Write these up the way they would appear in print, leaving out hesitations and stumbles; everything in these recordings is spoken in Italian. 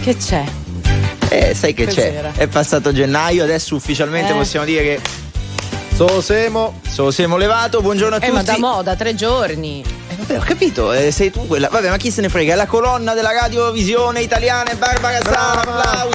Che c'è? Sai che Cos'era? c'è? È passato gennaio, adesso ufficialmente possiamo dire che siamo levato. Buongiorno a tutti. Ma da moda 3 giorni. Vabbè, ho capito, sei tu quella. Vabbè, ma chi se ne frega? È la colonna della radiovisione italiana, Barbara Sala. Applausi.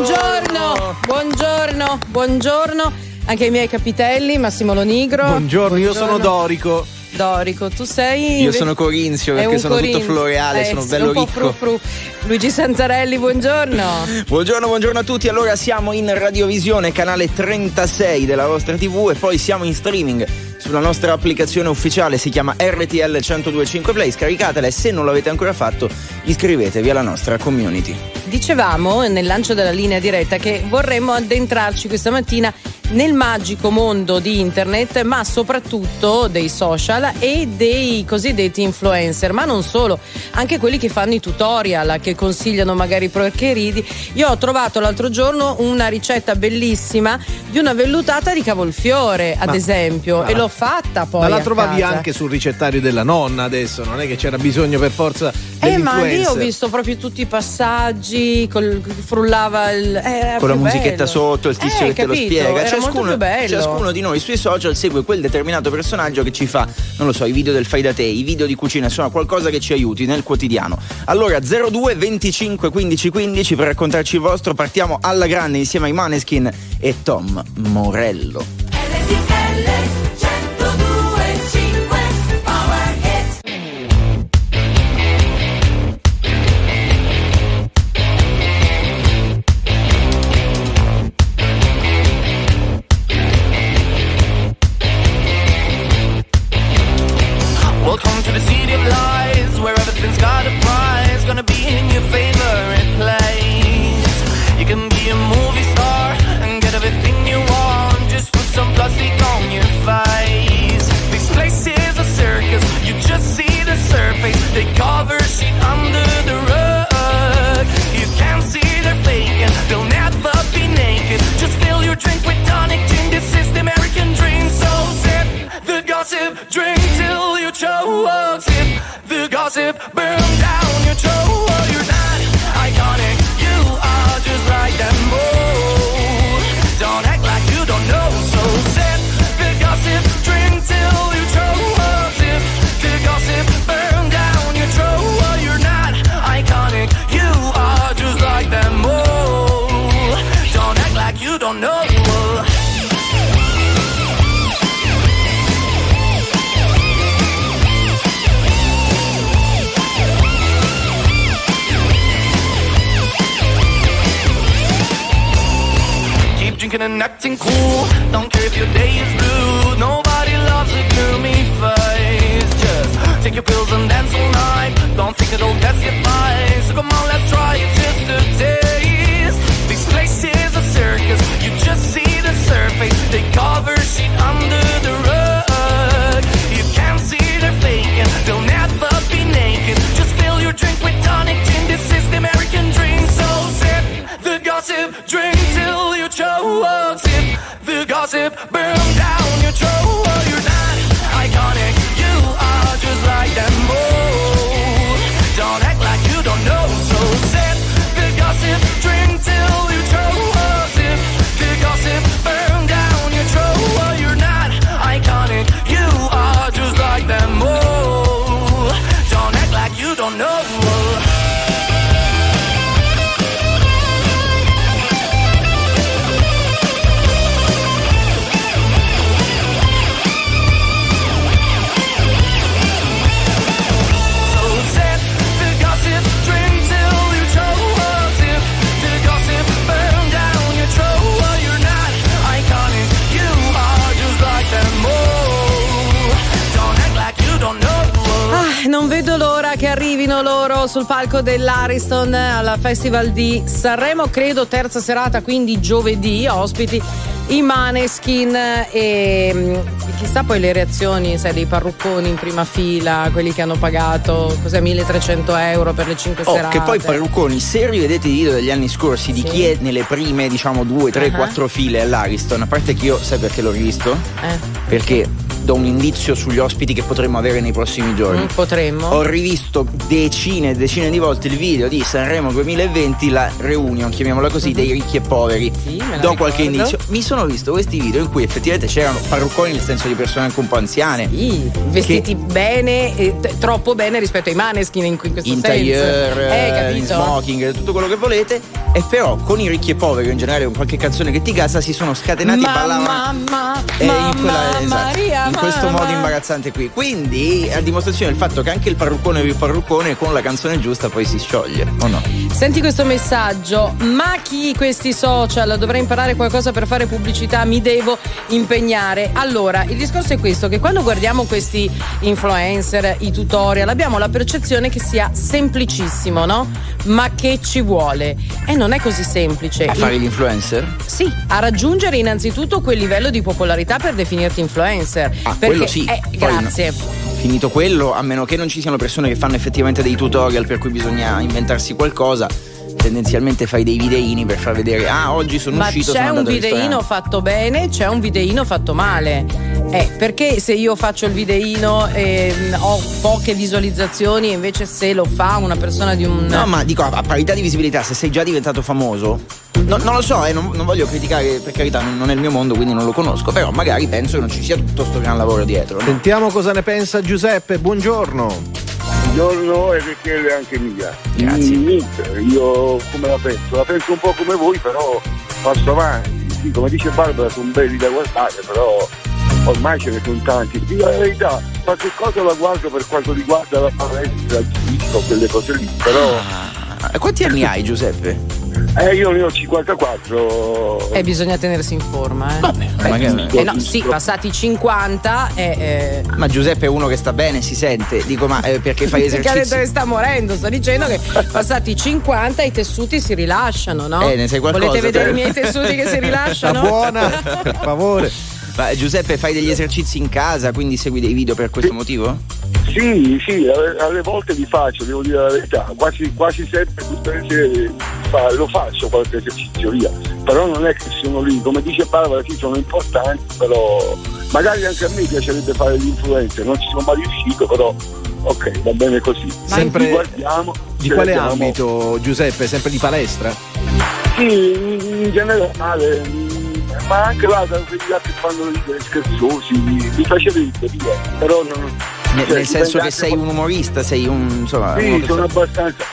Buongiorno. Anche ai miei capitelli, Massimo Lonigro. Buongiorno, io sono Dorico. Tu sei? Io sono Corinzio, perché sono tutto floreale, sono bello un po' ricco. Luigi Santarelli, buongiorno. Buongiorno a tutti. Allora siamo in radiovisione, canale 36 della vostra TV, e poi siamo in streaming sulla nostra applicazione ufficiale, si chiama RTL 1025 Play. Scaricatela e se non l'avete ancora fatto iscrivetevi alla nostra community. Dicevamo nel lancio della linea diretta che vorremmo addentrarci questa mattina nel magico mondo di internet, ma soprattutto dei social e dei cosiddetti influencer, ma non solo, anche quelli che fanno i tutorial, che consigliano magari porcherie. Io ho trovato l'altro giorno una ricetta bellissima di una vellutata di cavolfiore, ad esempio, e l'ho fatta poi. Ma la a trovavi casa. anche sul ricettario della nonna adesso, non è che c'era bisogno per forza dell'influencer. Ma lì ho visto proprio tutti i passaggi, frullava con la musichetta sotto, il tizio che te lo spiega. Era molto più bello. Ciascuno di noi sui social segue quel determinato personaggio che ci fa, non lo so, i video del fai da te, i video di cucina, insomma qualcosa che ci aiuti nel quotidiano. Allora 02 25 15 15 per raccontarci il vostro. Partiamo alla grande insieme ai Maneskin e Tom Morello. Welcome to the city of lies, where everything's got a prize, gonna be in your favorite place. You can be a movie star and get everything you want, just put some plastic on your face. This place is a circus, you just see the surface, they cover shit under the rug. You can't see they're faking, they'll never be naked, just fill your drink with tonic gin, this is the American dream. So sip the gossip, drink till you choke, sip the gossip, burn down your throat. You're not iconic, you are just like them both. Don't act like you don't know, so sip the gossip, drink till you choke, sip the gossip, burn down your throat. You're not iconic, you are just like them both. Don't act like you don't know. Drinking and acting cool, don't care if your day is blue. Nobody loves a gloomy face. Just take your pills and dance all night. Don't think it'll get you by. So come on, let's try it just a taste. This place is a circus, you just see the surface. They cover shit under the rug. You can't see they're faking, they'll never be naked. Just fill your drink with tonic gin, this is the American dream. So sip the gossip, drink till you choke, sip the gossip, burn down your throat. You're not iconic, you are just like them both. Don't act like you don't know, so sip the gossip, drink till you choke, sip the gossip, burn down your throat. You're not iconic, you are just like them both. Don't act like you don't know. Non vedo l'ora che arrivino loro sul palco dell'Ariston al Festival di Sanremo, credo terza serata, quindi giovedì, ospiti i Maneskin e chissà poi le reazioni, sai, dei parrucconi in prima fila, quelli che hanno pagato cos'è 1.300 euro per le 5 serate. Che poi parrucconi, se rivedete i video degli anni scorsi di chi è nelle prime, diciamo 2, 3, 4 file all'Ariston, a parte che io sai perché l'ho rivisto? Perché do un indizio sugli ospiti che potremmo avere nei prossimi giorni. Potremmo. Ho rivisto decine e decine di volte il video di Sanremo 2020, la reunion, chiamiamola così, dei ricchi e poveri. Sì, me la do qualche ricordo. indizio. Mi sono visto questi video in cui effettivamente c'erano parrucconi, nel senso di persone anche un po' anziane. Sì, vestiti bene, troppo bene rispetto ai Maneskin in questo in senso. tailleur, in capito? smoking, tutto quello che volete, e però con i ricchi e poveri, in generale con qualche canzone che ti casa, si sono scatenati e ballavano in questo modo imbarazzante qui. Quindi a dimostrazione del fatto che anche il parruccone più parruccone con la canzone giusta poi si scioglie, o no? Senti questo messaggio: ma chi questi social? Dovrei imparare qualcosa per fare pubblicità, mi devo impegnare. Allora, il discorso è questo, che quando guardiamo questi influencer, i tutorial, abbiamo la percezione che sia semplicissimo, no? Ma che ci vuole? E non è così semplice. A fare gli influencer? Sì, a raggiungere innanzitutto quel livello di popolarità per definirti influencer. Quello sì. Poi Grazie. Finito quello, a meno che non ci siano persone che fanno effettivamente dei tutorial per cui bisogna inventarsi qualcosa, tendenzialmente fai dei videini per far vedere oggi sono uscito, c'è sono un andato al videino ristorante. fatto bene, c'è un videino fatto male. Perché se io faccio il videino ho poche visualizzazioni e invece se lo fa una persona di un... No, ma dico, a parità di visibilità, se sei già diventato famoso, non lo so, non voglio criticare, per carità, non è il mio mondo, quindi non lo conosco, però magari penso che non ci sia tutto sto gran lavoro dietro, no? Sentiamo cosa ne pensa Giuseppe, buongiorno. Buongiorno, e perché anche mia. Grazie. Niente, io come la penso? La penso un po' come voi, però passo avanti. Sì, come dice Barbara, sono belli da guardare, però ormai ce ne sono tanti. Dico la verità, qualche cosa la guardo per quanto riguarda la palestra, il disco, quelle cose lì, però... Quanti anni hai, Giuseppe? Io ne ho 54. bisogna tenersi in forma, Vabbè, magari... no, sì, passati 50 Ma Giuseppe è uno che sta bene, si sente. Dico, ma perché fai perché ha detto esercizi? che sta morendo, sto dicendo che passati 50 i tessuti si rilasciano, no? Ne sai qualcosa? Volete vedere i miei tessuti che si rilasciano? Sta buona, per favore. Ma Giuseppe, fai degli esercizi in casa, quindi segui dei video per questo motivo? Sì, alle volte li faccio, devo dire la verità, quasi sempre tutte le sere lo faccio qualche esercizio via, però non è che sono lì, come dice Barbara, sì, sono importanti, però magari anche a me piacerebbe fare l'influencer, non ci sono mai riuscito, però ok, va bene così. Sempre guardiamo, di quale ambito, Giuseppe? Sempre di palestra? Sì, in generale, ma anche là da quelli là che fanno ridere scherzosi, mi piacerebbe via, però non... Nel senso che sei un umorista, sei un... insomma... Sì, sono abbastanza...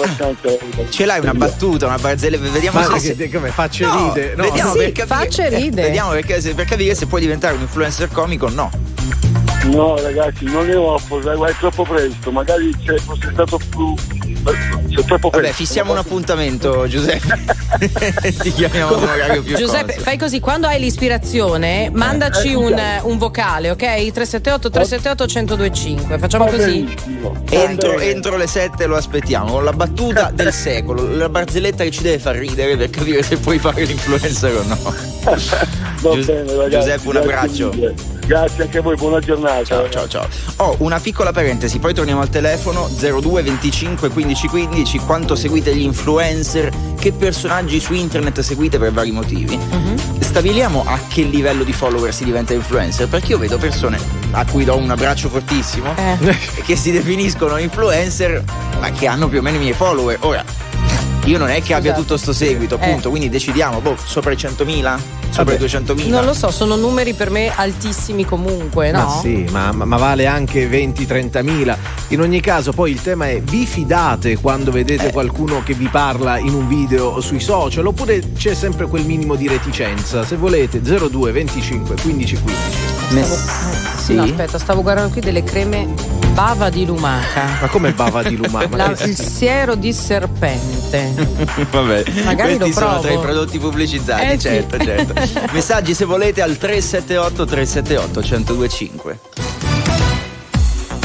Ce l'hai una battuta, una barzelletta, vediamo Ma se... che come faccia ride? No, vediamo sì, per faccia capire, ride. vediamo per capire se puoi diventare un influencer comico o no. No ragazzi, non ne offro, è troppo presto, magari se fosse stato più... C'è troppo presto. Vabbè, fissiamo un appuntamento, Giuseppe. Ti chiamiamo un orario più Giuseppe, consono. fai così, quando hai l'ispirazione mandaci un vocale, ok? 378 378 1025. Facciamo così. Entro le 7 lo aspettiamo con la battuta del secolo, la barzelletta che ci deve far ridere per capire se puoi fare l'influencer o no. Va bene, ragazzi, Giuseppe, un abbraccio. Grazie anche a voi, buona giornata. Ciao. Una piccola parentesi, poi torniamo al telefono 02 25 15 15. Quanto seguite gli influencer? Che personaggi su internet seguite per vari motivi? Stabiliamo a che livello di follower si diventa influencer, perché io vedo persone a cui do un abbraccio fortissimo che si definiscono influencer ma che hanno più o meno i miei follower. Ora, io non è che abbia tutto sto seguito, appunto, quindi decidiamo, sopra i 100.000? Sopra i 200.000? Non lo so, sono numeri per me altissimi comunque, no? Ma sì, ma vale anche 20-30.000. In ogni caso, poi il tema è: vi fidate quando vedete qualcuno che vi parla in un video sui social, oppure c'è sempre quel minimo di reticenza? Se volete 02 25 15 15. Sì, no, aspetta, stavo guardando qui delle creme bava di lumaca. Ma come bava di lumaca? Il siero di serpente. Vabbè, magari questi lo provo. sono tra i prodotti pubblicizzati, certo. Messaggi se volete al 378 378 1025.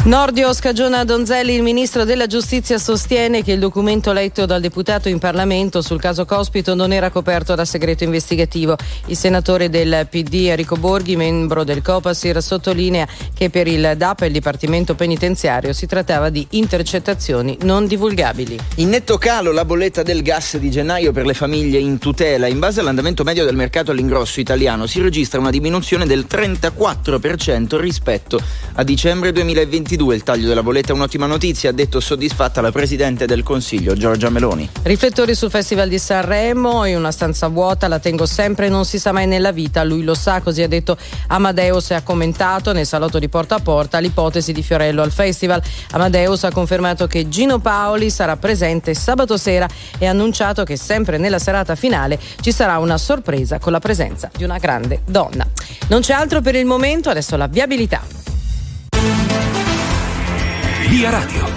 Nordio scagiona Donzelli. Il ministro della giustizia sostiene che il documento letto dal deputato in Parlamento sul caso Cospito non era coperto da segreto investigativo. Il senatore del PD Enrico Borghi, membro del Copasir, sottolinea che per il DAP e il Dipartimento Penitenziario si trattava di intercettazioni non divulgabili. In netto calo la bolletta del gas di gennaio per le famiglie in tutela. In base all'andamento medio del mercato all'ingrosso italiano si registra una diminuzione del 34% rispetto a dicembre 2022. Il taglio della bolletta è un'ottima notizia, ha detto soddisfatta la Presidente del Consiglio Giorgia Meloni. Riflettori sul Festival di Sanremo, in una stanza vuota la tengo sempre, non si sa mai nella vita, lui lo sa, così ha detto Amadeus e ha commentato nel salotto di Porta a Porta l'ipotesi di Fiorello al festival. Amadeus ha confermato che Gino Paoli sarà presente sabato sera e ha annunciato che sempre nella serata finale ci sarà una sorpresa con la presenza di una grande donna. Non c'è altro per il momento, adesso la viabilità. Via Radio.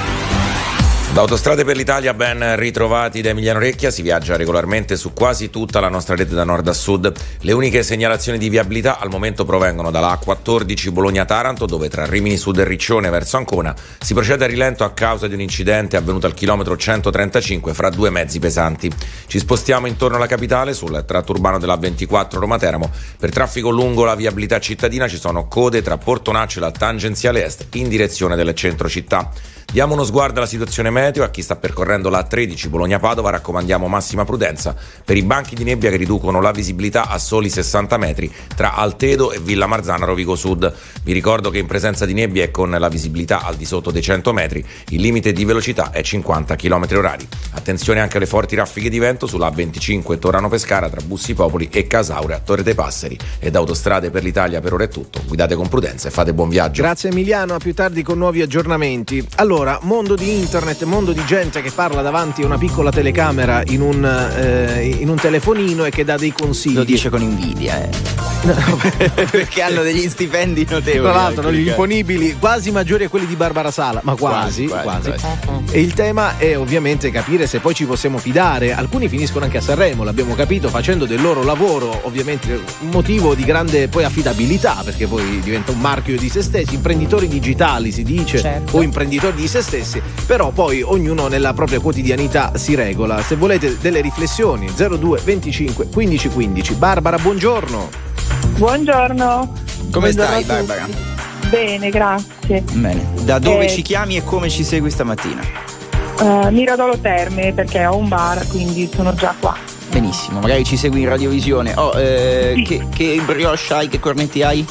Da Autostrade per l'Italia, ben ritrovati da Emiliano Recchia. Si viaggia regolarmente su quasi tutta la nostra rete da nord a sud. Le uniche segnalazioni di viabilità al momento provengono dalla A14 Bologna-Taranto, dove tra Rimini Sud e Riccione verso Ancona si procede a rilento a causa di un incidente avvenuto al chilometro 135 fra due mezzi pesanti. Ci spostiamo intorno alla capitale sul tratto urbano della A24 Roma-Teramo. Per traffico lungo la viabilità cittadina ci sono code tra Portonaccio e la tangenziale est in direzione del centro città. Diamo uno sguardo alla situazione meteo. A chi sta percorrendo la A13 Bologna-Padova raccomandiamo massima prudenza per i banchi di nebbia che riducono la visibilità a soli 60 metri tra Altedo e Villa Marzana Rovigo Sud. Vi ricordo che in presenza di nebbia e con la visibilità al di sotto dei 100 metri il limite di velocità è 50 km/h. Attenzione anche alle forti raffiche di vento sulla A25 Torano-Pescara tra Bussi Popoli e Casaurea Torre dei Passeri. E da Autostrade per l'Italia per ora è tutto. Guidate con prudenza e fate buon viaggio. Grazie Emiliano, a più tardi con nuovi aggiornamenti. Allora, mondo di internet, mondo di gente che parla davanti a una piccola telecamera in un telefonino e che dà dei consigli. Lo dice con invidia, perché hanno degli stipendi notevoli. Tra l'altro, gli imponibili quasi maggiori a quelli di Barbara Sala, ma quasi. E il tema è ovviamente capire se poi ci possiamo fidare. Alcuni finiscono anche a Sanremo, l'abbiamo capito, facendo del loro lavoro, ovviamente un motivo di grande poi affidabilità, perché poi diventa un marchio di se stessi, imprenditori digitali si dice, certo, o imprenditori di se stessi, però poi ognuno nella propria quotidianità si regola. Se volete delle riflessioni, 02 25 15 15. Barbara, buongiorno. Buongiorno. Come stai, Barbara? Bene, grazie. Bene. Da dove ci chiami e come ci segui stamattina? Miradolo Terme, perché ho un bar, quindi sono già qua. Benissimo, magari ci segui in radiovisione. Sì. Che brioche hai, che cornetti hai?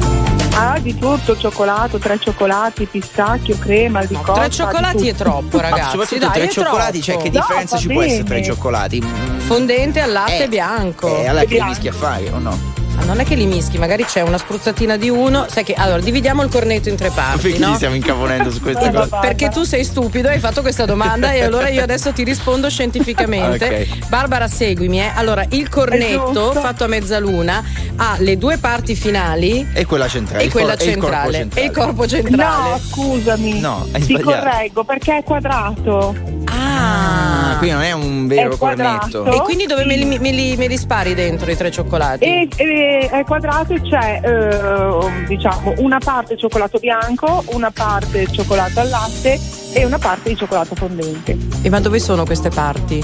Di tutto, cioccolato, 3 cioccolati, pistacchio, crema, di cotta. 3 cioccolati è troppo, ragazzi. Soprattutto 3 cioccolati, cioè che differenza ci può essere 3 cioccolati? Fondente al latte bianco. Allora che li mischi a fare o no? Non è che li mischi, magari c'è una spruzzatina di uno. Sai che allora dividiamo il cornetto in 3 parti. Perché ci stiamo incaponendo su questa cosa? Perché tu sei stupido, hai fatto questa domanda e allora io adesso ti rispondo scientificamente. Okay. Barbara, seguimi. Allora, il cornetto fatto a mezzaluna ha le 2 parti finali e quella centrale. E quella centrale. E il corpo centrale. No, scusami. No, hai ti sbagliato. correggo perché è quadrato. Quindi non è un vero cornetto. E quindi dove me li spari dentro i 3 cioccolati? È quadrato e c'è diciamo una parte cioccolato bianco, una parte cioccolato al latte e una parte di cioccolato fondente. E ma dove sono queste parti?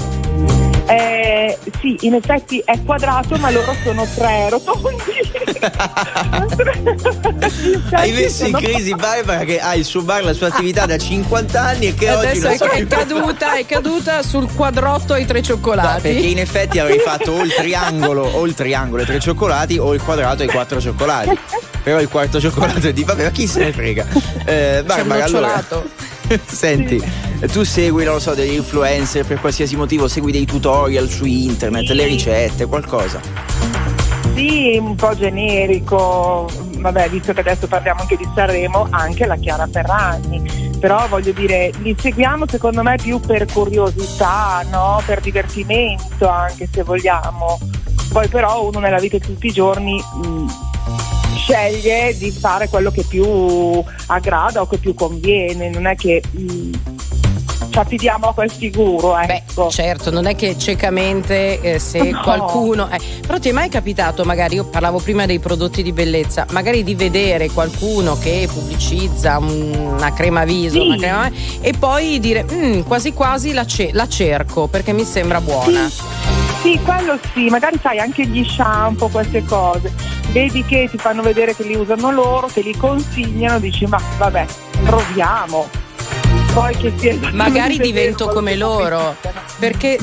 Sì, in effetti è quadrato, ma loro sono 3 rotondi. Hai messo in crisi Barbara, che ha il suo bar, la sua attività da 50 anni e che adesso oggi è caduta sul quadrotto ai 3 cioccolati. No, perché in effetti avrei fatto o il triangolo e 3 cioccolati o il quadrato e 4 cioccolati. Però il quarto cioccolato è di vabbè, ma chi se ne frega. Barbara, allora senti, tu segui, non lo so, degli influencer per qualsiasi motivo, segui dei tutorial su internet, le ricette, qualcosa? Sì, un po' generico, vabbè, visto che adesso parliamo anche di Sanremo, anche la Chiara Ferragni, però voglio dire, li seguiamo secondo me più per curiosità, no? Per divertimento anche, se vogliamo. Poi però uno nella vita di tutti i giorni sceglie di fare quello che più aggrada o che più conviene, non è che ci affidiamo a questi guru, ecco. Beh, certo, non è che ciecamente se qualcuno. Però ti è mai capitato, magari, io parlavo prima dei prodotti di bellezza, magari di vedere qualcuno che pubblicizza una crema viso, Sì. una crema, e poi dire quasi quasi la cerco perché mi sembra buona. Sì, quello sì, magari sai anche gli shampoo, queste cose. Vedi che ti fanno vedere che li usano loro, te li consigliano, dici ma vabbè, proviamo. Poi che sia Magari divento come loro, perché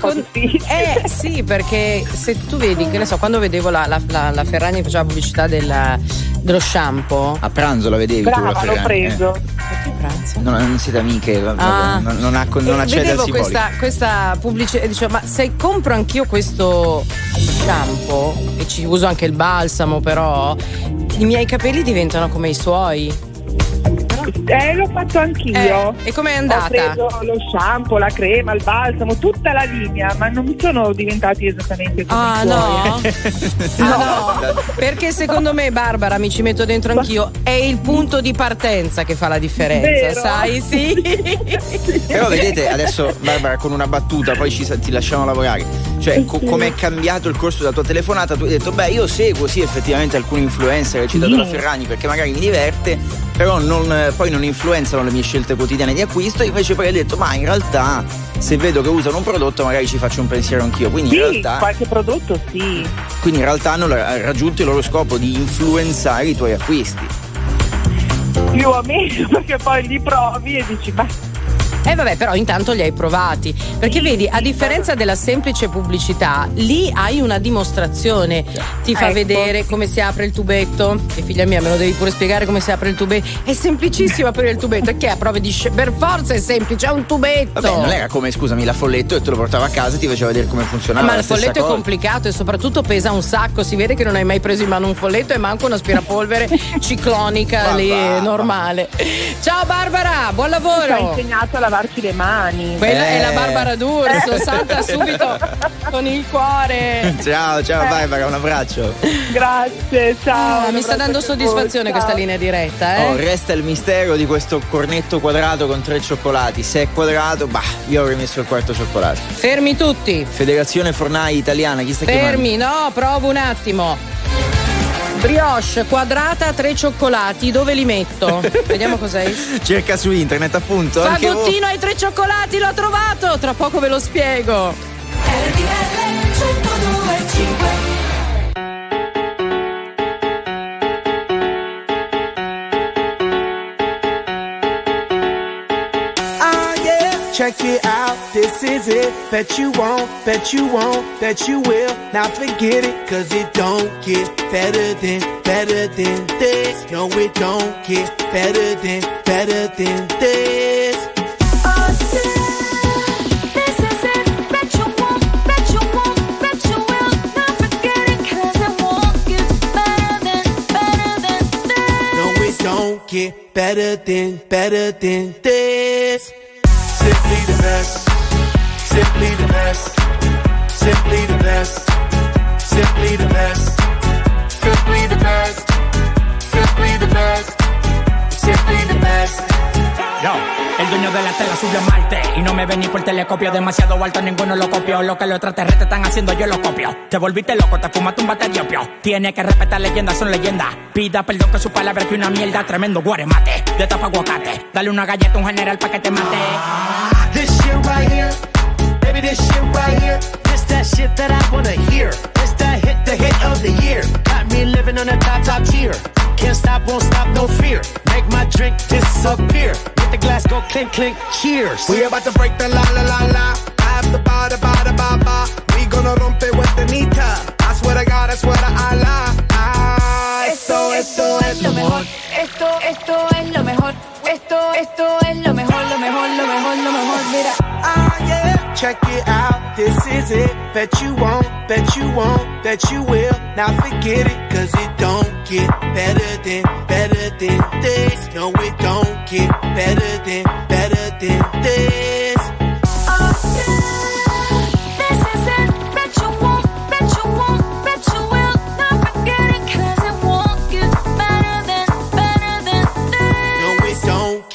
sì, perché se tu vedi, che ne so, quando vedevo la Ferragni faceva pubblicità dello shampoo. A pranzo la vedevi tu la brava, l'ho Ferragni? preso. Non siete amiche, non accede vedevo al simbolico. questa pubblicità e dicevo, ma se compro anch'io questo shampoo e ci uso anche il balsamo, però i miei capelli diventano come i suoi. L'ho fatto anch'io. E com'è andata? Ho preso lo shampoo, la crema, il balsamo, tutta la linea, ma non mi sono diventati esattamente come i suoi. No, perché secondo me, Barbara, mi ci metto dentro anch'io, è il punto di partenza che fa la differenza. Vero? Sai? Sì. Però vedete adesso, Barbara, con una battuta, poi ti lasciamo lavorare. Cioè, come è cambiato il corso della tua telefonata? Tu hai detto, beh, io seguo sì effettivamente alcuni influencer, hai citato la Ferragni perché magari mi diverte, però poi non influenzano le mie scelte quotidiane di acquisto. Invece poi hai detto, ma in realtà se vedo che usano un prodotto magari ci faccio un pensiero anch'io. Quindi in realtà qualche prodotto sì. Quindi in realtà hanno raggiunto il loro scopo di influenzare i tuoi acquisti. Più o meno, perché poi li provi e dici, ma Vabbè, però intanto li hai provati, perché vedi, a differenza della semplice pubblicità, lì hai una dimostrazione, ti fa vedere come si apre il tubetto, e figlia mia me lo devi pure spiegare come si apre il tubetto, è semplicissimo aprire il tubetto, e che a prove di per forza è semplice, è un tubetto. Vabbè, non era come, scusami, la folletto e te lo portava a casa e ti faceva vedere come funzionava. Ma il folletto è complicato e soprattutto pesa un sacco, si vede che non hai mai preso in mano un folletto e manco un aspirapolvere ciclonica normale. Ciao Barbara, buon lavoro. Ci ha insegnato a lavarci le mani. Quella è la Barbara D'Urso, salta subito con il cuore. Ciao Barbara, un abbraccio. Grazie, ciao. Mi sta dando soddisfazione questa linea diretta, Resta il mistero di questo cornetto quadrato con 3 cioccolati. Se è quadrato, io avrei messo il quarto cioccolato. Fermi tutti. Federazione Fornai Italiana, chi sta chiamando? Fermi, no, provo un attimo. Brioche quadrata, 3 cioccolati, dove li metto? Vediamo cos'è. Cerca su internet, appunto. Fagottino ai 3 cioccolati, l'ho trovato! Tra poco ve lo spiego. Check it out, this is it. Bet you won't, bet you won't, bet you will. Now forget it, cause it don't get better than this. No, it don't get better than this. Oh, this is it. Bet you won't, bet you won't, bet you will. Now forget it, cause it won't get better than this. No, it don't get better than this. Simply the best, simply the best, simply the best, simply the best, simply the best, simply the best, simply the best. Yo, el dueño de la tela subió a Marte y no me ven ni por telescopio, demasiado alto, ninguno lo copió. Lo que los extraterrestres están haciendo yo lo copio. Te volviste loco, te fumaste un bate de opio. Tiene que respetar leyendas, son leyendas. Pida perdón que su palabra que una mierda, tremendo guaremate. De tapa aguacate, dale una galleta a un general pa' que te mate. This shit right here, baby, this shit right here. This that shit that I wanna hear. This that hit, the hit of the year. Got me living on a top tier. Can't stop, won't stop, no fear. Make my drink disappear. Let the glass go clink, clink, cheers. We about to break the la la la la. I have the ba da ba da ba ba. We gonna rompe with the nita. I swear to God, I swear to Allah. Esto es lo mejor. Esto es lo mejor. Esto es lo mejor, lo mejor, mira. Yeah, check it out, this is it. Bet you won't, bet you won't, bet you will. Now forget it, cause it don't get better than this. No, it don't get better than this. Oh, this is it. Bet you won't, bet you won't, bet you will. Now forget it, cause it won't get better than this. No, it don't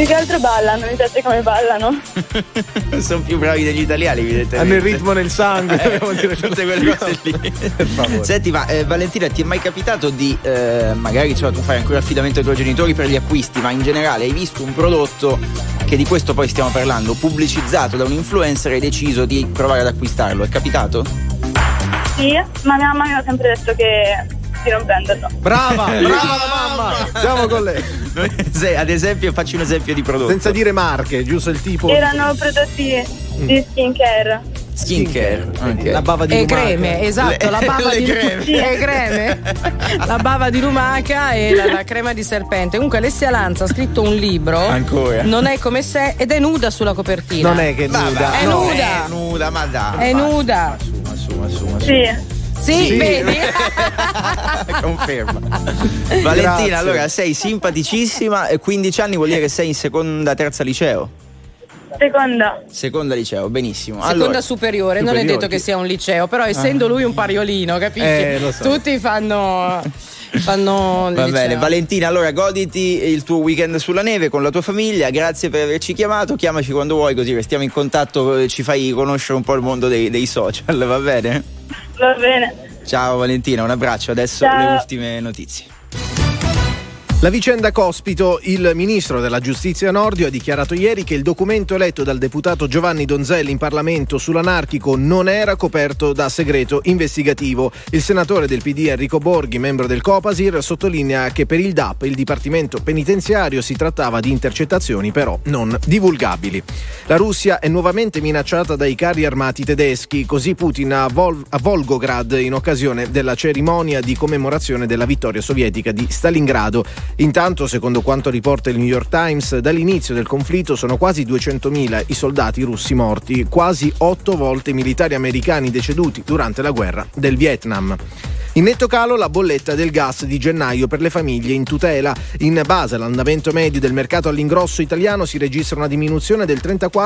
Più che altro ballano, mi piace come ballano. Sono più bravi degli italiani, evidentemente. Hanno il ritmo nel sangue, dobbiamo dire tutte quelle cose lì. Per favore. Senti, ma Valentina, ti è mai capitato di magari insomma, tu fai ancora affidamento ai tuoi genitori per gli acquisti, ma in generale hai visto un prodotto che di questo poi stiamo parlando, pubblicizzato da un influencer e hai deciso di provare ad acquistarlo? È capitato? Sì, ma mia mamma mi ha sempre detto che di non prenderlo. Brava la mamma. Andiamo con lei. Ad esempio, facci un esempio di prodotto. Senza dire marche, giusto il tipo. Erano prodotti di skincare. Skincare, okay. La bava di e lumaca. creme, esatto, la bava di creme. e creme. La bava di lumaca e la crema di serpente. Comunque Alessia Lanza ha scritto un libro. Ancora. Non è come se ed è nuda sulla copertina. Non è che è nuda. È no. nuda. È nuda, ma dai. È nuda. Ma su. Sì, vedi? Conferma. Valentina, Grazie. allora sei simpaticissima e 15 anni vuol dire che sei in seconda, terza liceo? Seconda liceo, benissimo. Seconda superiore, non è detto che sia un liceo, però essendo lui un pariolino, capisci? Lo so. Tutti fanno Va liceo. bene, Valentina, allora goditi il tuo weekend sulla neve con la tua famiglia, grazie per averci chiamato, chiamaci quando vuoi così restiamo in contatto, ci fai conoscere un po' il mondo dei social, va bene? Va bene. Ciao Valentina, un abbraccio, adesso Ciao. le ultime notizie. La vicenda Cospito, il ministro della giustizia Nordio ha dichiarato ieri che il documento letto dal deputato Giovanni Donzelli in Parlamento sull'anarchico non era coperto da segreto investigativo. Il senatore del PD Enrico Borghi, membro del Copasir, sottolinea che per il DAP, il Dipartimento Penitenziario, si trattava di intercettazioni però non divulgabili. La Russia è nuovamente minacciata dai carri armati tedeschi, così Putin a Volgograd in occasione della cerimonia di commemorazione della vittoria sovietica di Stalingrado. Intanto, secondo quanto riporta il New York Times, dall'inizio del conflitto sono quasi 200.000 i soldati russi morti, quasi 8 volte i militari americani deceduti durante la guerra del Vietnam. In netto calo la bolletta del gas di gennaio per le famiglie in tutela. In base all'andamento medio del mercato all'ingrosso italiano si registra una diminuzione del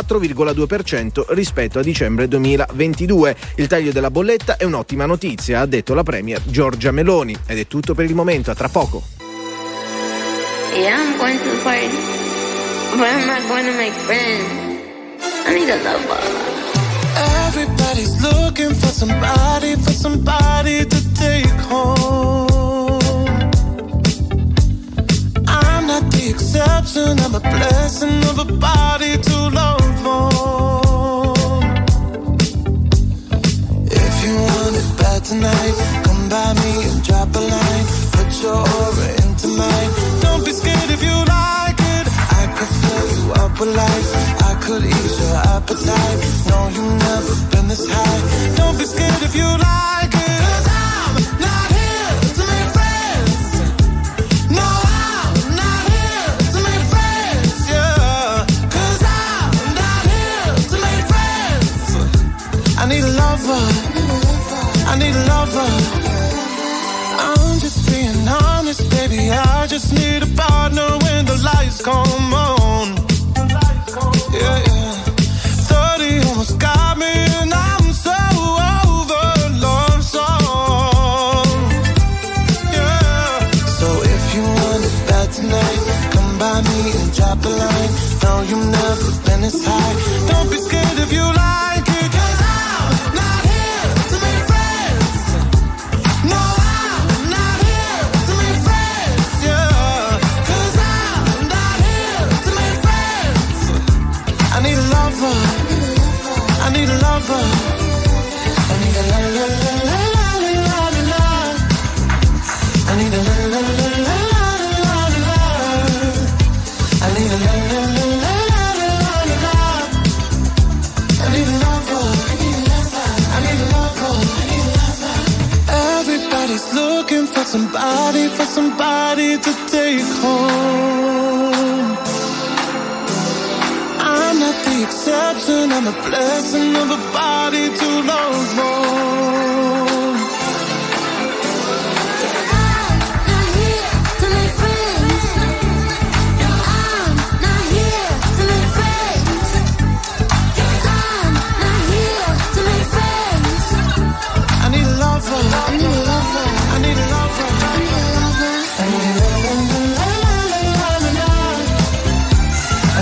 34,2% rispetto a dicembre 2022. Il taglio della bolletta è un'ottima notizia, ha detto la premier Giorgia Meloni. Ed è tutto per il momento, a tra poco. Yeah, I'm going to the party, but I'm not going to make friends. I need a lover. Everybody's looking for somebody to take home. I'm not the exception, I'm a blessing of a body to love on. If you want it bad tonight, come by me and drop a line. Put your aura into mine. Don't be scared if you like it. I could fill you up with life. I could ease your appetite. No, you've never been this high. Don't be scared if you like it. 'Cause I'm not here to make friends. No, I'm not here to make friends, yeah. 'Cause I'm not here to make friends. I need a lover. I need a lover. I'm just being honest, baby. I just need a partner when the lights come on. Yeah, yeah. 30 almost got me, and I'm so over love song. Yeah. So if you want it bad tonight, come by me and drop a line. No, you've never been this high. Don't be scared if you like it, 'cause I'm not here to make friends. No, I'm not here to make friends, yeah. 'Cause I'm not here to make friends. I need a lover. I need a lover. I need a la la la la la la la la. I need a la la la la la la la. I need a la la la la la la la. I need a lover. I need a lover. Everybody's looking for somebody to take home. I'm not the exception, I'm a blessing of a body to love on. I need a lover. I need a lover. I need a lover. I need a lover. I need a la la la la la la. I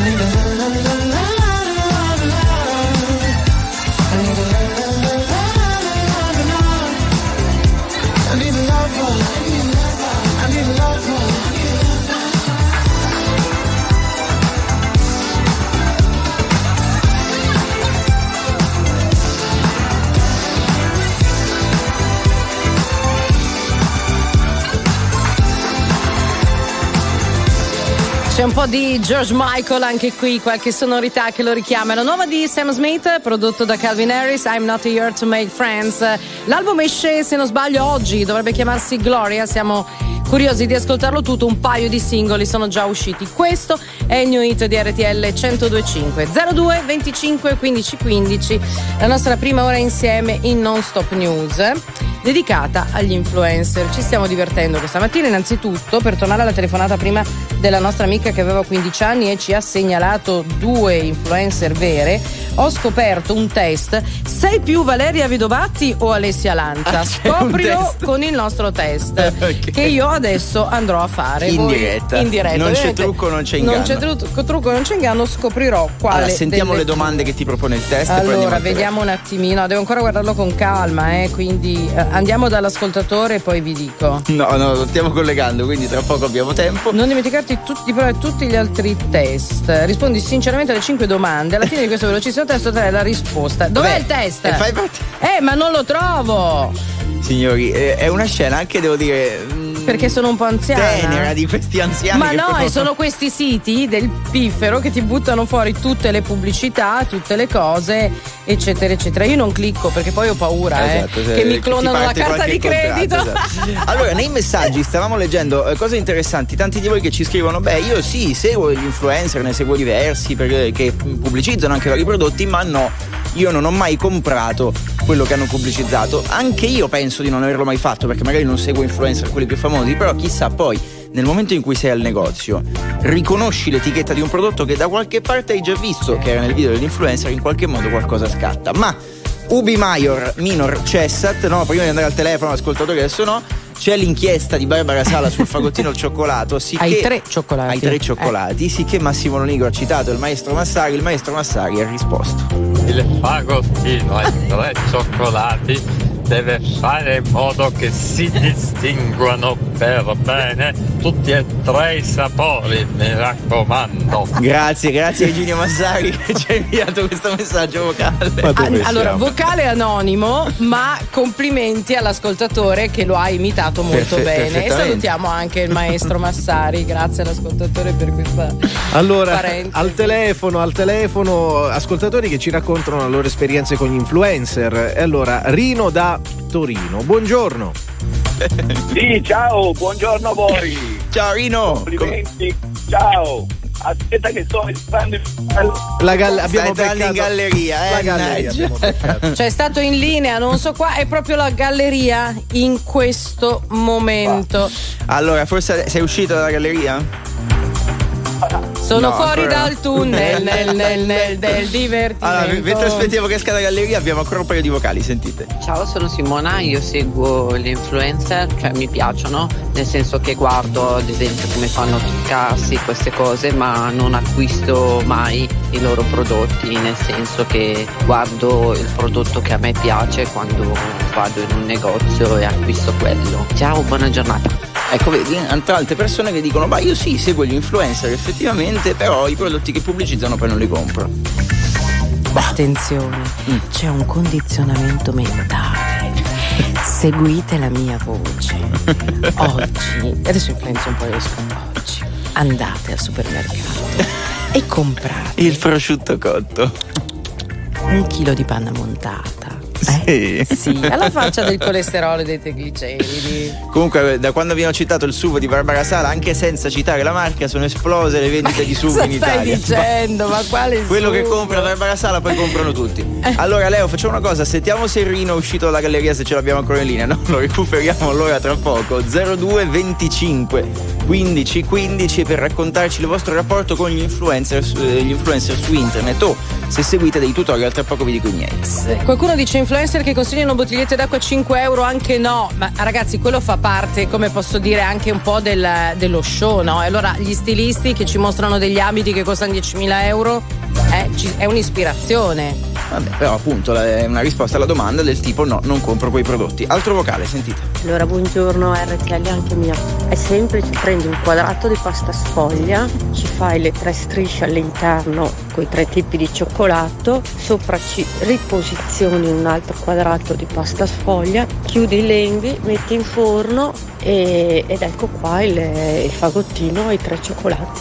C'è un po' di George Michael anche qui, qualche sonorità che lo richiama. La nuova di Sam Smith, prodotto da Calvin Harris, I'm Not Here to Make Friends. L'album esce, se non sbaglio, oggi, dovrebbe chiamarsi Gloria. Siamo curiosi di ascoltarlo tutto, un paio di singoli sono già usciti. Questo è il new hit di RTL 102.5. 02 25 15 15, la nostra prima ora insieme in Non Stop News, dedicata agli influencer. Ci stiamo divertendo questa mattina. Innanzitutto, per tornare alla telefonata prima della nostra amica che aveva 15 anni e ci ha segnalato 2 influencer vere, ho scoperto un test. Sei più Valeria Vedovatti o Alessia Lancia? Scoprilo con il nostro test, okay, che io adesso andrò a fare in diretta. Non c'è trucco, non c'è inganno. Non c'è trucco, non c'è inganno. Scoprirò quale. Allora, sentiamo le domande che ti propone il test. Allora, vediamo un attimino. Devo ancora guardarlo con calma, quindi andiamo dall'ascoltatore e poi vi dico. No, lo stiamo collegando, quindi tra poco abbiamo tempo. Non dimenticarti di provare tutti gli altri test. Rispondi sinceramente alle 5 domande. Alla fine di questo velocissimo test otterrai la risposta. Dov'è il test? Fai parte. Ma non lo trovo. Signori, è una scena anche, devo dire, perché sono un po' anziana. Tenera di questi anziani. Ma no, proprio... e sono questi siti del piffero che ti buttano fuori tutte le pubblicità, tutte le cose, eccetera, eccetera. Io non clicco perché poi ho paura, esatto, che mi clonano la carta di credito. Esatto. Allora, nei messaggi stavamo leggendo cose interessanti. Tanti di voi che ci scrivono: beh, io sì, seguo gli influencer, ne seguo diversi che pubblicizzano anche vari prodotti, ma no, io non ho mai comprato quello che hanno pubblicizzato. Anche io penso di non averlo mai fatto, perché magari non seguo influencer, quelli più famosi, però chissà, poi nel momento in cui sei al negozio riconosci l'etichetta di un prodotto che da qualche parte hai già visto che era nel video dell'influencer, in qualche modo qualcosa scatta. Ma Ubi Minor Cessat, no, prima di andare al telefono, ascoltatori, adesso no, c'è l'inchiesta di Barbara Sala sul fagottino al cioccolato. Ai 3 cioccolati. Ai 3 cioccolati, sicché Massimo Lonigro ha citato il maestro Massari. Il maestro Massari ha risposto: il fagottino ai 3 cioccolati deve fare in modo che si distinguano per bene tutti e 3 i sapori, mi raccomando. Grazie Eugenio Massari che ci ha inviato questo messaggio vocale. Allora, vocale anonimo, ma complimenti all'ascoltatore che lo ha imitato molto bene. E salutiamo anche il maestro Massari. Grazie all'ascoltatore per questa parentesi. al telefono ascoltatori che ci raccontano le loro esperienze con gli influencer. E allora, Rino da Torino, buongiorno. Sì, ciao, buongiorno a voi. Ciao Rino. Complimenti, ciao. Aspetta che sto entrando abbiamo beccato in galleria, la galleria abbiamo beccato. Cioè, è stato in linea, non so qua, è proprio la galleria in questo momento. Allora, forse sei uscito dalla galleria? Sono fuori dal tunnel nel del divertimento. Allora, mentre aspettiamo che esca la galleria abbiamo ancora un paio di vocali, sentite. Ciao, sono Simona, io seguo gli influencer, cioè mi piacciono, nel senso che guardo ad esempio come fanno truccarsi, queste cose, ma non acquisto mai i loro prodotti, nel senso che guardo il prodotto che a me piace quando vado in un negozio e acquisto quello. Ciao, buona giornata. Ecco, vedi, tante persone che dicono: ma io sì, seguo gli influencer effettivamente, però i prodotti che pubblicizzano poi non li compro. Attenzione, c'è un condizionamento mentale. Seguite la mia voce. Oggi, adesso influenzo un po' le scuole. Oggi andate al supermercato e comprate il prosciutto cotto, 1 chilo di panna montata. Sì, alla faccia del colesterolo e dei trigliceridi. Comunque, da quando abbiamo citato il SUV di Barbara Sala, anche senza citare la marca, sono esplose le vendite di SUV in Italia. Cosa stai dicendo? Ma quale quello SUV? che compra Barbara Sala poi comprano tutti. Allora Leo, facciamo una cosa, sentiamo se Rino è uscito dalla galleria, se ce l'abbiamo ancora in linea. No, lo recuperiamo allora tra poco. 02 25 15 15 per raccontarci il vostro rapporto con gli influencer su internet, o se seguite dei tutorial. Tra poco vi dico i miei. Qualcuno dice influencer che consigliano bottigliette d'acqua a 5 euro, anche no, ma ragazzi, quello fa parte, come posso dire, anche un po' dello show, no? E allora gli stilisti che ci mostrano degli abiti che costano 10.000 euro è un'ispirazione. Vabbè, però appunto è una risposta alla domanda del tipo: no, non compro quei prodotti. Altro vocale, sentite. Allora, buongiorno RTL anche mia. È semplice, prendi un quadrato di pasta sfoglia, ci fai le 3 strisce all'interno con i 3 tipi di cioccolato, sopra ci riposizioni un altro quadrato di pasta sfoglia, chiudi i lembi, metti in forno ed ecco qua il fagottino ai 3 cioccolati.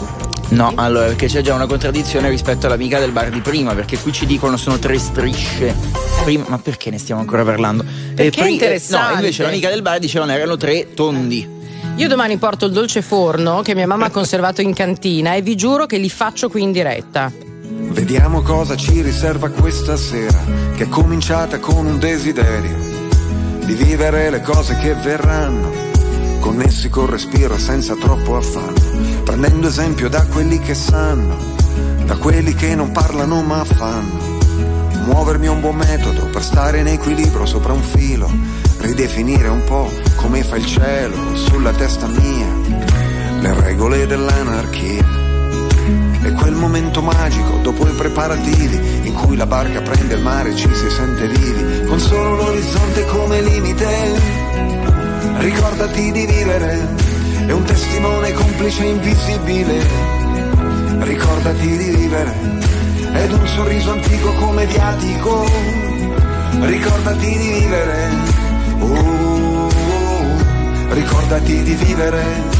No, allora, perché c'è già una contraddizione rispetto all'amica del bar di prima, perché qui ci dicono sono 3 strisce. Prima, ma perché ne stiamo ancora parlando? Perché è interessante. No, invece l'amica del bar dicevano erano 3 tondi. Io domani porto il dolce forno che mia mamma ha conservato in cantina e vi giuro che li faccio qui in diretta. Vediamo cosa ci riserva questa sera, che è cominciata con un desiderio di vivere le cose che verranno, connessi col respiro senza troppo affanno, prendendo esempio da quelli che sanno, da quelli che non parlano ma fanno. Muovermi è un buon metodo per stare in equilibrio sopra un filo, ridefinire un po' come fa il cielo sulla testa mia, le regole dell'anarchia. E quel momento magico dopo i preparativi in cui la barca prende il mare e ci si sente vivi, con solo l'orizzonte come limite. Ricordati di vivere, è un testimone complice invisibile. Ricordati di vivere, ed un sorriso antico come viatico. Ricordati di vivere, ricordati di vivere.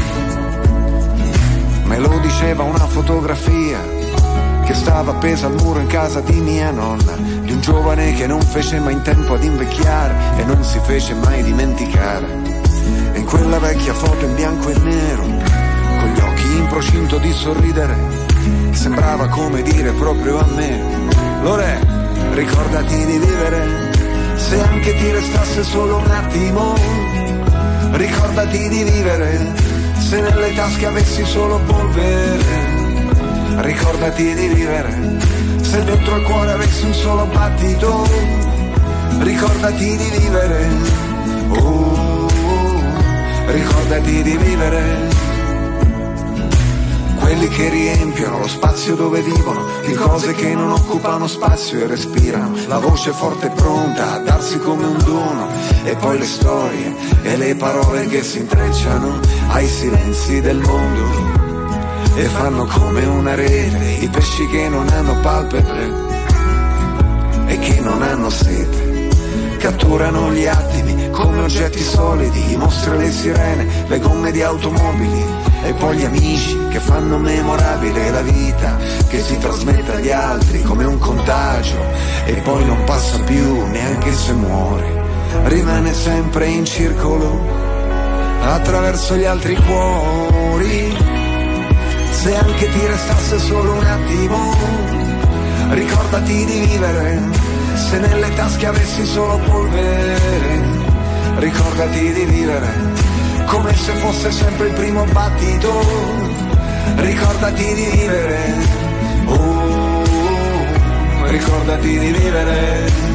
Me lo diceva una fotografia che stava appesa al muro in casa di mia nonna, di un giovane che non fece mai in tempo ad invecchiare e non si fece mai dimenticare. E in quella vecchia foto in bianco e nero, con gli occhi in procinto di sorridere, sembrava come dire proprio a me: Lore, ricordati di vivere, se anche ti restasse solo un attimo. Ricordati di vivere, se nelle tasche avessi solo polvere. Ricordati di vivere, se dentro il cuore avessi un solo battito. Ricordati di vivere, ricordati di vivere. Quelli che riempiono lo spazio dove vivono di cose che non occupano spazio e respirano, la voce forte e pronta a darsi come un dono, e poi le storie e le parole che si intrecciano ai silenzi del mondo e fanno come una rete i pesci che non hanno palpebre e che non hanno sete. Catturano gli attimi come oggetti solidi, i mostri e le sirene, le gomme di automobili, e poi gli amici che fanno memorabile la vita, che si trasmette agli altri come un contagio e poi non passa più neanche se muore, rimane sempre in circolo attraverso gli altri cuori. Se anche ti restasse solo un attimo, ricordati di vivere, se nelle tasche avessi solo polvere. Ricordati di vivere, come se fosse sempre il primo battito. Ricordati di vivere, ricordati di vivere.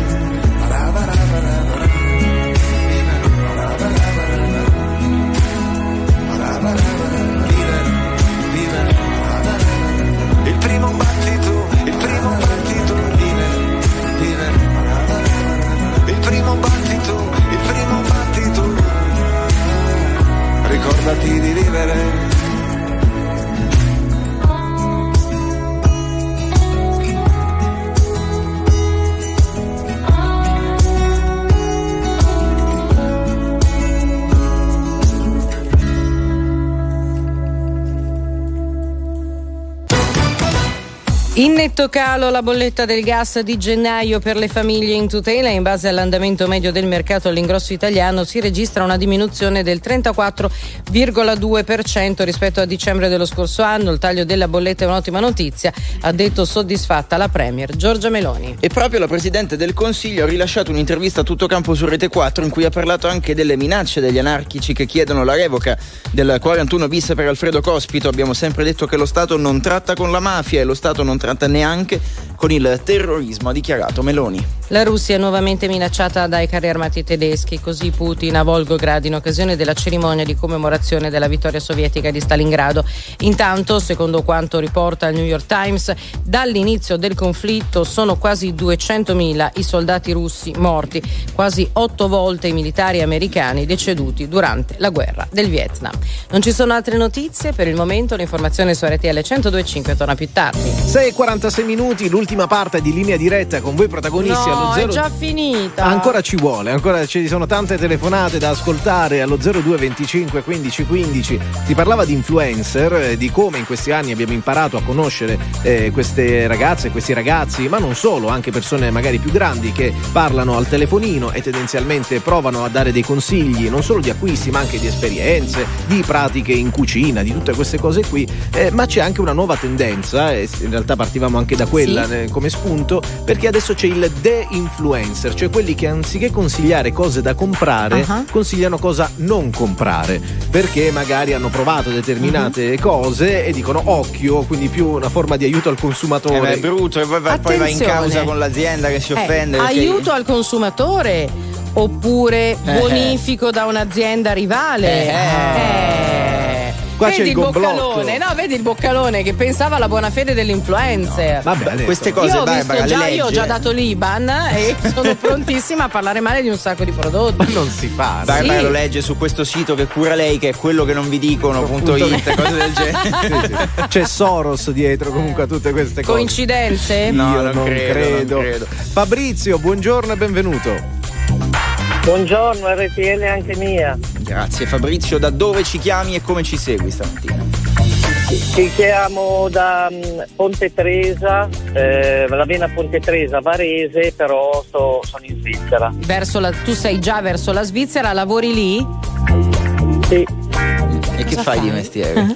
Il primo battito, il primo battito, il primo battito, il primo battito. Ricordati di vivere. In netto calo la bolletta del gas di gennaio per le famiglie in tutela. In base all'andamento medio del mercato all'ingrosso italiano si registra una diminuzione del 34,2% rispetto a dicembre dello scorso anno. Il taglio della bolletta è un'ottima notizia, ha detto soddisfatta la premier Giorgia Meloni. E proprio la Presidente del Consiglio ha rilasciato un'intervista a tutto campo su Rete 4 in cui ha parlato anche delle minacce degli anarchici che chiedono la revoca del 41 bis per Alfredo Cospito. Abbiamo sempre detto che lo Stato non tratta con la mafia e lo Stato non tratta neanche con il terrorismo, ha dichiarato Meloni. La Russia è nuovamente minacciata dai carri armati tedeschi, così Putin a Volgograd in occasione della cerimonia di commemorazione della vittoria sovietica di Stalingrado. Intanto, secondo quanto riporta il New York Times, dall'inizio del conflitto sono quasi 200.000 i soldati russi morti, quasi 8 volte i militari americani deceduti durante la guerra del Vietnam. Non ci sono altre notizie, per il momento l'informazione su RTL 102.5 torna più tardi. 46 minuti, l'ultima parte di Linea Diretta con voi protagonisti allo 0. È già finita. Ancora ci vuole, ancora ci sono tante telefonate da ascoltare allo 02 25 15 15. Si parlava di influencer, di come in questi anni abbiamo imparato a conoscere queste ragazze, questi ragazzi, ma non solo, anche persone magari più grandi che parlano al telefonino e tendenzialmente provano a dare dei consigli non solo di acquisti ma anche di esperienze, di pratiche in cucina, di tutte queste cose qui, ma c'è anche una nuova tendenza, e in realtà partivamo anche da quella come spunto, perché adesso c'è il de-influencer, cioè quelli che anziché consigliare cose da comprare consigliano cosa non comprare, perché magari hanno provato determinate cose e dicono occhio, quindi più una forma di aiuto al consumatore. È brutto, e poi va in causa con l'azienda che si offende. Aiuto al consumatore oppure bonifico da un'azienda rivale. Qua vedi c'è il boccalone, vedi il boccalone che pensava alla buona fede dell'influencer. Vabbè, queste cose, io ho già dato l'IBAN e sono prontissima a parlare male di un sacco di prodotti. Ma non si fa. Barbara lo legge su questo sito che cura lei, che è quello che non vi dicono.it, cose del genere. Sì. C'è Soros dietro comunque a tutte queste cose. Coincidenze? No, Io non credo. Fabrizio, buongiorno e benvenuto. Buongiorno, RTL anche mia. Grazie Fabrizio, da dove ci chiami e come ci segui stamattina? Ti chiamo da Ponte Tresa, la vena Ponte Tresa Varese, però sono in Svizzera. Tu sei già verso la Svizzera, lavori lì? Sì. E che fai di mestiere?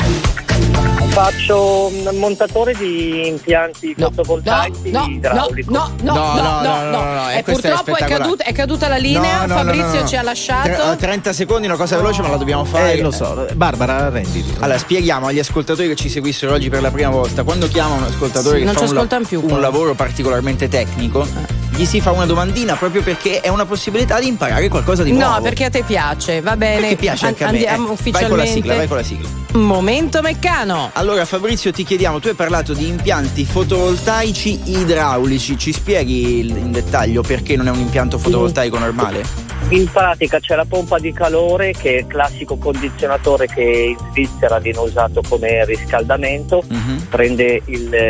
Faccio un montatore di impianti fotovoltaici idraulici. No. Purtroppo è caduta la linea. Fabrizio ci ha lasciato. 30 secondi, una cosa veloce, ma la dobbiamo fare. Lo so. Barbara, renditi. Allora, spieghiamo agli ascoltatori che ci seguissero oggi per la prima volta. Quando chiama un ascoltatore che fa un lavoro particolarmente tecnico, gli si fa una domandina proprio perché è una possibilità di imparare qualcosa di nuovo. No, perché a te piace, va bene. Perché piace anche a me. Andiamo ufficialmente. Vai con la sigla. Momento Meccano. Allora Fabrizio, ti chiediamo, tu hai parlato di impianti fotovoltaici idraulici, ci spieghi in dettaglio perché non è un impianto fotovoltaico normale? In pratica c'è la pompa di calore, che è il classico condizionatore che in Svizzera viene usato come riscaldamento, prende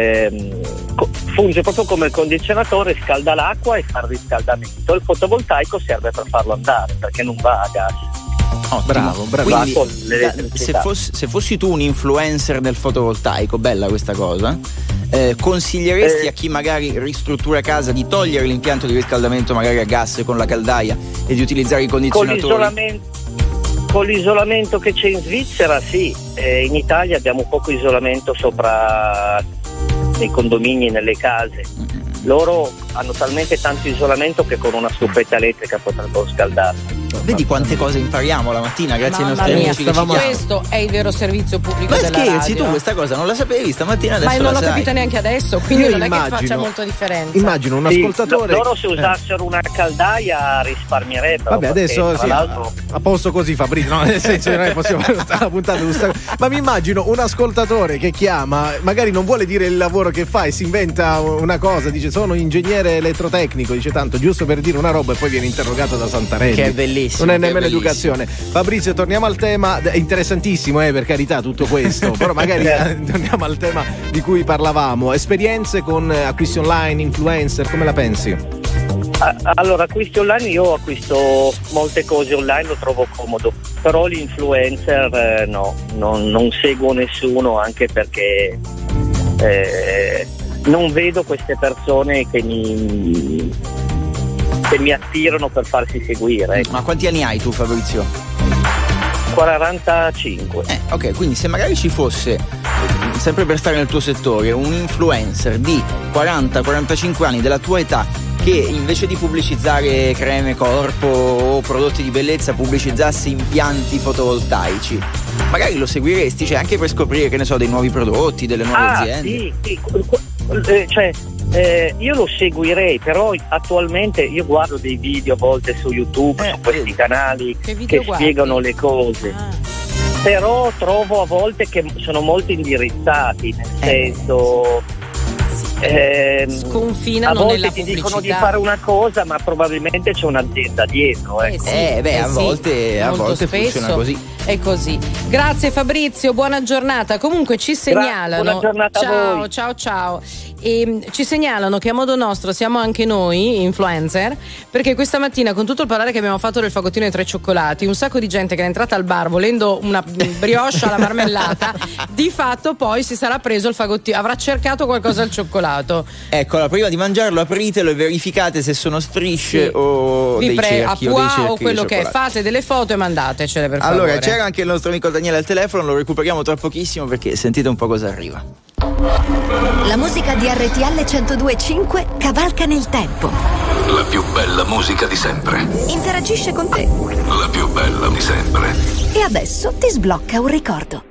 funge proprio come il condizionatore, scalda l'acqua e fa il riscaldamento. Il fotovoltaico serve per farlo andare, perché non va a gas. Bravo. Quindi, se fossi tu un influencer del fotovoltaico, bella questa cosa, consiglieresti a chi magari ristruttura casa di togliere l'impianto di riscaldamento magari a gas con la caldaia e di utilizzare i condizionatori? Con l'isolamento che c'è in Svizzera, sì. In Italia abbiamo poco isolamento sopra nei condomini e nelle case. Loro hanno talmente tanto isolamento che con una stufetta elettrica potrebbero scaldarsi. Vedi quante cose impariamo la mattina grazie ai nostri amici che ci chiamano. Questo è il vero servizio pubblico della radio. Ma scherzi, tu questa cosa non la sapevi stamattina, adesso ma non la l'ho sai. capita neanche adesso, quindi non è che faccia molta differenza. Immagino un ascoltatore. Loro se usassero una caldaia risparmierebbero. Vabbè, adesso sì, a posto così Fabrizio, no? Nel senso che noi possiamo fare la puntata giusta. Ma mi immagino un ascoltatore che chiama, magari non vuole dire il lavoro che fa e si inventa una cosa, dice sono ingegnere elettrotecnico, dice tanto giusto per dire una roba e poi viene interrogato da Santarelli. Che è bellissimo. Non è nemmeno educazione. Fabrizio, torniamo al tema, interessantissimo per carità tutto questo, però magari torniamo al tema di cui parlavamo. Esperienze con acquisti online, influencer, come la pensi? Allora, acquisti online, io acquisto molte cose online, lo trovo comodo, però l'influencer no, non seguo nessuno, anche perché non vedo queste persone che mi attirano per farsi seguire. Ma quanti anni hai tu, Fabrizio? 45. Ok, quindi se magari ci fosse, sempre per stare nel tuo settore, un influencer di 40-45 anni della tua età che invece di pubblicizzare creme corpo o prodotti di bellezza pubblicizzasse impianti fotovoltaici, magari lo seguiresti, cioè anche per scoprire, che ne so, dei nuovi prodotti, delle nuove aziende. Sì. Io lo seguirei, però attualmente io guardo dei video a volte su YouTube, su questi canali che spiegano le cose. Però trovo a volte che sono molto indirizzati, nel senso Sconfinano a volte nella ti pubblicità. dicono di fare una cosa, ma probabilmente c'è un'azienda dietro. Ecco. A volte molto funziona spesso così. È così. Grazie Fabrizio, buona giornata. Comunque ci segnalano. buona giornata a ciao, voi. ciao. E ci segnalano che a modo nostro siamo anche noi influencer, perché questa mattina, con tutto il parlare che abbiamo fatto del fagottino ai 3 cioccolati, un sacco di gente che è entrata al bar volendo una brioche alla marmellata, di fatto poi si sarà preso il fagottino, avrà cercato qualcosa al cioccolato. Ecco, prima di mangiarlo apritelo e verificate se sono strisce o Vi dei prego, a cerchi o dei pois cerchi o quello di che è, cioccolato. fate delle foto e mandatecele per favore. Allora, c'era anche il nostro amico Daniele al telefono, lo recuperiamo tra pochissimo perché sentite un po' cosa arriva. La musica di RTL 102.5 cavalca nel tempo. La più bella musica di sempre. Interagisce con te. La più bella di sempre. E adesso ti sblocca un ricordo.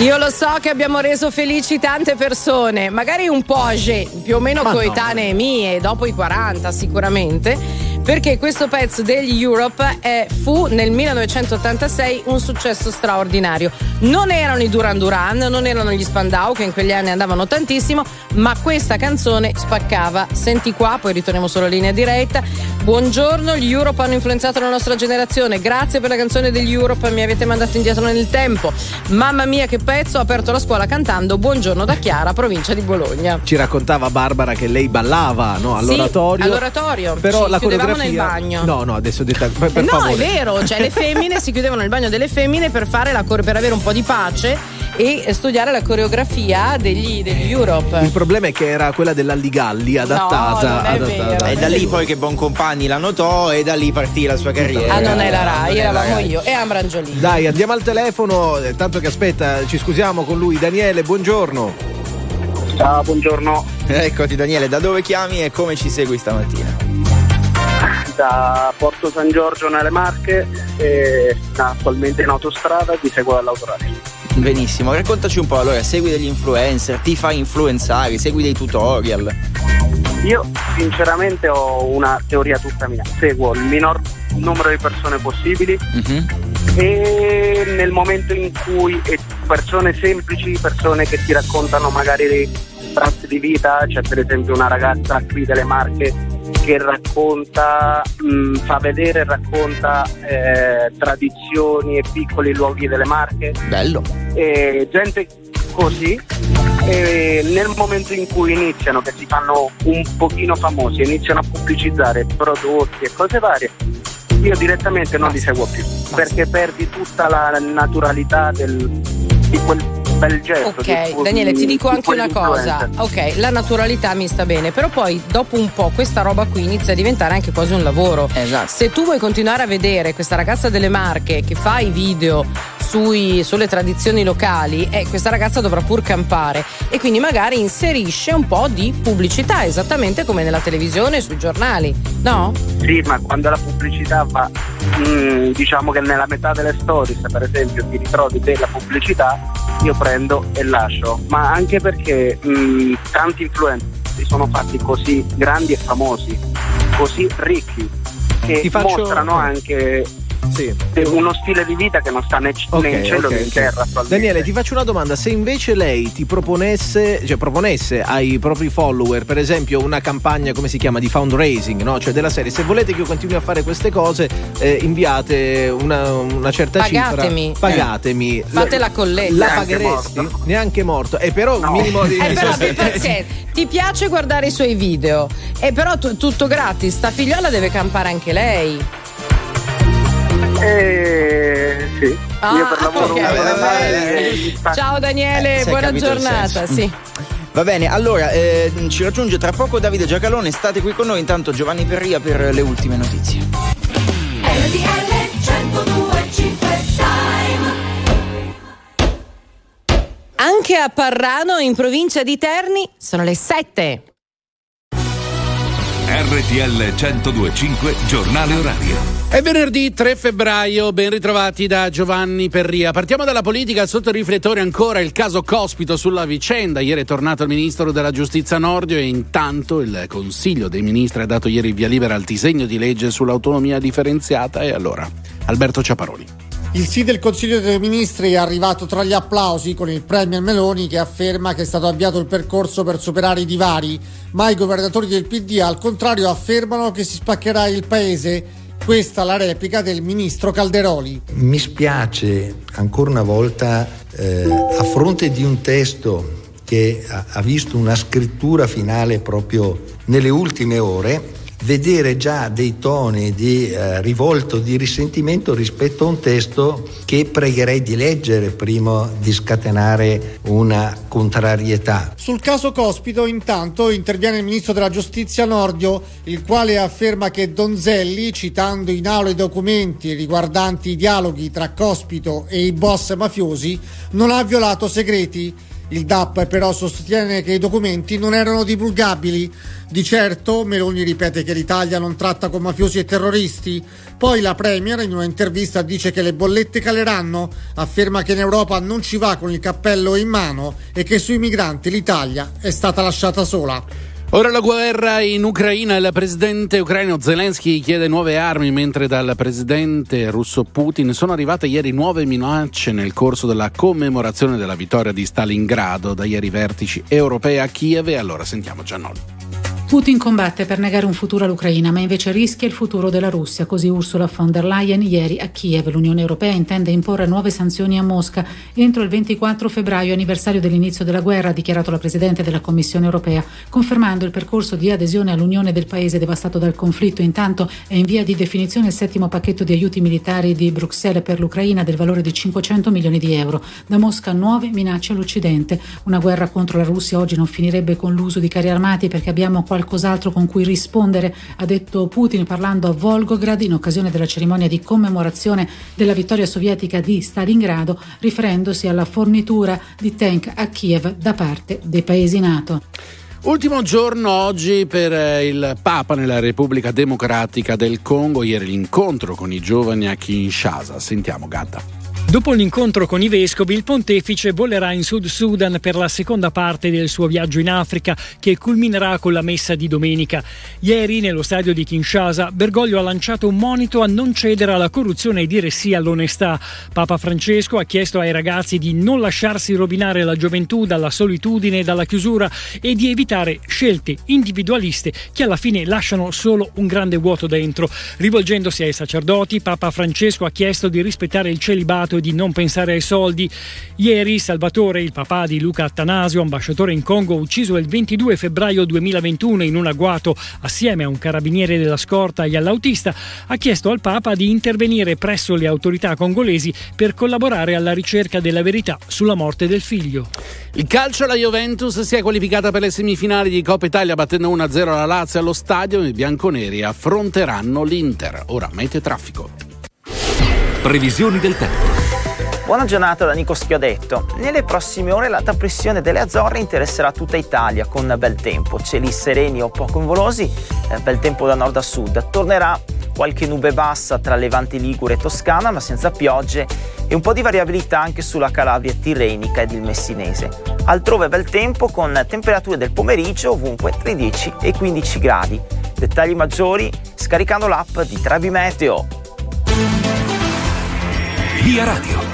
Io lo so che abbiamo reso felici tante persone, magari un po' âgé, più o meno coetanee mie, dopo i 40 sicuramente, perché questo pezzo degli Europe fu nel 1986 un successo straordinario. Non erano i Duran Duran, non erano gli Spandau, che in quegli anni andavano tantissimo, ma questa canzone spaccava. Senti qua, poi ritorniamo sulla linea diretta. Buongiorno, gli Europe hanno influenzato la nostra generazione, grazie per la canzone degli Europe, mi avete mandato indietro nel tempo. Mamma mia che pezzo, ho aperto la scuola cantando Buongiorno da Chiara, provincia di Bologna. Ci raccontava Barbara che lei ballava, no, all'oratorio. Sì, all'oratorio. Però ci la chiudevamo coreografia nel bagno. No, adesso per no, favore. È vero, cioè le femmine si chiudevano nel bagno delle femmine per fare per avere un po' di pace e studiare la coreografia degli Europe. Il problema è che era quella dell'Alligalli adattata. Vero, e da lì poi che Boncompagni la notò e da lì partì la sua carriera. Non è la Rai, eravamo io e Ambrangiolini. Dai, andiamo al telefono, tanto che aspetta, ci scusiamo con lui. Daniele, buongiorno. Ciao, buongiorno. Eccoti Daniele, da dove chiami e come ci segui stamattina? Da Porto San Giorgio nelle Marche e attualmente in autostrada, ti seguo dall'autoradio. Benissimo, raccontaci un po', allora, segui degli influencer, ti fai influenzare, segui dei tutorial? Io sinceramente ho una teoria tutta mia, seguo il minor numero di persone possibili e nel momento in cui persone semplici, persone che ti raccontano magari dei tratti di vita, c'è per esempio una ragazza qui delle Marche che racconta, fa vedere e racconta tradizioni e piccoli luoghi delle Marche. Bello. Gente così, nel momento in cui iniziano, che si fanno un pochino famosi, iniziano a pubblicizzare prodotti e cose varie, io direttamente non li seguo più, perché perdi tutta la naturalità di quel bel gesto. Ok, Daniele, ti dico anche una cosa. Ok, la naturalità mi sta bene, però poi dopo un po' questa roba qui inizia a diventare anche quasi un lavoro. Esatto. Se tu vuoi continuare a vedere questa ragazza delle Marche che fa i video sulle tradizioni locali, questa ragazza dovrà pur campare e quindi magari inserisce un po' di pubblicità, esattamente come nella televisione e sui giornali, no? Sì, ma quando la pubblicità va, diciamo che nella metà delle stories, per esempio, ti ritrovi della pubblicità, io prendo e lascio, ma anche perché tanti influencer si sono fatti così grandi e famosi, così ricchi, che mostrano anche uno stile di vita che non sta né in cielo né in terra attualmente. Daniele, ti faccio una domanda: se invece lei ti proponesse ai propri follower, per esempio, una campagna, come si chiama, di fundraising, no? Cioè della serie, se volete che io continui a fare queste cose, inviate una certa cifra, pagatemi, fate la colletta. La pagheresti? Neanche morto. Però un minimo di però abbi pazienza, ti piace guardare i suoi video, però tutto gratis, sta figliola deve campare anche lei. Sì, io per lavoro. Ciao Daniele, buona giornata. Sì. Va bene, allora ci raggiunge tra poco Davide Giacalone, state qui con noi, intanto Giovanni Perria per le ultime notizie. Anche a Parrano, in provincia di Terni, sono le 7. RTL 102.5 Giornale Orario. È venerdì 3 febbraio, ben ritrovati da Giovanni Perria. Partiamo dalla politica, sotto il riflettore ancora il caso Cospito sulla vicenda. Ieri è tornato il ministro della giustizia Nordio e intanto il Consiglio dei Ministri ha dato ieri via libera al disegno di legge sull'autonomia differenziata. E allora, Alberto Ciaparoli. Il sì del Consiglio dei Ministri è arrivato tra gli applausi, con il premier Meloni che afferma che è stato avviato il percorso per superare i divari, ma i governatori del PD al contrario affermano che si spaccherà il paese. Questa la replica del ministro Calderoli. Mi spiace ancora una volta, a fronte di un testo che ha visto una scrittura finale proprio nelle ultime ore, vedere già dei toni di rivolto, di risentimento rispetto a un testo che pregherei di leggere prima di scatenare una contrarietà. Sul caso Cospito intanto interviene il ministro della giustizia Nordio, il quale afferma che Donzelli, citando in aula i documenti riguardanti i dialoghi tra Cospito e i boss mafiosi, non ha violato segreti. Il DAP però sostiene che i documenti non erano divulgabili. Di certo Meloni ripete che l'Italia non tratta con mafiosi e terroristi. Poi la Premier in una intervista dice che le bollette caleranno, afferma che in Europa non ci va con il cappello in mano e che sui migranti l'Italia è stata lasciata sola. Ora la guerra in Ucraina, il presidente ucraino Zelensky chiede nuove armi, mentre dal presidente russo Putin sono arrivate ieri nuove minacce nel corso della commemorazione della vittoria di Stalingrado, da ieri vertici europei a Kiev. E allora sentiamo Giannoli. Putin combatte per negare un futuro all'Ucraina, ma invece rischia il futuro della Russia, così Ursula von der Leyen ieri a Kiev. L'Unione Europea intende imporre nuove sanzioni a Mosca entro il 24 febbraio, anniversario dell'inizio della guerra, ha dichiarato la Presidente della Commissione Europea, confermando il percorso di adesione all'Unione del paese devastato dal conflitto. Intanto è in via di definizione il 7° pacchetto di aiuti militari di Bruxelles per l'Ucraina del valore di 500 milioni di euro. Da Mosca nuove minacce all'Occidente. Una guerra contro la Russia oggi non finirebbe con l'uso di carri armati, perché abbiamo qualcos'altro con cui rispondere, ha detto Putin parlando a Volgograd in occasione della cerimonia di commemorazione della vittoria sovietica di Stalingrado, riferendosi alla fornitura di tank a Kiev da parte dei paesi NATO. Ultimo giorno oggi per il Papa nella Repubblica Democratica del Congo, ieri l'incontro con i giovani a Kinshasa. Sentiamo Gatta. Dopo l'incontro con i vescovi, il pontefice volerà in Sud Sudan per la seconda parte del suo viaggio in Africa, che culminerà con la messa di domenica. Ieri, nello stadio di Kinshasa, Bergoglio ha lanciato un monito a non cedere alla corruzione e dire sì all'onestà. Papa Francesco ha chiesto ai ragazzi di non lasciarsi rovinare la gioventù dalla solitudine e dalla chiusura e di evitare scelte individualiste che alla fine lasciano solo un grande vuoto dentro. Rivolgendosi ai sacerdoti, Papa Francesco ha chiesto di rispettare il celibato e di non pensare ai soldi. Ieri Salvatore, il papà di Luca Attanasio, ambasciatore in Congo, ucciso il 22 febbraio 2021 in un agguato assieme a un carabiniere della scorta e all'autista, ha chiesto al Papa di intervenire presso le autorità congolesi per collaborare alla ricerca della verità sulla morte del figlio. Il calcio, la Juventus si è qualificata per le semifinali di Coppa Italia battendo 1-0 la Lazio allo stadio. I bianconeri affronteranno l'Inter. Ora mete traffico. Previsioni del tempo. Buona giornata da Nico Schiodetto. Nelle prossime ore l'alta pressione delle Azzorre interesserà tutta Italia con bel tempo, cieli sereni o poco nuvolosi, bel tempo da nord a sud. Tornerà qualche nube bassa tra Levante Ligure e Toscana, ma senza piogge, e un po' di variabilità anche sulla Calabria tirrenica ed il Messinese. Altrove bel tempo con temperature del pomeriggio ovunque tra i 10 e i 15 gradi. Dettagli maggiori scaricando l'app di Trebi Meteo. Via Radio.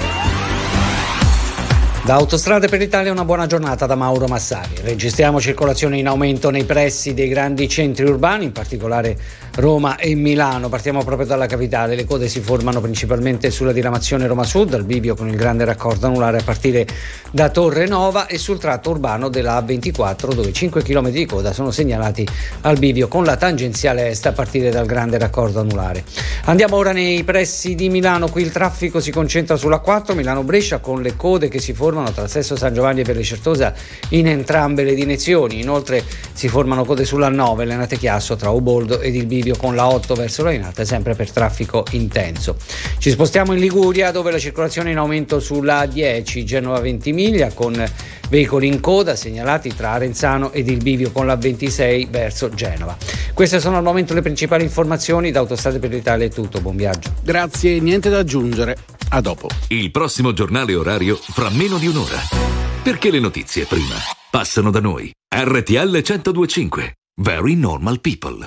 Da Autostrade per l'Italia una buona giornata da Mauro Massari. Registriamo circolazione in aumento nei pressi dei grandi centri urbani, in particolare Roma e Milano. Partiamo proprio dalla capitale. Le code si formano principalmente sulla diramazione Roma Sud, al bivio con il grande raccordo anulare a partire da Torre Nova, e sul tratto urbano della A24, dove 5 km di coda sono segnalati al bivio con la tangenziale est a partire dal grande raccordo anulare. Andiamo ora nei pressi di Milano. Qui il traffico si concentra sulla 4 Milano-Brescia, con le code che si formano tra Sesto San Giovanni e Viale Certosa in entrambe le direzioni. Inoltre si formano code sulla 9 Lenate Chiasso tra Uboldo ed il bivio con la 8 verso la Linate, sempre per traffico intenso. Ci spostiamo in Liguria, dove la circolazione è in aumento sulla 10 Genova Ventimiglia, con veicoli in coda segnalati tra Arenzano ed il bivio con la 26 verso Genova. Queste sono al momento le principali informazioni. Da Autostrade per l'Italia è tutto, buon viaggio. Grazie, niente da aggiungere. A dopo. Il prossimo giornale orario fra meno di un'ora. Perché le notizie prima passano da noi. RTL 102.5. Very Normal People.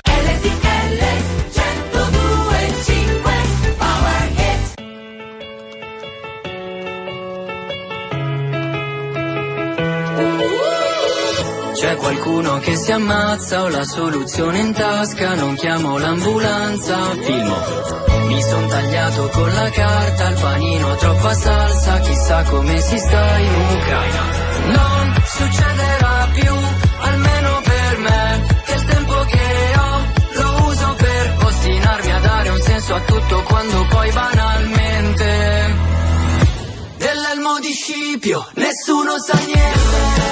C'è qualcuno che si ammazza, ho la soluzione in tasca, non chiamo l'ambulanza, filmo. Mi son tagliato con la carta, il panino troppa salsa, chissà come si sta in Ucraina. Non succederà più, almeno per me, che il tempo che ho lo uso per ostinarmi a dare un senso a tutto, quando poi banalmente dell'elmo di Scipio nessuno sa niente.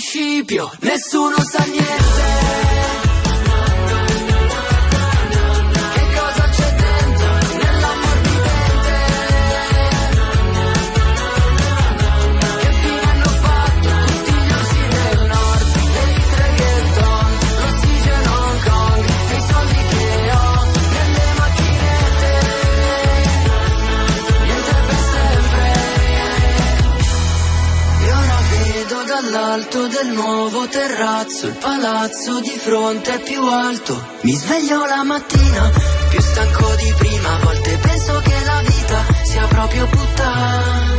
scipio, nessuno sa niente. Dall'alto del nuovo terrazzo, il palazzo di fronte è più alto. Mi sveglio la mattina, più stanco di prima. A volte penso che la vita sia proprio puttana.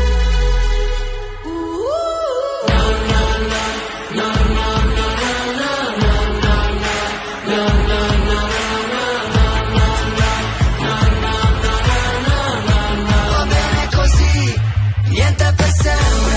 Va bene così, niente è per sempre.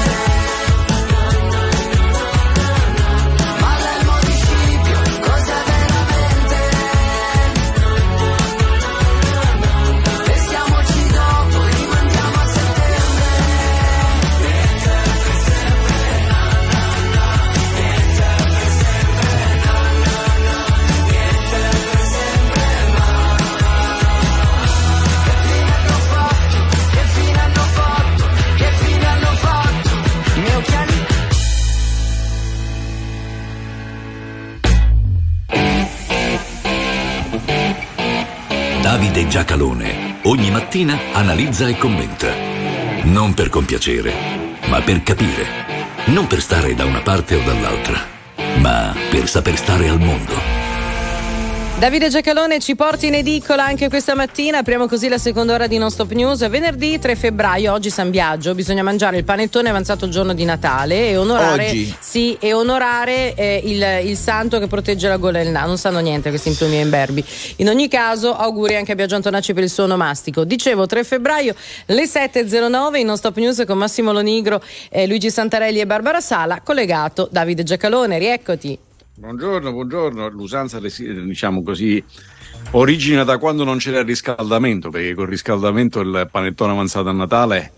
Davide Giacalone ogni mattina analizza e commenta. Non per compiacere, ma per capire. Non per stare da una parte o dall'altra, ma per saper stare al mondo. Davide Giacalone ci porti in edicola anche questa mattina. Apriamo così la seconda ora di Non Stop News. Venerdì 3 febbraio, oggi San Biagio, bisogna mangiare il panettone avanzato il giorno di Natale e onorare, il santo che protegge la gola e il naso. Non sanno niente questi implumi e imberbi. In ogni caso, auguri anche a Biagio Antonacci per il suo onomastico. Dicevo, 3 febbraio, le 7.09 in Non Stop News con Massimo Lonigro, Luigi Santarelli e Barbara Sala. Collegato Davide Giacalone, rieccoti. Buongiorno. L'usanza, diciamo così, origina da quando non c'era il riscaldamento, perché col riscaldamento il panettone avanzato a Natale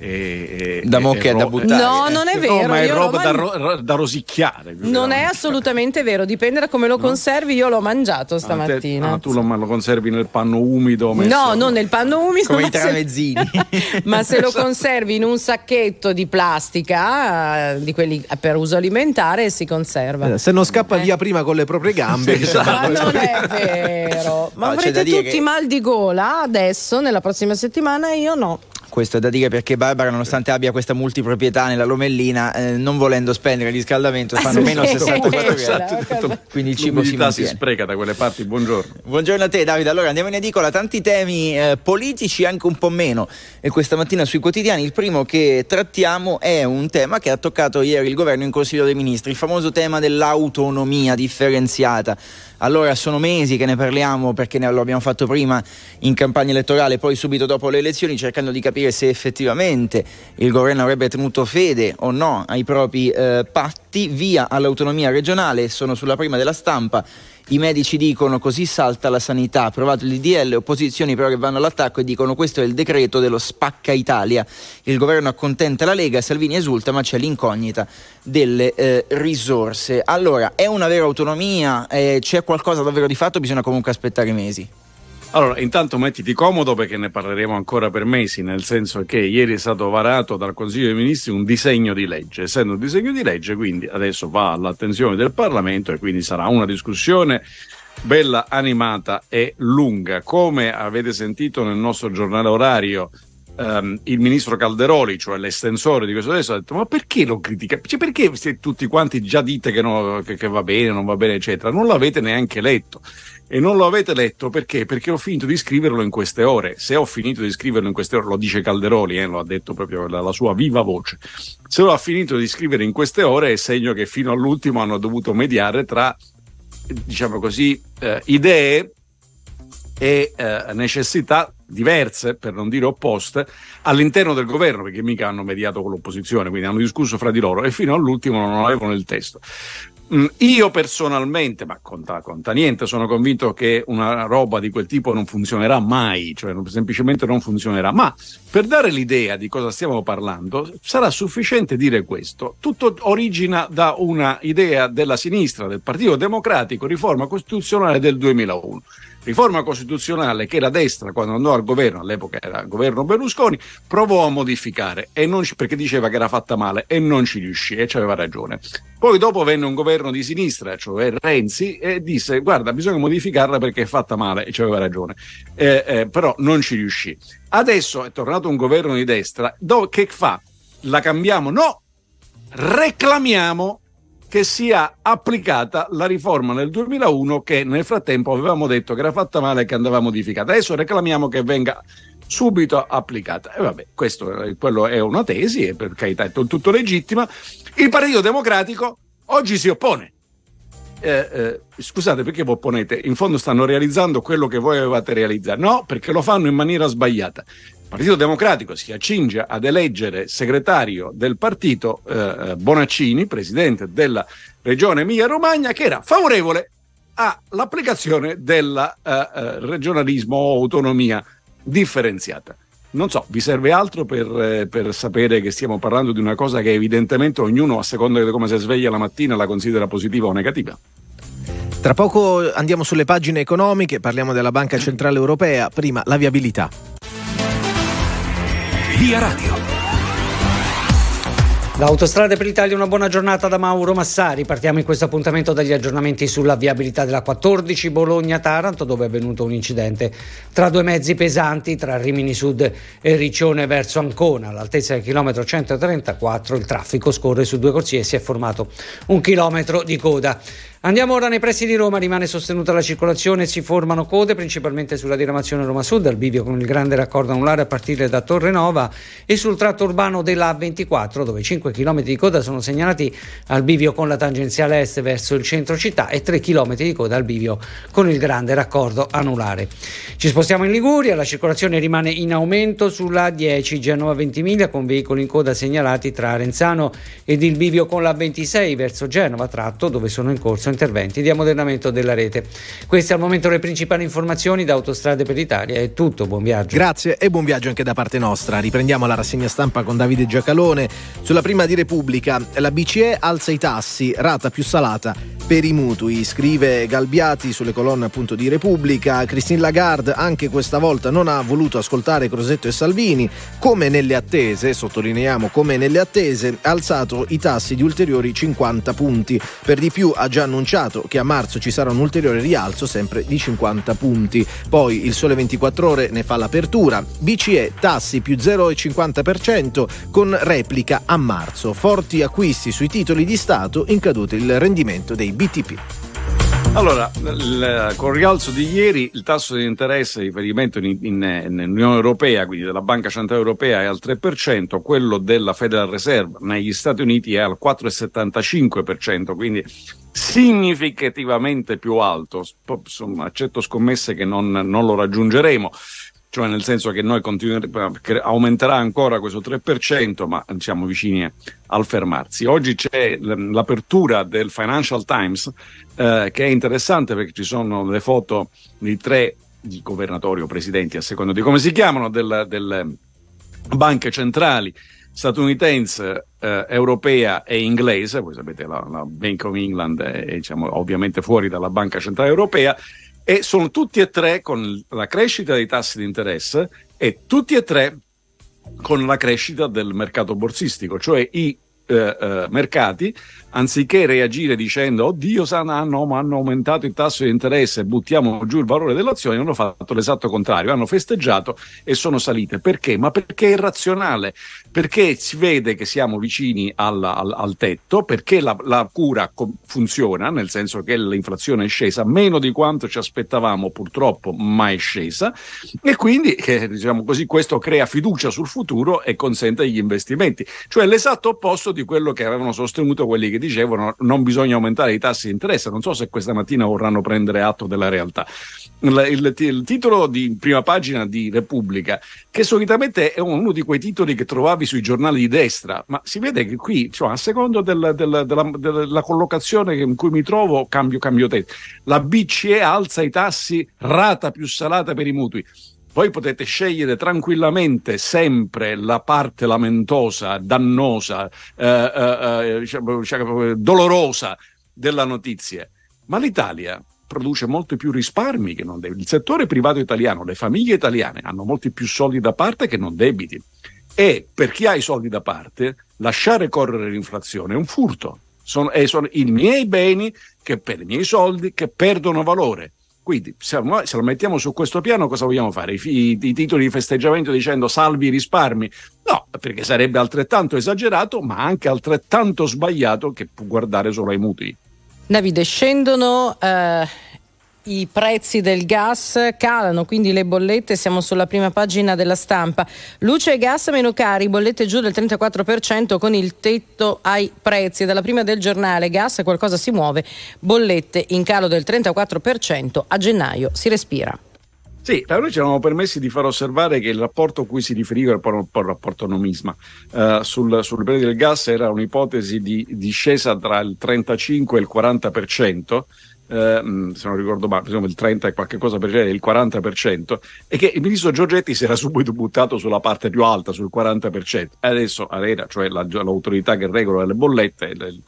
da mocca e da buttare. No, non è vero. No, ma è roba da rosicchiare. Non è assolutamente vero, dipende da come lo conservi. Io l'ho mangiato stamattina. Tu lo conservi nel panno umido? No, non nel panno umido. Come i tramezzini. Ma se lo conservi in un sacchetto di plastica, di quelli per uso alimentare, si conserva. Se non scappa via prima con le proprie gambe. Ma non è vero. Ma avrete tutti mal di gola adesso, nella prossima settimana, io no. Questo è da dire perché Barbara, nonostante abbia questa multiproprietà nella Lomellina, non volendo spendere il riscaldamento, fanno meno 64 gradi. Quindi il cibo si spreca da quelle parti. Buongiorno a te, Davide. Allora andiamo in edicola, tanti temi politici, anche un po' meno, e questa mattina sui quotidiani. Il primo che trattiamo è un tema che ha toccato ieri il governo in Consiglio dei Ministri, il famoso tema dell'autonomia differenziata. Allora sono mesi che ne parliamo, perché lo abbiamo fatto prima in campagna elettorale, poi subito dopo le elezioni, cercando di capire se effettivamente il governo avrebbe tenuto fede o no ai propri patti. Via all'autonomia regionale, sono sulla prima della Stampa. I medici dicono così salta la sanità, approvato il DDL, opposizioni però che vanno all'attacco e dicono questo è il decreto dello spacca Italia. Il governo accontenta la Lega, Salvini esulta, ma c'è l'incognita delle risorse. Allora, è una vera autonomia? C'è qualcosa davvero di fatto? Bisogna comunque aspettare mesi. Allora, intanto mettiti comodo perché ne parleremo ancora per mesi, nel senso che ieri è stato varato dal Consiglio dei Ministri un disegno di legge. Essendo un disegno di legge, quindi adesso va all'attenzione del Parlamento e quindi sarà una discussione bella, animata e lunga. Come avete sentito nel nostro giornale orario, il ministro Calderoli, cioè l'estensore di questo testo, ha detto: ma perché lo critica? Cioè, perché se tutti quanti già dite che va bene, non va bene, eccetera, non l'avete neanche letto? E non lo avete letto perché? Perché ho finito di scriverlo in queste ore. Se ho finito di scriverlo in queste ore, lo dice Calderoli, lo ha detto proprio la sua viva voce. Se lo ha finito di scrivere in queste ore è segno che fino all'ultimo hanno dovuto mediare tra, diciamo così, idee e necessità diverse, per non dire opposte, all'interno del governo, perché mica hanno mediato con l'opposizione, quindi hanno discusso fra di loro e fino all'ultimo non avevano il testo. Io personalmente, ma conta niente, sono convinto che una roba di quel tipo non funzionerà mai, cioè semplicemente non funzionerà. Ma per dare l'idea di cosa stiamo parlando, sarà sufficiente dire questo. Tutto origina da una idea della sinistra, del Partito Democratico, riforma costituzionale del 2001. Riforma costituzionale che la destra, quando andò al governo, all'epoca era il governo Berlusconi, provò a modificare perché diceva che era fatta male e non ci riuscì, e c'aveva ragione. Poi dopo venne un governo di sinistra, cioè Renzi, e disse guarda, bisogna modificarla perché è fatta male, e c'aveva ragione, però non ci riuscì. Adesso è tornato un governo di destra, che fa? La cambiamo? No! Reclamiamo che sia applicata la riforma del 2001 che nel frattempo avevamo detto che era fatta male e che andava modificata. Adesso reclamiamo che venga subito applicata. E vabbè, quello è una tesi, e per carità è tutto legittima. Il Partito Democratico oggi si oppone. Scusate, perché vi opponete? In fondo stanno realizzando quello che voi avevate realizzato. No, perché lo fanno in maniera sbagliata. Il Partito Democratico si accinge ad eleggere segretario del partito Bonaccini, presidente della regione Emilia-Romagna, che era favorevole all'applicazione del regionalismo o autonomia differenziata. Non so, vi serve altro per sapere che stiamo parlando di una cosa che evidentemente ognuno, a seconda di come si sveglia la mattina, la considera positiva o negativa? Tra poco andiamo sulle pagine economiche, parliamo della Banca Centrale Europea, prima la viabilità. Via Radio. Da Autostrade per l'Italia una buona giornata da Mauro Massari. Partiamo in questo appuntamento dagli aggiornamenti sulla viabilità della 14 Bologna-Taranto, dove è avvenuto un incidente tra due mezzi pesanti tra Rimini Sud e Riccione verso Ancona. All'altezza del chilometro 134 il traffico scorre su due corsie e si è formato un chilometro di coda. Andiamo ora nei pressi di Roma, rimane sostenuta la circolazione, si formano code principalmente sulla diramazione Roma Sud, al bivio con il grande raccordo anulare a partire da Torre Nova, e sul tratto urbano della A24, dove 5 km di coda sono segnalati al bivio con la tangenziale est verso il centro città e 3 km di coda al bivio con il grande raccordo anulare. Ci spostiamo in Liguria, la circolazione rimane in aumento sulla A10 Genova-Ventimiglia, con veicoli in coda segnalati tra Arenzano ed il bivio con la 26 verso Genova, tratto dove sono in corso interventi di ammodernamento della rete. Queste al momento le principali informazioni. Da Autostrade per l'Italia è tutto, buon viaggio. Grazie e buon viaggio anche da parte nostra. Riprendiamo la rassegna stampa con Davide Giacalone. Sulla prima di Repubblica, la BCE alza i tassi, rata più salata per i mutui, scrive Galbiati sulle colonne appunto di Repubblica. Christine Lagarde anche questa volta non ha voluto ascoltare Crosetto e Salvini, come nelle attese, sottolineiamo come nelle attese, ha alzato i tassi di ulteriori 50 punti. Per di più ha già annunciato che a marzo ci sarà un ulteriore rialzo sempre di 50 punti. Poi il Sole 24 Ore ne fa l'apertura. BCE tassi più 0,50% con replica a marzo. Forti acquisti sui titoli di Stato, in caduta il rendimento dei BTP. Allora, con il rialzo di ieri il tasso di interesse di riferimento nell'Unione Europea, quindi della Banca Centrale Europea, è al 3%, quello della Federal Reserve negli Stati Uniti è al 4,75%, quindi significativamente più alto. Insomma, accetto scommesse che non lo raggiungeremo. Cioè nel senso che noi aumenterà ancora questo 3%, ma siamo vicini al fermarsi. Oggi c'è l'apertura del Financial Times, che è interessante perché ci sono le foto di 3 governatori o presidenti, a seconda di come si chiamano, delle banche centrali statunitense, europea e inglese. Voi sapete la Bank of England è ovviamente fuori dalla Banca Centrale Europea, e sono tutti e tre con la crescita dei tassi di interesse e tutti e tre con la crescita del mercato borsistico, cioè i mercati, anziché reagire dicendo oddio hanno aumentato il tasso di interesse e buttiamo giù il valore delle azioni, hanno fatto l'esatto contrario, hanno festeggiato e sono salite. Perché? Ma perché è razionale, perché si vede che siamo vicini al tetto, perché la cura funziona, nel senso che l'inflazione è scesa meno di quanto ci aspettavamo purtroppo, ma è scesa, e quindi diciamo così, questo crea fiducia sul futuro e consente gli investimenti, cioè l'esatto opposto di di quello che avevano sostenuto quelli che dicevano non bisogna aumentare i tassi di interesse. Non so se questa mattina vorranno prendere atto della realtà. Il titolo di prima pagina di Repubblica, che solitamente è uno di quei titoli che trovavi sui giornali di destra, ma si vede che qui, cioè, a secondo della collocazione in cui mi trovo, cambio testo. La BCE alza i tassi, rata più salata per i mutui. Voi potete scegliere tranquillamente sempre la parte lamentosa, dannosa, dolorosa della notizia, ma l'Italia produce molti più risparmi che non debiti. Il settore privato italiano, le famiglie italiane hanno molti più soldi da parte che non debiti, e per chi ha i soldi da parte lasciare correre l'inflazione è un furto. Sono i miei beni, che per i miei soldi, che perdono valore. Quindi se lo mettiamo su questo piano, cosa vogliamo fare? I titoli di festeggiamento dicendo salvi i risparmi? No, perché sarebbe altrettanto esagerato, ma anche altrettanto sbagliato che può guardare solo ai mutui. Davide, scendono i prezzi del gas, calano quindi le bollette, siamo sulla prima pagina della Stampa. Luce e gas meno cari, bollette giù del 34% con il tetto ai prezzi. Dalla prima del Giornale, gas qualcosa si muove, bollette in calo del 34%, a gennaio si respira. Sì, noi ci eravamo permessi di far osservare che il rapporto a cui si riferiva era un po' il rapporto nomisma. Sul prezzo del gas era un'ipotesi di discesa tra il 35 e il 40%, se non ricordo male, il 30 e qualche cosa per cento, il 40%, e che il ministro Giorgetti si era subito buttato sulla parte più alta, sul 40%. E adesso ARERA, cioè l'autorità che regola le bollette,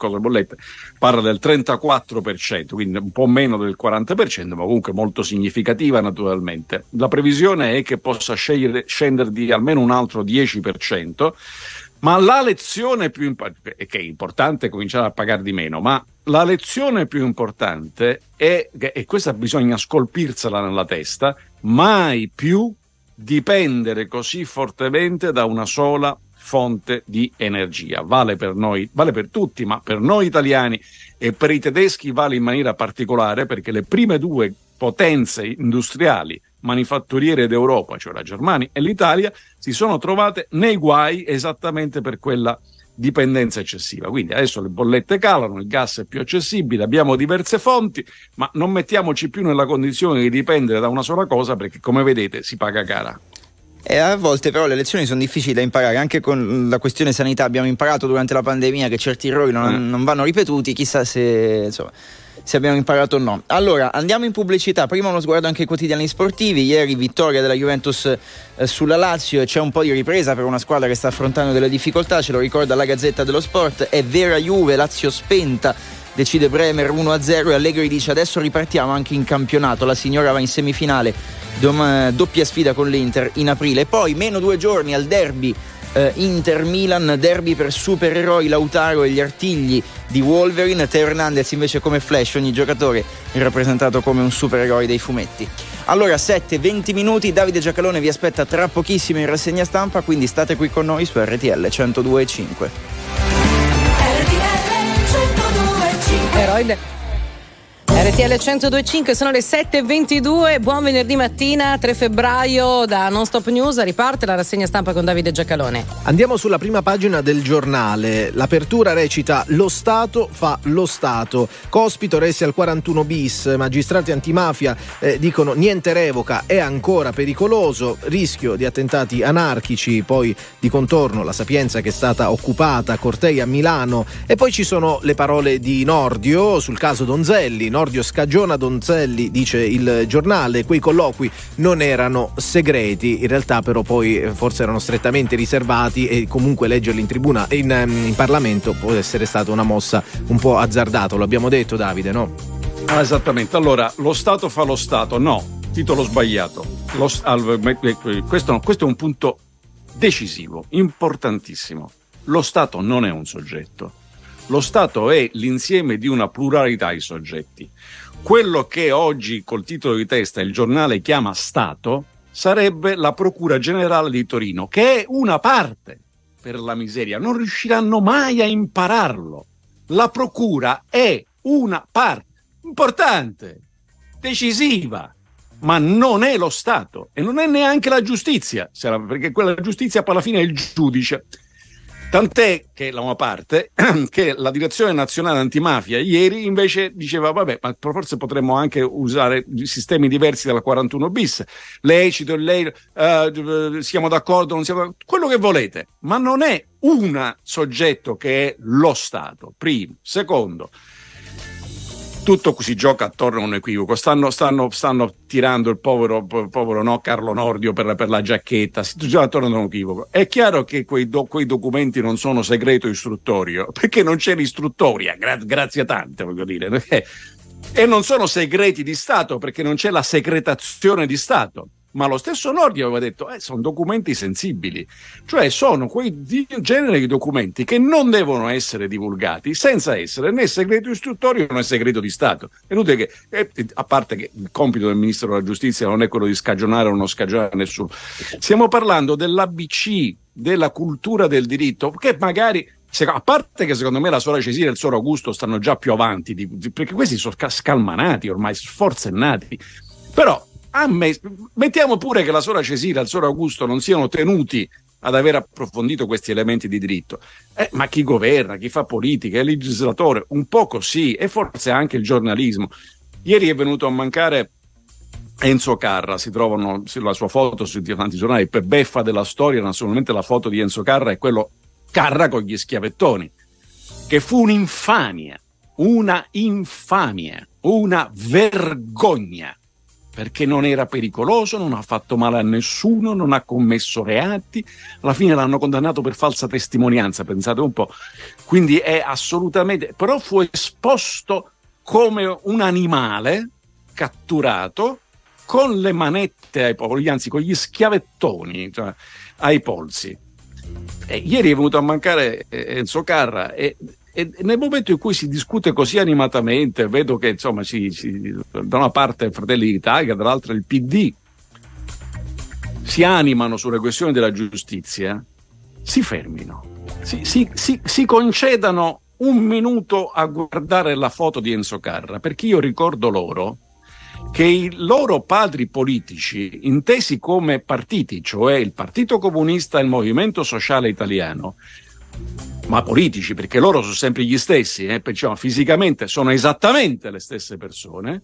parla del 34%, quindi un po' meno del 40%, ma comunque molto significativa naturalmente. La previsione è che possa scendere di almeno un altro 10%, ma la lezione più importante, che è importante cominciare a pagare di meno, ma la lezione più importante è, e questa bisogna scolpirsela nella testa, mai più dipendere così fortemente da una sola fonte di energia. Vale per noi, vale per tutti, ma per noi italiani e per i tedeschi vale in maniera particolare, perché le prime due potenze industriali manifatturiere d'Europa, cioè la Germania e l'Italia, si sono trovate nei guai esattamente per quella dipendenza eccessiva. Quindi adesso le bollette calano, il gas è più accessibile, abbiamo diverse fonti, ma non mettiamoci più nella condizione di dipendere da una sola cosa, perché come vedete si paga cara. E a volte però le lezioni sono difficili da imparare, anche con la questione sanità abbiamo imparato durante la pandemia che certi errori non vanno ripetuti, chissà se abbiamo imparato o no. Allora, andiamo in pubblicità, prima uno sguardo anche ai quotidiani sportivi. Ieri vittoria della Juventus sulla Lazio, e c'è un po' di ripresa per una squadra che sta affrontando delle difficoltà, ce lo ricorda la Gazzetta dello Sport. È vera Juve, Lazio spenta, decide Bremer 1-0 e Allegri dice adesso ripartiamo anche in campionato. La signora va in semifinale, doppia sfida con l'Inter in aprile, e poi meno 2 giorni al derby Inter-Milan, derby per supereroi Lautaro e gli artigli di Wolverine. Teo Hernandez invece come Flash, ogni giocatore è rappresentato come un supereroe dei fumetti. Allora 7-20 minuti, Davide Giacalone vi aspetta tra pochissimo in rassegna stampa, quindi state qui con noi su RTL 102.5. RTL 102.5, sono le 7.22, buon venerdì mattina 3 febbraio da Non Stop News, riparte la rassegna stampa con Davide Giacalone. Andiamo sulla prima pagina del Giornale, l'apertura recita lo Stato fa lo Stato, Cospito resti al 41 bis, magistrati antimafia dicono niente revoca, è ancora pericoloso, rischio di attentati anarchici, poi di contorno la Sapienza che è stata occupata, cortei a Milano, e poi ci sono le parole di Nordio sul caso Donzelli. Nordio scagiona Donzelli, dice il Giornale, quei colloqui non erano segreti, in realtà però poi forse erano strettamente riservati, e comunque leggerli in tribuna e in Parlamento può essere stata una mossa un po' azzardata, lo abbiamo detto Davide, no? Esattamente, allora lo Stato fa lo Stato, no, titolo sbagliato. Questo è un punto decisivo, importantissimo. Lo Stato non è un soggetto. Lo Stato è l'insieme di una pluralità di soggetti. Quello che oggi col titolo di testa il Giornale chiama Stato sarebbe la Procura Generale di Torino, che è una parte, per la miseria, non riusciranno mai a impararlo. La Procura è una parte importante, decisiva, ma non è lo Stato e non è neanche la giustizia, perché quella giustizia poi alla fine è il giudice. Tant'è che la una parte che la direzione nazionale antimafia ieri invece diceva vabbè, ma forse potremmo anche usare sistemi diversi dalla 41 bis, lecito e lei siamo d'accordo, non siamo d'accordo, quello che volete, ma non è un soggetto che è lo Stato, primo. Secondo, tutto si gioca attorno a un equivoco, stanno tirando il povero no, Carlo Nordio per la giacchetta, si gioca attorno a un equivoco. È chiaro che quei documenti non sono segreto istruttorio, perché non c'è l'istruttoria, grazie tante, voglio dire, e non sono segreti di Stato, perché non c'è la secretazione di Stato. Ma lo stesso Nordio aveva detto sono documenti sensibili, cioè sono quei generi di documenti che non devono essere divulgati senza essere né segreto istruttorio né segreto di Stato. È inutile che, a parte che il compito del Ministro della Giustizia non è quello di scagionare o non scagionare nessuno, stiamo parlando dell'ABC, della cultura del diritto, che magari, a parte che secondo me la Sora Cesira e il Sor Augusto stanno già più avanti, perché questi sono scalmanati ormai, sforzennati, però mettiamo pure che la Sora Cesira e il Sor Augusto non siano tenuti ad aver approfondito questi elementi di diritto, ma chi governa, chi fa politica, il legislatore, un poco sì, e forse anche il giornalismo. Ieri è venuto a mancare Enzo Carra, si trovano la sua foto sui tanti giornali, per beffa della storia naturalmente la foto di Enzo Carra è quello Carra con gli schiavettoni, che fu un'infamia, una vergogna, perché non era pericoloso, non ha fatto male a nessuno, non ha commesso reati, alla fine l'hanno condannato per falsa testimonianza, pensate un po', quindi è assolutamente, però fu esposto come un animale catturato con le manette ai polsi, anzi con gli schiavettoni, cioè, ai polsi. Ieri è venuto a mancare Enzo Carra e nel momento in cui si discute così animatamente, vedo che insomma da una parte Fratelli d'Italia, dall'altra il PD si animano sulle questioni della giustizia, si fermino, si concedano un minuto a guardare la foto di Enzo Carra, perché io ricordo loro che i loro padri politici, intesi come partiti, cioè il Partito Comunista e il Movimento Sociale Italiano, ma politici, perché loro sono sempre gli stessi, perciò fisicamente sono esattamente le stesse persone,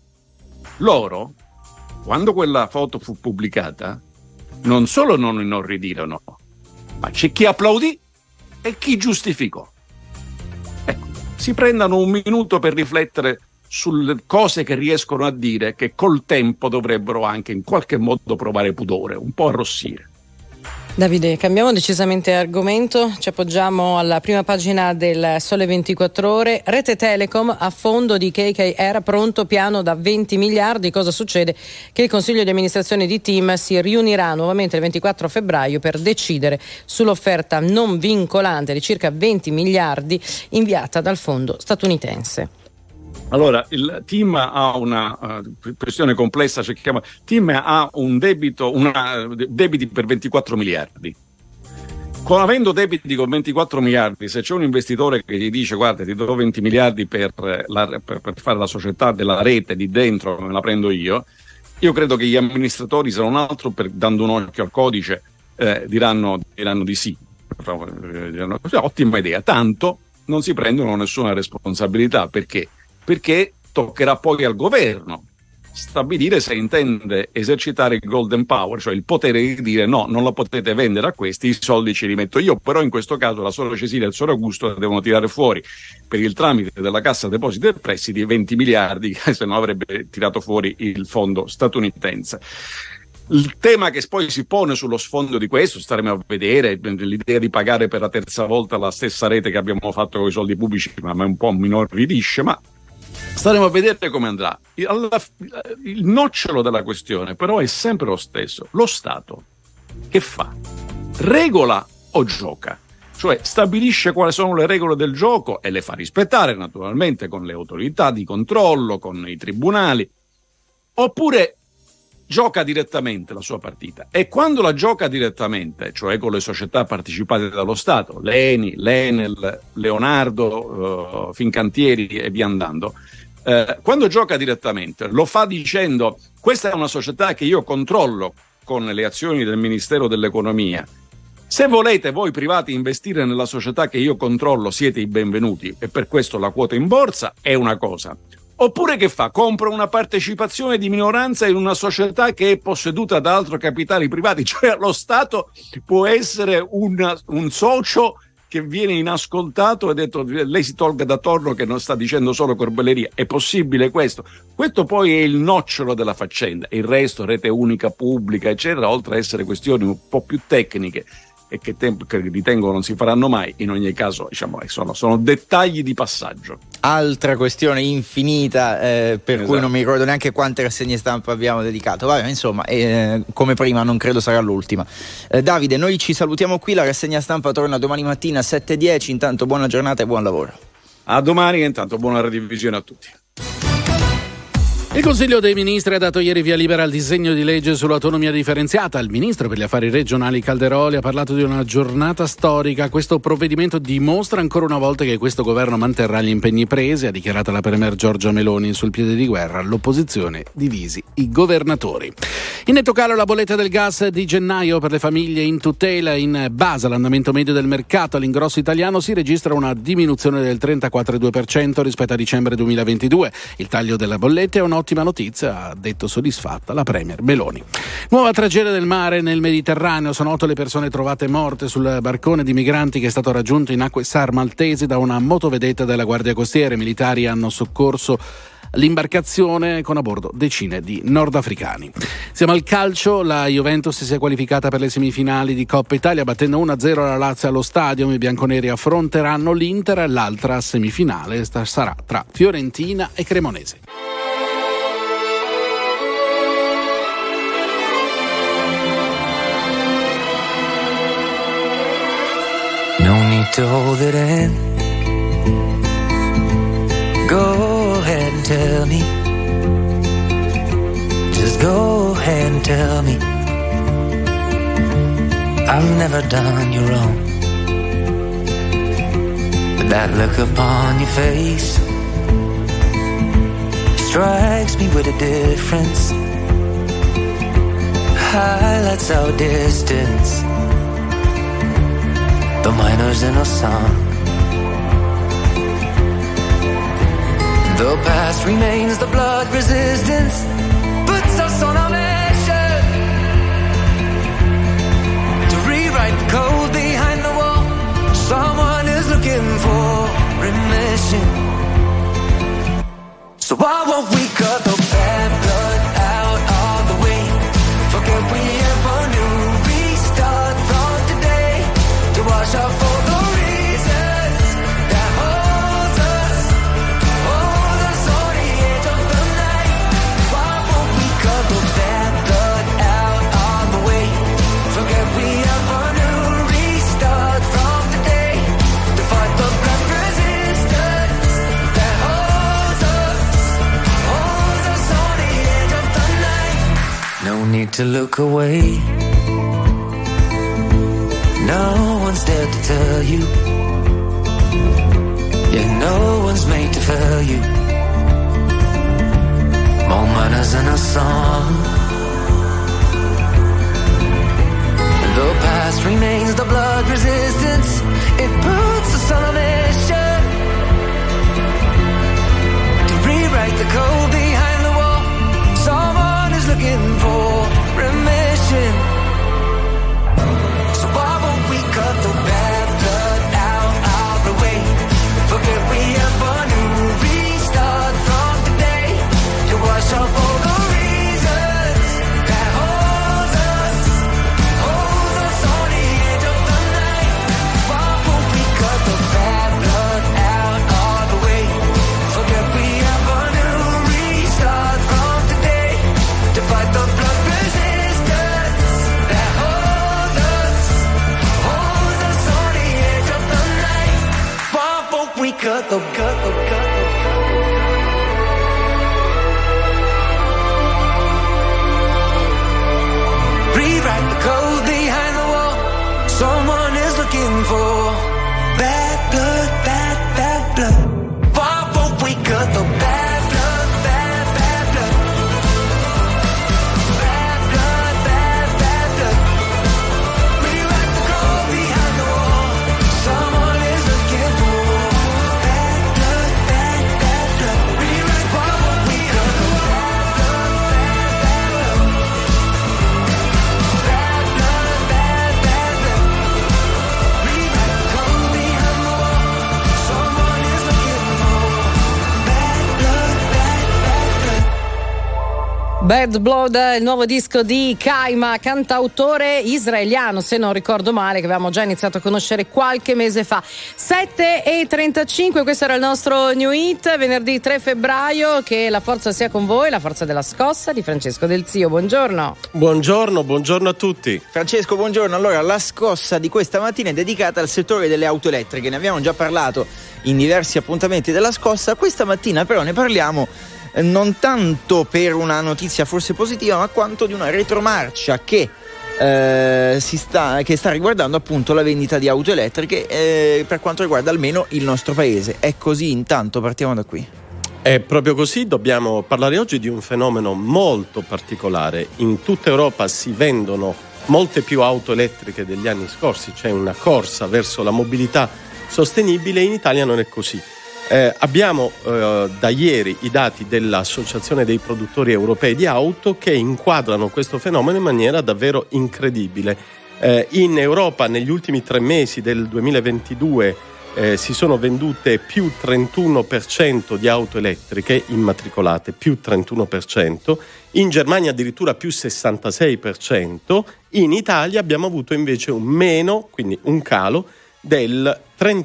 loro, quando quella foto fu pubblicata, non solo non inorridirono, ma c'è chi applaudì e chi giustificò. Ecco, si prendano un minuto per riflettere sulle cose che riescono a dire, che col tempo dovrebbero anche in qualche modo provare pudore, un po' arrossire. Davide, cambiamo decisamente argomento, ci appoggiamo alla prima pagina del Sole 24 Ore. Rete Telecom a fondo di KKR, pronto piano da 20 miliardi. Cosa succede? Che il Consiglio di amministrazione di TIM si riunirà nuovamente il 24 febbraio per decidere sull'offerta non vincolante di circa 20 miliardi inviata dal fondo statunitense. Allora, il TIM ha una questione complessa, cioè TIM ha un debiti per 24 miliardi. Avendo debiti con 24 miliardi, se c'è un investitore che gli dice guarda ti do 20 miliardi per fare la società della rete di dentro, me la prendo io credo che gli amministratori, se non altro dando un occhio al codice, diranno di sì. Diranno, ottima idea, tanto non si prendono nessuna responsabilità, perché toccherà poi al governo stabilire se intende esercitare il golden power, cioè il potere di dire no, non la potete vendere a questi, i soldi ce li metto io. Però in questo caso la Sora Cecilia e il Sor Augusto devono tirare fuori per il tramite della Cassa Depositi e Prestiti 20 miliardi, se no avrebbe tirato fuori il fondo statunitense. Il tema che poi si pone sullo sfondo di questo, staremo a vedere, l'idea di pagare per la terza volta la stessa rete che abbiamo fatto con i soldi pubblici, ma un po' mi inorridisce, ma staremo a vedere come andrà. Il nocciolo della questione però è sempre lo stesso. Lo Stato che fa? Regola o gioca? Cioè stabilisce quali sono le regole del gioco e le fa rispettare naturalmente con le autorità di controllo, con i tribunali, oppure gioca direttamente la sua partita. E quando la gioca direttamente, cioè con le società partecipate dallo Stato, l'ENI, l'Enel, Leonardo, Fincantieri e via andando, quando gioca direttamente lo fa dicendo questa è una società che io controllo con le azioni del Ministero dell'Economia, Se volete voi privati investire nella società che io controllo, siete i benvenuti, e per questo la quota in borsa è una cosa. Oppure che fa? Compra una partecipazione di minoranza in una società che è posseduta da altri capitali privati, cioè lo Stato può essere un socio che viene inascoltato e detto lei si tolga da torno che non sta dicendo solo corbelleria. È possibile questo? Questo poi è il nocciolo della faccenda. Il resto, rete unica pubblica, eccetera, oltre a essere questioni un po' più tecniche e che ritengo non si faranno mai, in ogni caso diciamo sono dettagli di passaggio. Altra questione infinita per cui non mi ricordo neanche quante rassegne stampa abbiamo dedicato. Vabbè, insomma, come prima non credo sarà l'ultima. Davide, noi ci salutiamo qui, la rassegna stampa torna domani mattina 7:10, intanto buona giornata e buon lavoro. A domani e intanto buona redivisione a tutti. Il Consiglio dei Ministri ha dato ieri via libera al disegno di legge sull'autonomia differenziata. Il Ministro per gli Affari Regionali Calderoli ha parlato di una giornata storica. Questo provvedimento dimostra ancora una volta che questo governo manterrà gli impegni presi, ha dichiarato la premier Giorgia Meloni. Sul piede di guerra l'opposizione, divisi i governatori. In netto calo la bolletta del gas di gennaio per le famiglie in tutela. In base all'andamento medio del mercato all'ingrosso italiano si registra una diminuzione del 34,2% rispetto a dicembre 2022. Il taglio della bolletta è un'ottima notizia, ha detto soddisfatta la premier Meloni. Nuova tragedia del mare nel Mediterraneo. Sono 8 le persone trovate morte sul barcone di migranti che è stato raggiunto in acque SAR maltesi da una motovedetta della Guardia Costiera. I militari hanno soccorso l'imbarcazione con a bordo decine di nordafricani. Siamo al calcio, la Juventus si è qualificata per le semifinali di Coppa Italia battendo 1-0 la Lazio allo Stadium. I bianconeri affronteranno l'Inter, l'altra semifinale sarà tra Fiorentina e Cremonese. No need to hold it in. Go ahead and tell me. Just go ahead and tell me. I've never done you wrong. But that look upon your face strikes me with a difference. Highlights our distance. The minors in a song. The past remains, the blood resistance puts us on a mission to rewrite the code behind the wall. Someone is looking for remission. So why won't we cut the bad blood out of the way? Forget we ever knew. Restart from today to wash out for the reasons that holds us on the edge of the night. Why won't we cut the bad blood out of the way? Forget we ever knew. Restart from today to fight the blood resistance that holds us on the edge of the night. No need to look away. No one's there to tell you. Yeah, no one's made to fail you. More manners in a song. The past remains, the blood resistance. It puts us on a mission to rewrite the code behind the wall. Someone is looking for remission. So why won't we cut the bad blood out of the way? Forget we ever knew. Restart from today to wash off all the reasons that holds us on the edge of the night. Why won't we cut the bad blood out of the way? Forget we ever knew. Restart from today to fight the blood resistance that holds us on the edge of the night. Why won't we cut the rewrite the code behind the wall. Someone is looking for bad blood, bad blood. Why won't we cut the bad blood, bad blood? Bad blood, bad blood. Rewrite the code Bad Blood, il nuovo disco di Kaima, cantautore israeliano, se non ricordo male, che avevamo già iniziato a conoscere qualche mese fa. 7:35, questo era il nostro New Hit, venerdì 3 febbraio. Che la forza sia con voi, la forza della scossa di Francesco Del Zio. Buongiorno. Buongiorno a tutti. Francesco, buongiorno. Allora, la scossa di questa mattina è dedicata al settore delle auto elettriche. Ne abbiamo già parlato in diversi appuntamenti della scossa. Questa mattina però ne parliamo non tanto per una notizia forse positiva, ma quanto di una retromarcia che sta riguardando appunto la vendita di auto elettriche per quanto riguarda almeno il nostro paese. È così, intanto partiamo da qui. È proprio così, dobbiamo parlare oggi di un fenomeno molto particolare. In tutta Europa si vendono molte più auto elettriche degli anni scorsi, c'è una corsa verso la mobilità sostenibile. In Italia non è così. Abbiamo da ieri i dati dell'Associazione dei produttori europei di auto che inquadrano questo fenomeno in maniera davvero incredibile. In Europa negli ultimi 3 mesi del 2022 si sono vendute più 31% di auto elettriche immatricolate, più 31%, in Germania addirittura più 66%, in Italia abbiamo avuto invece un meno, quindi un calo del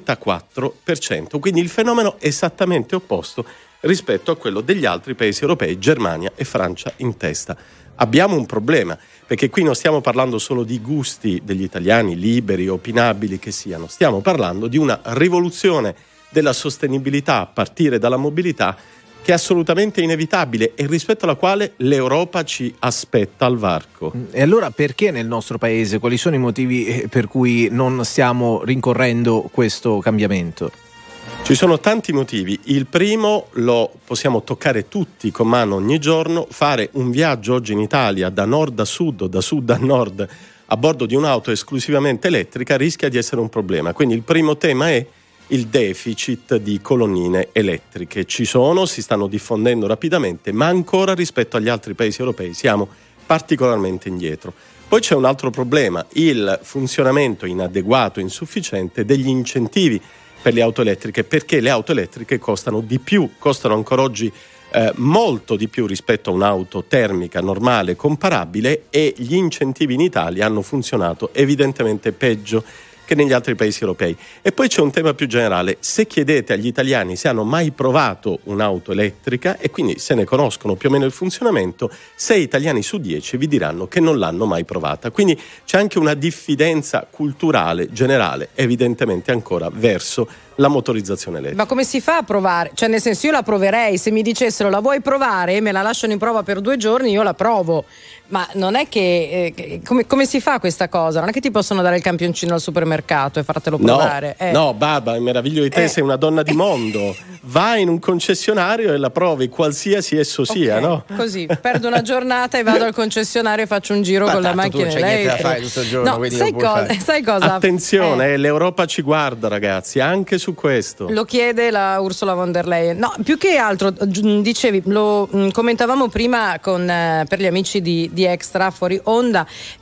34%, quindi il fenomeno è esattamente opposto rispetto a quello degli altri paesi europei, Germania e Francia in testa. Abbiamo un problema, perché qui non stiamo parlando solo di gusti degli italiani, liberi, opinabili che siano, stiamo parlando di una rivoluzione della sostenibilità a partire dalla mobilità che è assolutamente inevitabile e rispetto alla quale l'Europa ci aspetta al varco. E allora perché nel nostro paese? Quali sono i motivi per cui non stiamo rincorrendo questo cambiamento? Ci sono tanti motivi. Il primo lo possiamo toccare tutti con mano ogni giorno. Fare un viaggio oggi in Italia da nord a sud o da sud a nord a bordo di un'auto esclusivamente elettrica rischia di essere un problema. Quindi il primo tema è il deficit di colonnine elettriche. Ci sono, si stanno diffondendo rapidamente, ma ancora rispetto agli altri paesi europei siamo particolarmente indietro. Poi c'è un altro problema, il funzionamento inadeguato, insufficiente degli incentivi per le auto elettriche, perché le auto elettriche costano di più, costano ancora oggi molto di più rispetto a un'auto termica normale comparabile, e gli incentivi in Italia hanno funzionato evidentemente peggio che negli altri paesi europei. E poi c'è un tema più generale: se chiedete agli italiani se hanno mai provato un'auto elettrica e quindi se ne conoscono più o meno il funzionamento, 6 italiani su 10 vi diranno che non l'hanno mai provata. Quindi c'è anche una diffidenza culturale generale evidentemente ancora verso la motorizzazione elettrica. Ma come si fa a provare? Cioè, nel senso, io la proverei, se mi dicessero la vuoi provare, me la lasciano in prova per 2 giorni, io la provo. Ma non è che come si fa questa cosa? Non è che ti possono dare il campioncino al supermercato e fartelo provare. No, Baba, è meraviglioso di te, sei una donna di mondo. Vai in un concessionario e la provi, qualsiasi esso sia, no? Così, perdo una giornata e vado al concessionario e faccio un giro con la macchina elettrica. Niente da fare tutto il giorno, no, sai cosa? Attenzione, l'Europa ci guarda, ragazzi, anche su questo. Lo chiede la Ursula von der Leyen. No, più che altro, dicevi, lo commentavamo prima per gli amici di Extra fuori onda,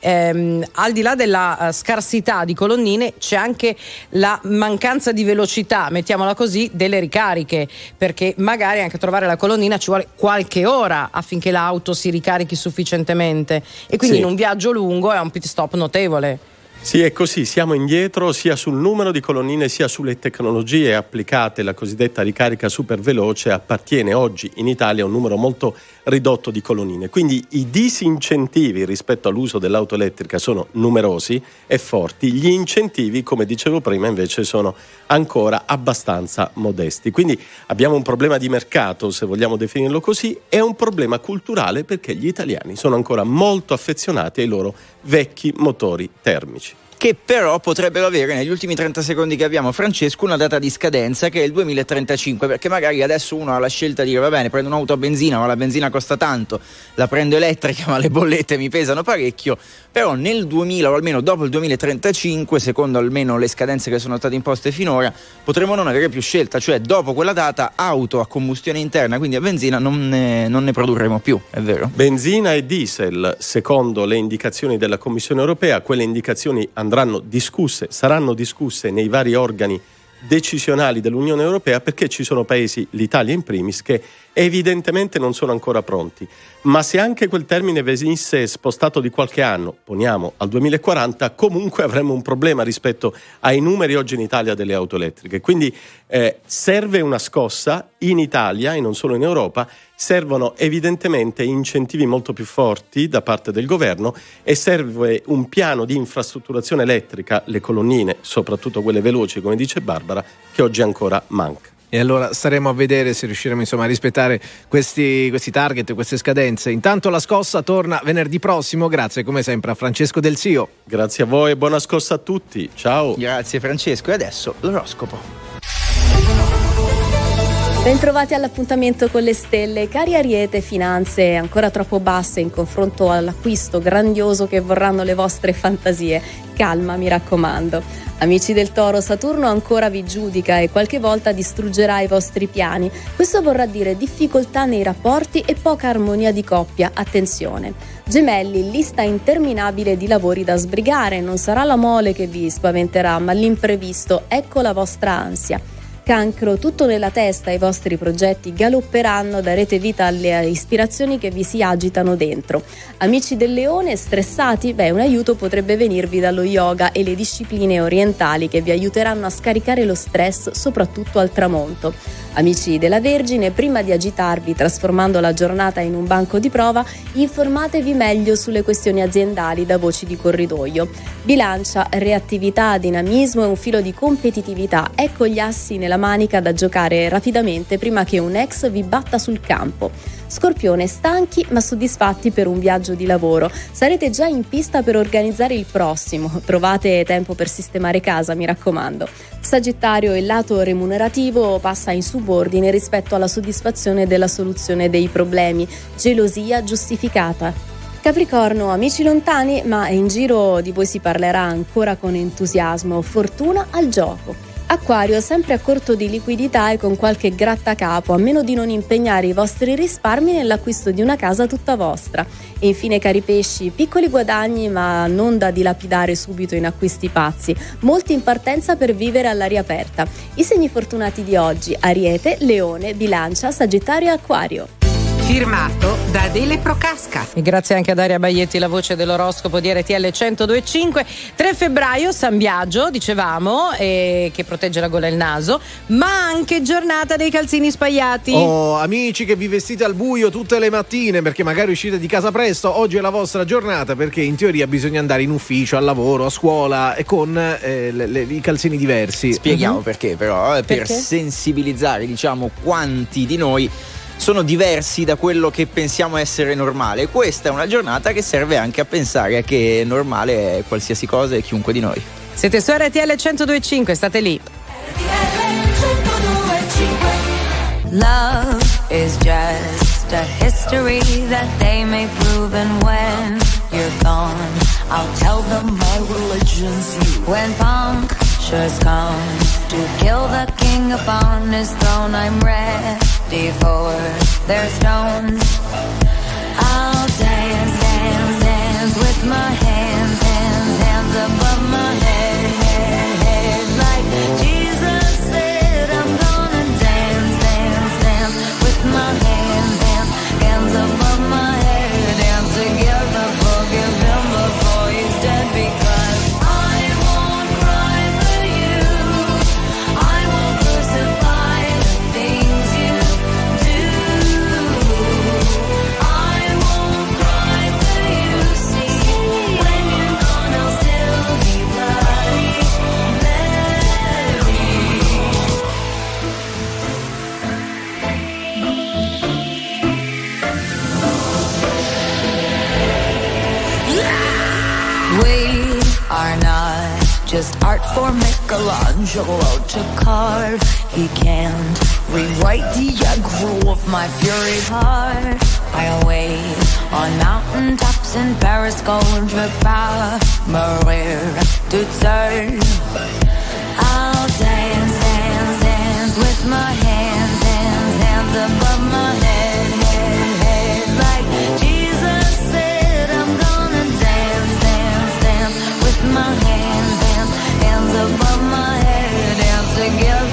al di là della scarsità di colonnine c'è anche la mancanza di velocità, mettiamola così, delle ricariche, perché magari anche trovare la colonnina ci vuole qualche ora affinché l'auto si ricarichi sufficientemente, e quindi in un viaggio lungo è un pit stop notevole. Sì, è così, siamo indietro sia sul numero di colonnine sia sulle tecnologie applicate. La cosiddetta ricarica super veloce appartiene oggi in Italia a un numero molto ridotto di colonnine, quindi i disincentivi rispetto all'uso dell'auto elettrica sono numerosi e forti, gli incentivi, come dicevo prima, invece sono ancora abbastanza modesti. Quindi abbiamo un problema di mercato, se vogliamo definirlo così, e un problema culturale, perché gli italiani sono ancora molto affezionati ai loro vecchi motori termici, che però potrebbero avere negli ultimi 30 secondi che abbiamo, Francesco, una data di scadenza che è il 2035, perché magari adesso uno ha la scelta di dire va bene, prendo un'auto a benzina, ma la benzina costa tanto, la prendo elettrica ma le bollette mi pesano parecchio, però nel 2000 o almeno dopo il 2035, secondo almeno le scadenze che sono state imposte finora, potremo non avere più scelta, cioè dopo quella data auto a combustione interna, quindi a benzina, non ne produrremo più, è vero? Benzina e diesel, secondo le indicazioni della Commissione europea, quelle indicazioni saranno discusse nei vari organi decisionali dell'Unione Europea, perché ci sono paesi, l'Italia in primis, che evidentemente non sono ancora pronti. Ma se anche quel termine venisse spostato di qualche anno, poniamo al 2040, comunque avremmo un problema rispetto ai numeri oggi in Italia delle auto elettriche. Quindi serve una scossa in Italia e non solo in Europa. Servono evidentemente incentivi molto più forti da parte del governo e serve un piano di infrastrutturazione elettrica, le colonnine, soprattutto quelle veloci, come dice Barbara, che oggi ancora manca. E allora staremo a vedere se riusciremo a rispettare questi target, queste scadenze. Intanto la scossa torna venerdì prossimo. Grazie come sempre a Francesco Del Sio. Grazie a voi e buona scossa a tutti. Ciao. Grazie Francesco. E adesso l'oroscopo. Bentrovati all'appuntamento con le stelle. Cari Ariete, finanze ancora troppo basse in confronto all'acquisto grandioso che vorranno le vostre fantasie. Calma, mi raccomando. Amici del Toro, Saturno ancora vi giudica e qualche volta distruggerà i vostri piani. Questo vorrà dire difficoltà nei rapporti e poca armonia di coppia. Attenzione. Gemelli, lista interminabile di lavori da sbrigare. Non sarà la mole che vi spaventerà, ma l'imprevisto. Ecco la vostra ansia. Cancro, tutto nella testa, i vostri progetti galopperanno, darete vita alle ispirazioni che vi si agitano dentro. Amici del Leone, stressati? Un aiuto potrebbe venirvi dallo yoga e le discipline orientali che vi aiuteranno a scaricare lo stress, soprattutto al tramonto. Amici della Vergine, prima di agitarvi trasformando la giornata in un banco di prova, informatevi meglio sulle questioni aziendali da voci di corridoio. Bilancia, reattività, dinamismo e un filo di competitività. Ecco gli assi nella manica da giocare rapidamente prima che un ex vi batta sul campo. Scorpione, stanchi ma soddisfatti per un viaggio di lavoro. Sarete già in pista per organizzare il prossimo. Trovate tempo per sistemare casa, mi raccomando. Sagittario, il lato remunerativo passa in subordine rispetto alla soddisfazione della soluzione dei problemi. Gelosia giustificata. Capricorno, amici lontani, ma in giro di voi si parlerà ancora con entusiasmo. Fortuna al gioco. Acquario, sempre a corto di liquidità e con qualche grattacapo, a meno di non impegnare i vostri risparmi nell'acquisto di una casa tutta vostra. E infine, cari pesci, piccoli guadagni ma non da dilapidare subito in acquisti pazzi. Molti in partenza per vivere all'aria aperta. I segni fortunati di oggi: Ariete, Leone, Bilancia, Sagittario e Acquario. Firmato da Adele Procasca. E grazie anche a Daria Baietti, la voce dell'oroscopo di RTL 102.5. 3 febbraio, San Biagio, dicevamo, che protegge la gola e il naso, ma anche giornata dei calzini spaiati. Oh, amici che vi vestite al buio tutte le mattine perché magari uscite di casa presto, oggi è la vostra giornata perché in teoria bisogna andare in ufficio, al lavoro, a scuola e con i calzini diversi. Spieghiamo perché però, per sensibilizzare, diciamo, quanti di noi sono diversi da quello che pensiamo essere normale. Questa è una giornata che serve anche a pensare che normale è qualsiasi cosa e chiunque di noi. Siete su RTL 102.5, state lì. Love is just a history that they may prove, and when you're gone I'll tell them my religion's you. When punctures come to kill the king upon his throne, I'm ready for their stones. I'll dance, dance, dance with my hands, hands, hands above my head, head, head. Like Jesus said, I'm gonna dance, dance, dance with my hands, hands, hands above my head. Dance together, forgive him before he's dead, because I won't cry for you, I won't crucify the things you do. I won't cry for you, see, when you're gone I'll still be bloody Mary. We are not just art for Michelangelo to carve. He can't rewrite the aggro of my fury heart. I'll wait on mountaintops in Paris, gold power, Maria to turn. I'll dance, dance, dance with my hands, hands, hands above my head, head, head. Like Jesus said, I'm gonna dance, dance, dance with my hands, hands, hands above my head. Dance together.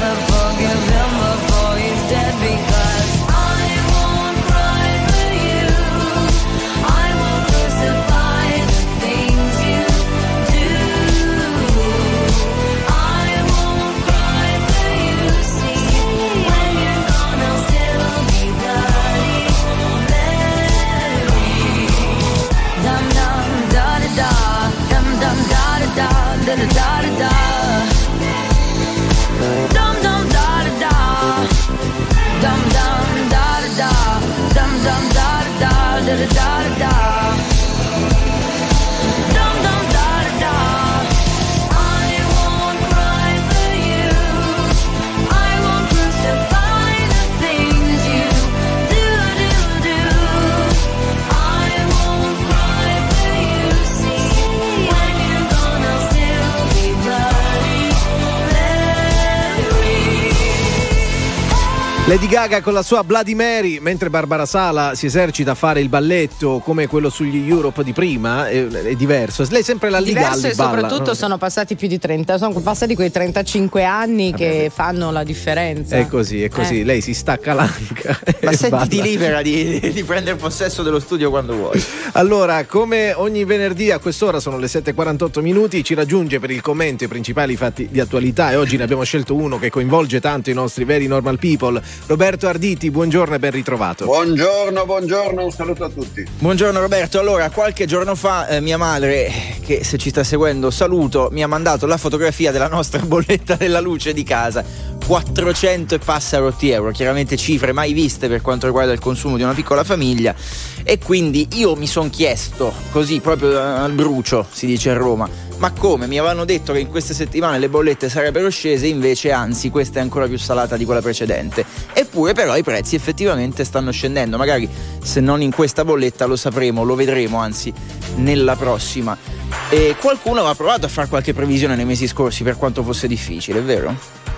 Lady Gaga con la sua Bloody Mary, mentre Barbara Sala si esercita a fare il balletto come quello sugli Europe di prima, è diverso. Lei sempre la Liga diverso e soprattutto sono passati più di 30, sono passati quei 35 anni che fanno la differenza. È così, lei si stacca l'anca. Ma sentiti libera di prendere possesso dello studio quando vuoi. Allora, come ogni venerdì a quest'ora sono le 7:48 minuti, ci raggiunge per il commento i principali fatti di attualità e oggi ne abbiamo scelto uno che coinvolge tanto i nostri veri normal people. Roberto Arditi, buongiorno e ben ritrovato. Buongiorno, un saluto a tutti. Buongiorno Roberto, allora qualche giorno fa mia madre, che se ci sta seguendo saluto, mi ha mandato la fotografia della nostra bolletta della luce di casa, 400 e passa rotti euro, chiaramente cifre mai viste per quanto riguarda il consumo di una piccola famiglia, e quindi io mi sono chiesto, così proprio al brucio si dice a Roma, ma come? Mi avevano detto che in queste settimane le bollette sarebbero scese, invece anzi questa è ancora più salata di quella precedente. Eppure però i prezzi effettivamente stanno scendendo, magari se non in questa bolletta lo sapremo, lo vedremo anzi nella prossima. E qualcuno aveva provato a fare qualche previsione nei mesi scorsi per quanto fosse difficile, è vero?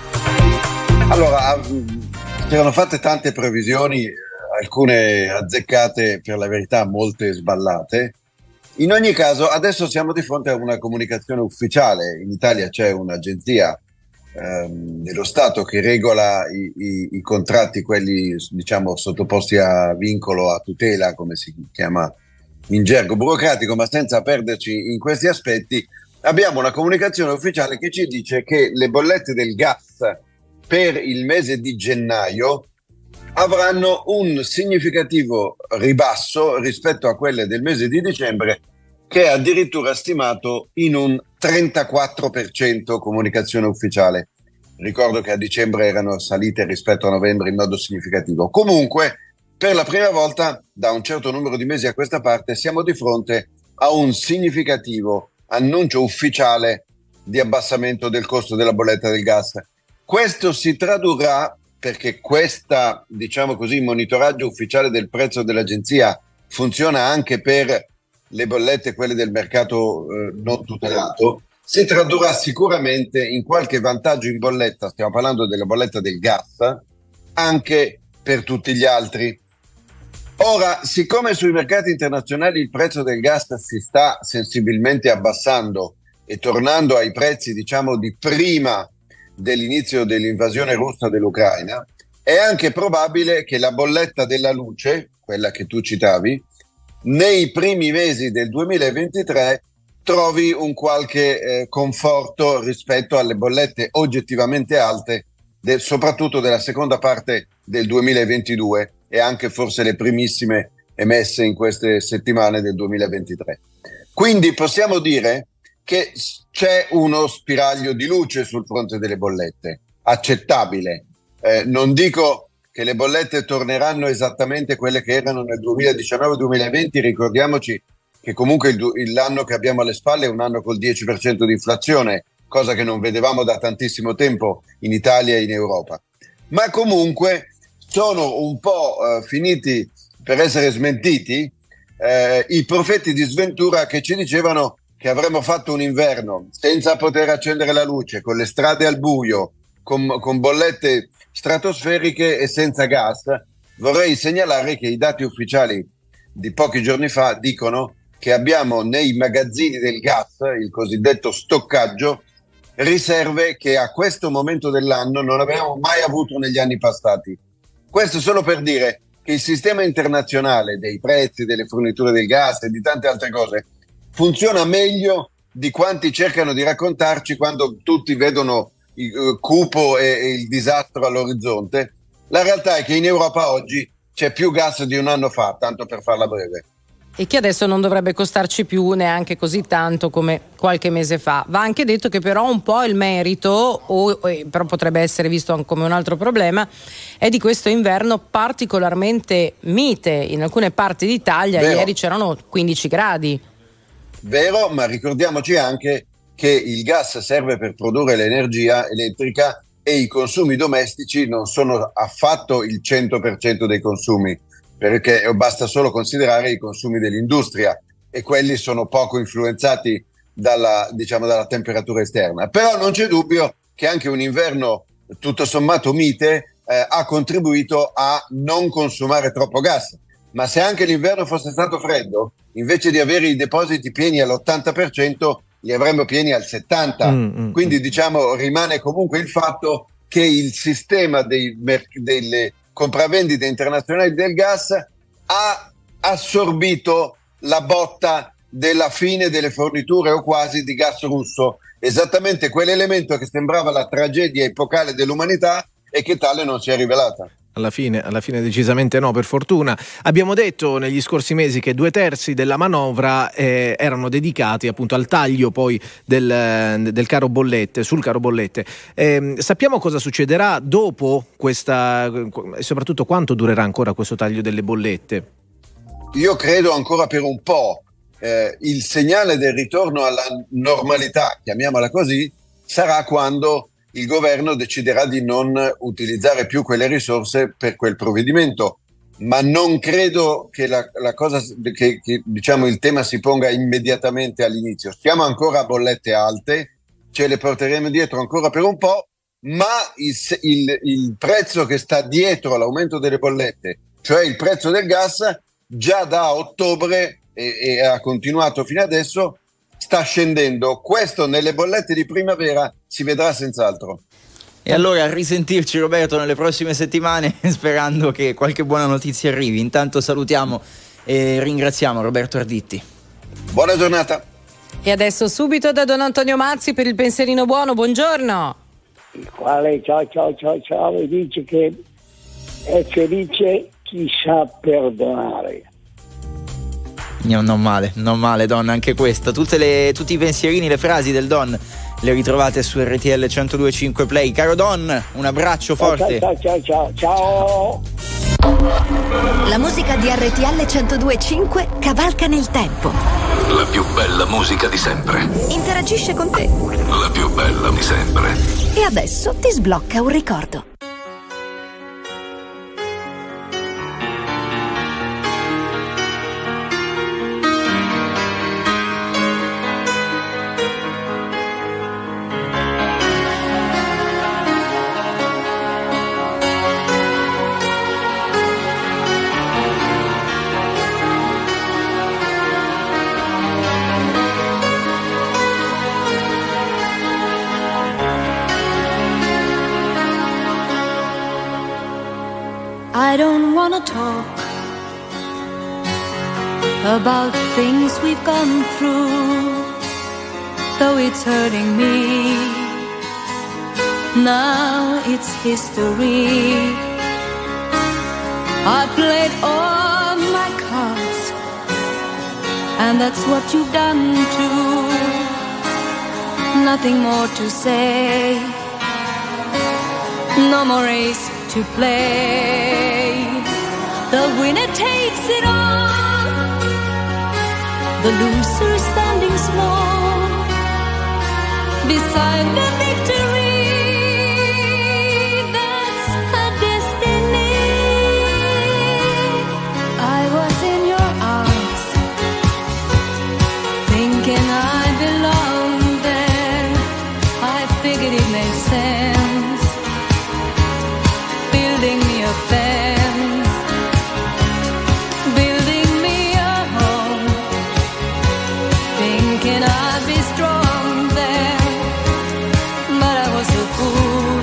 Allora, si erano fatte tante previsioni, alcune azzeccate, per la verità molte sballate. In ogni caso, adesso siamo di fronte a una comunicazione ufficiale. In Italia c'è un'agenzia dello Stato che regola i contratti, quelli diciamo sottoposti a vincolo, a tutela, come si chiama in gergo burocratico, ma senza perderci in questi aspetti. Abbiamo una comunicazione ufficiale che ci dice che le bollette del gas per il mese di gennaio avranno un significativo ribasso rispetto a quelle del mese di dicembre, che è addirittura stimato in un 34%, comunicazione ufficiale. Ricordo che a dicembre erano salite rispetto a novembre in modo significativo. Comunque, per la prima volta da un certo numero di mesi a questa parte siamo di fronte a un significativo annuncio ufficiale di abbassamento del costo della bolletta del gas. Questo si tradurrà, perché questa, diciamo così, monitoraggio ufficiale del prezzo dell'agenzia funziona anche per le bollette, quelle del mercato non tutelato, si tradurrà sicuramente in qualche vantaggio in bolletta, stiamo parlando della bolletta del gas, anche per tutti gli altri. Ora, siccome sui mercati internazionali il prezzo del gas si sta sensibilmente abbassando e tornando ai prezzi, diciamo, di prima dell'inizio dell'invasione russa dell'Ucraina, è anche probabile che la bolletta della luce, quella che tu citavi, nei primi mesi del 2023 trovi un qualche conforto rispetto alle bollette oggettivamente alte, soprattutto della seconda parte del 2022 e anche forse le primissime emesse in queste settimane del 2023. Quindi possiamo dire che c'è uno spiraglio di luce sul fronte delle bollette, accettabile. Non dico che le bollette torneranno esattamente quelle che erano nel 2019-2020, ricordiamoci che comunque l'anno che abbiamo alle spalle è un anno col 10% di inflazione, cosa che non vedevamo da tantissimo tempo in Italia e in Europa. Ma comunque sono un po' finiti per essere smentiti i profeti di sventura che ci dicevano che avremmo fatto un inverno senza poter accendere la luce, con le strade al buio, con bollette stratosferiche e senza gas. Vorrei segnalare che i dati ufficiali di pochi giorni fa dicono che abbiamo nei magazzini del gas, il cosiddetto stoccaggio, riserve che a questo momento dell'anno non abbiamo mai avuto negli anni passati. Questo solo per dire che il sistema internazionale dei prezzi, delle forniture del gas e di tante altre cose funziona meglio di quanti cercano di raccontarci quando tutti vedono il cupo e il disastro all'orizzonte. La realtà è che in Europa oggi c'è più gas di un anno fa, tanto per farla breve. E che adesso non dovrebbe costarci più neanche così tanto come qualche mese fa. Va anche detto che però un po' il merito, però potrebbe essere visto come un altro problema, è di questo inverno particolarmente mite. In alcune parti d'Italia ieri c'erano 15 gradi. Vero, ma ricordiamoci anche che il gas serve per produrre l'energia elettrica e i consumi domestici non sono affatto il 100% dei consumi, perché basta solo considerare i consumi dell'industria e quelli sono poco influenzati dalla temperatura esterna. Però non c'è dubbio che anche un inverno tutto sommato mite ha contribuito a non consumare troppo gas. Ma se anche l'inverno fosse stato freddo, invece di avere i depositi pieni all'80%, li avremmo pieni al 70%. Quindi diciamo rimane comunque il fatto che il sistema delle compravendite internazionali del gas ha assorbito la botta della fine delle forniture o quasi di gas russo, esattamente quell'elemento che sembrava la tragedia epocale dell'umanità e che tale non si è rivelata. Alla fine decisamente no, per fortuna. Abbiamo detto negli scorsi mesi che 2/3 della manovra erano dedicati appunto al taglio poi del caro bollette, sul caro bollette. Sappiamo cosa succederà dopo questa, e soprattutto quanto durerà ancora questo taglio delle bollette? Io credo ancora per un po'. Il segnale del ritorno alla normalità, chiamiamola così, sarà quando il governo deciderà di non utilizzare più quelle risorse per quel provvedimento, ma non credo che la cosa che diciamo il tema si ponga immediatamente all'inizio. Stiamo ancora a bollette alte, ce le porteremo dietro ancora per un po', ma il prezzo che sta dietro l'aumento delle bollette, cioè il prezzo del gas, già da ottobre e ha continuato fino adesso, sta scendendo. Questo nelle bollette di primavera si vedrà senz'altro. E allora a risentirci, Roberto, nelle prossime settimane, sperando che qualche buona notizia arrivi. Intanto salutiamo e ringraziamo Roberto Arditti. Buona giornata. E adesso subito da Don Antonio Mazzi per il pensierino buono. Buongiorno. Il quale ciao e dice che è felice chi sa perdonare. Non male Don, anche questa. Tutti i pensierini, le frasi del Don le ritrovate su RTL 102.5 Play. Caro Don, un abbraccio forte. Ciao. La musica di RTL 102.5 cavalca nel tempo. La più bella musica di sempre. Interagisce con te. La più bella di sempre. E adesso ti sblocca un ricordo. I don't wanna talk about things we've gone through, though it's hurting me. Now it's history. I played all my cards, and that's what you've done too. Nothing more to say, no more race to play. The winner takes it all, the loser standing small beside the victory. That's her destiny. I was in your arms, thinking I belonged there. I figured it made sense, building me a fence, building me a home, thinking I'd be strong there, but I was a fool,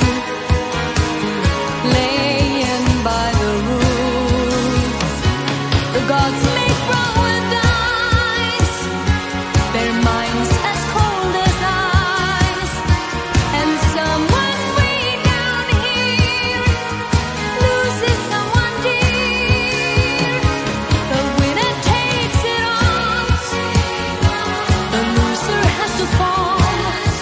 laying by the rules. The gods make wrong with eyes, their minds as cold as ice, and someone way down here loses someone dear. The winner takes it all, the loser has to fall.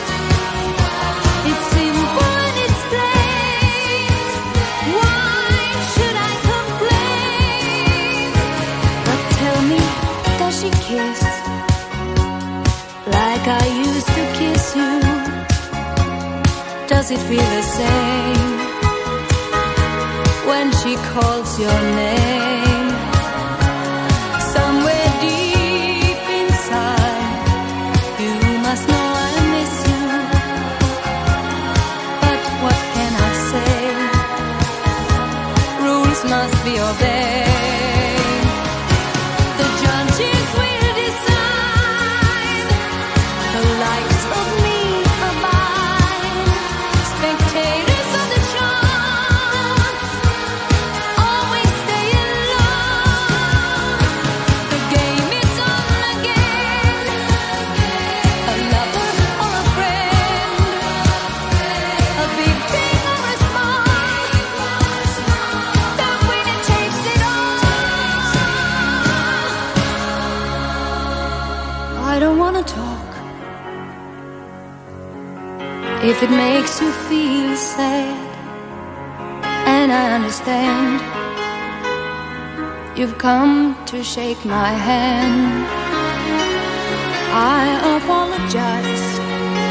It's simple and it's plain. Why should I complain? But tell me, does she kiss like I used to kiss you? Does it feel the same when she calls your name? Somewhere deep inside, you must know I miss you. But what can I say? I don't wanna talk. If it makes you feel sad, and I understand, you've come to shake my hand. I apologize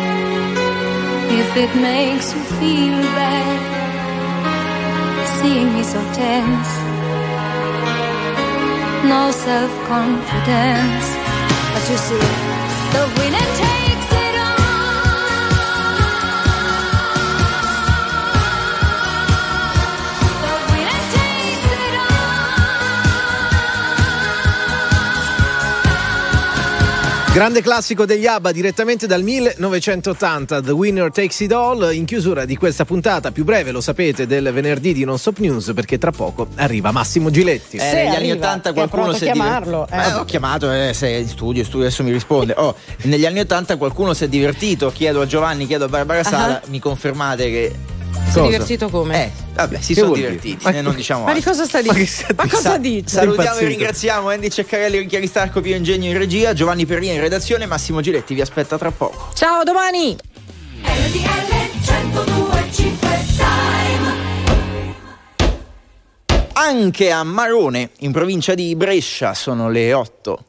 if it makes you feel bad, seeing me so tense, no self-confidence. But you see, the winner takes it all. The winner takes it all. Grande classico degli ABBA direttamente dal 1980, The Winner Takes It All, in chiusura di questa puntata più breve, lo sapete, del venerdì di Non Stop News, perché tra poco arriva Massimo Giletti. Negli anni 80 qualcuno si è chiamarlo. ho chiamato, sei in studio adesso mi risponde. Negli anni 80 qualcuno si è divertito, chiedo a Giovanni, chiedo a Barbara Sala, mi confermate che... Si è divertito come? Vabbè, si sono divertiti, non diciamo Ma di altro. cosa sta dicendo? Ma cosa dice? Salutiamo e ringraziamo Andy Ceccarelli, Chiari Starco, Pio Ingegno in regia, Giovanni Perrina in redazione, Massimo Giletti vi aspetta tra poco. Ciao, domani! Anche a Marone, in provincia di Brescia, sono le 8.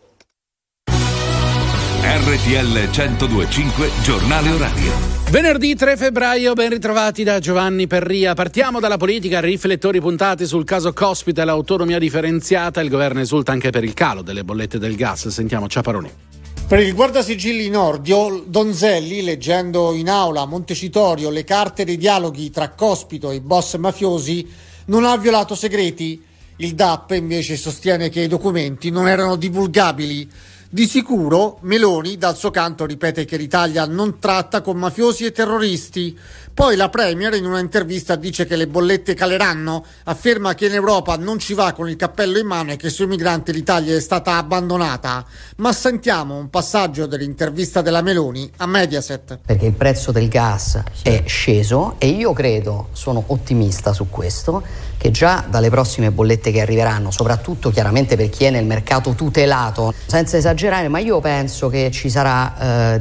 RTL 102.5 Giornale Orario. Venerdì 3 febbraio, ben ritrovati da Giovanni Perria. Partiamo dalla politica, riflettori puntati sul caso Cospito e l'autonomia differenziata. Il governo esulta anche per il calo delle bollette del gas. Sentiamo Ciaparoni. Per il guardasigilli Nordio, Donzelli, leggendo in aula a Montecitorio le carte dei dialoghi tra Cospito e i boss mafiosi, non ha violato segreti. Il DAP invece sostiene che i documenti non erano divulgabili. Di sicuro Meloni dal suo canto ripete che l'Italia non tratta con mafiosi e terroristi. Poi la Premier in una intervista dice che le bollette caleranno, afferma che in Europa non ci va con il cappello in mano e che sui migranti l'Italia è stata abbandonata. Ma sentiamo un passaggio dell'intervista della Meloni a Mediaset. Perché il prezzo del gas è sceso e io credo, sono ottimista su questo, che già dalle prossime bollette che arriveranno, soprattutto chiaramente per chi è nel mercato tutelato, senza esagerare, ma io penso che ci sarà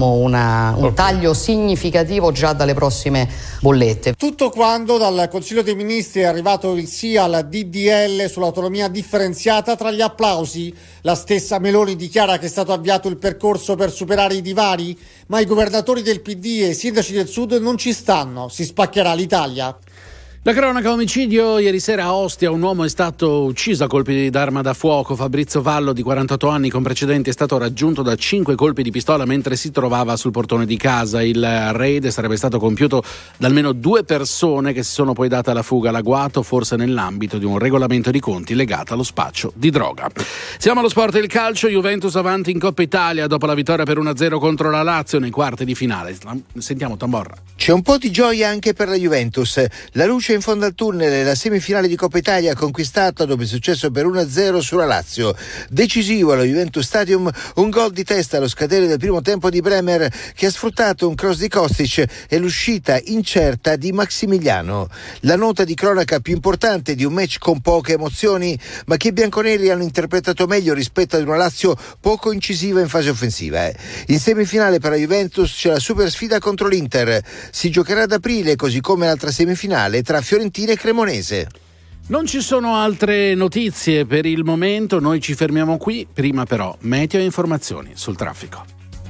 un taglio significativo già dalle prossime bollette. Tutto quando dal Consiglio dei Ministri è arrivato il sì al DDL sull'autonomia differenziata tra gli applausi. La stessa Meloni dichiara che è stato avviato il percorso per superare i divari, ma i governatori del PD e i sindaci del Sud non ci stanno, si spaccherà l'Italia. La cronaca omicidio, ieri sera a Ostia un uomo è stato ucciso a colpi d'arma da fuoco. Fabrizio Vallo, di 48 anni con precedenti, è stato raggiunto da 5 colpi di pistola mentre si trovava sul portone di casa. Il raid sarebbe stato compiuto da almeno 2 persone che si sono poi date alla fuga, l'agguato forse nell'ambito di un regolamento di conti legato allo spaccio di droga. Siamo allo sport e il calcio. Juventus avanti in Coppa Italia dopo la vittoria per 1-0 contro la Lazio nei quarti di finale. Sentiamo Tamborra. C'è un po' di gioia anche per la Juventus. La luce in fondo al tunnel è la semifinale di Coppa Italia conquistata dopo il successo per 1-0 sulla Lazio. Decisivo allo Juventus Stadium un gol di testa allo scadere del primo tempo di Bremer, che ha sfruttato un cross di Kostic e l'uscita incerta di Maximiliano. La nota di cronaca più importante di un match con poche emozioni, ma che i bianconeri hanno interpretato meglio rispetto ad una Lazio poco incisiva in fase offensiva. In semifinale per la Juventus c'è la super sfida contro l'Inter. Si giocherà ad aprile, così come l'altra semifinale tra Fiorentina e Cremonese. Non ci sono altre notizie per il momento, noi ci fermiamo qui. Prima però meteo e informazioni sul traffico.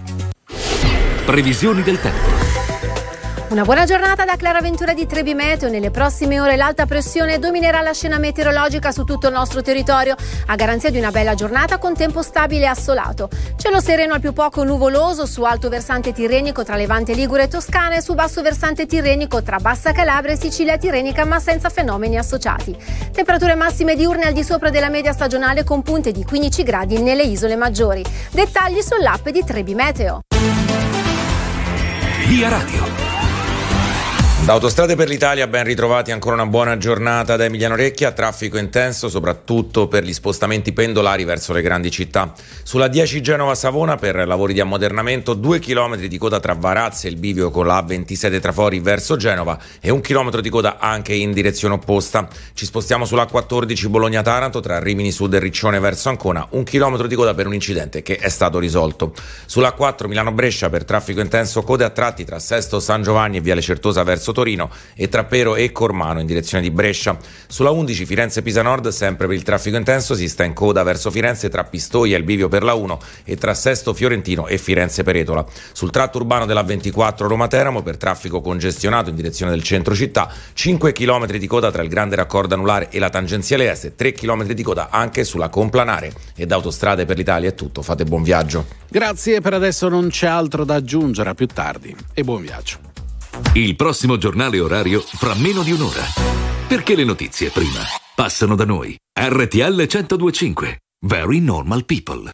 Previsioni del tempo. Una buona giornata da Clara Ventura di Trebi Meteo. Nelle prossime ore l'alta pressione dominerà la scena meteorologica su tutto il nostro territorio, a garanzia di una bella giornata con tempo stabile e assolato. Cielo sereno al più poco nuvoloso su alto versante tirrenico tra Levante, Ligure e Toscana e su basso versante tirrenico tra Bassa Calabria e Sicilia tirrenica, ma senza fenomeni associati. Temperature massime diurne al di sopra della media stagionale con punte di 15 gradi nelle isole maggiori. Dettagli sull'app di Trebi Meteo. Via Radio. Da Autostrade per l'Italia ben ritrovati, ancora una buona giornata da Emiliano Recchia, traffico intenso soprattutto per gli spostamenti pendolari verso le grandi città. Sulla 10 Genova-Savona per lavori di ammodernamento 2 km di coda tra Varazze e il bivio con la A27 Trafori verso Genova e 1 chilometro di coda anche in direzione opposta. Ci spostiamo sulla 14 Bologna-Taranto tra Rimini Sud e Riccione verso Ancona, 1 chilometro di coda per un incidente che è stato risolto. Sulla 4 Milano-Brescia per traffico intenso code a tratti tra Sesto San Giovanni e Viale Certosa verso Torino e tra Pero e Cormano in direzione di Brescia. Sulla 11 Firenze-Pisa Nord, sempre per il traffico intenso, si sta in coda verso Firenze tra Pistoia e il bivio per la 1 e tra Sesto Fiorentino e Firenze Peretola. Sul tratto urbano della 24 Roma-Teramo per traffico congestionato in direzione del centro città, 5 km di coda tra il grande raccordo anulare e la tangenziale est, 3 km di coda anche sulla complanare. E da Autostrade per l'Italia è tutto, fate buon viaggio. Grazie, per adesso non c'è altro da aggiungere, a più tardi e buon viaggio. Il prossimo giornale orario fra meno di un'ora. Perché le notizie prima passano da noi. RTL 102.5. Very normal people.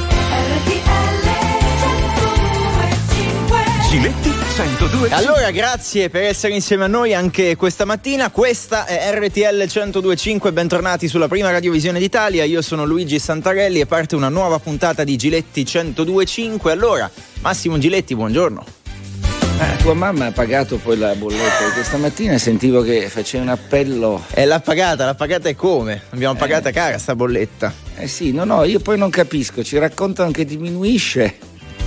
Giletti 102.5. Allora, grazie per essere insieme a noi anche questa mattina. Questa è RTL 102.5. Bentornati sulla prima radiovisione d'Italia. Io sono Luigi Santarelli e parte una nuova puntata di Giletti 102.5. Allora, Massimo Giletti, buongiorno. Tua mamma ha pagato poi la bolletta di questa mattina, sentivo che faceva un appello. L'ha pagata e come? Abbiamo pagata cara sta bolletta. Sì, no, io poi non capisco, ci raccontano che diminuisce.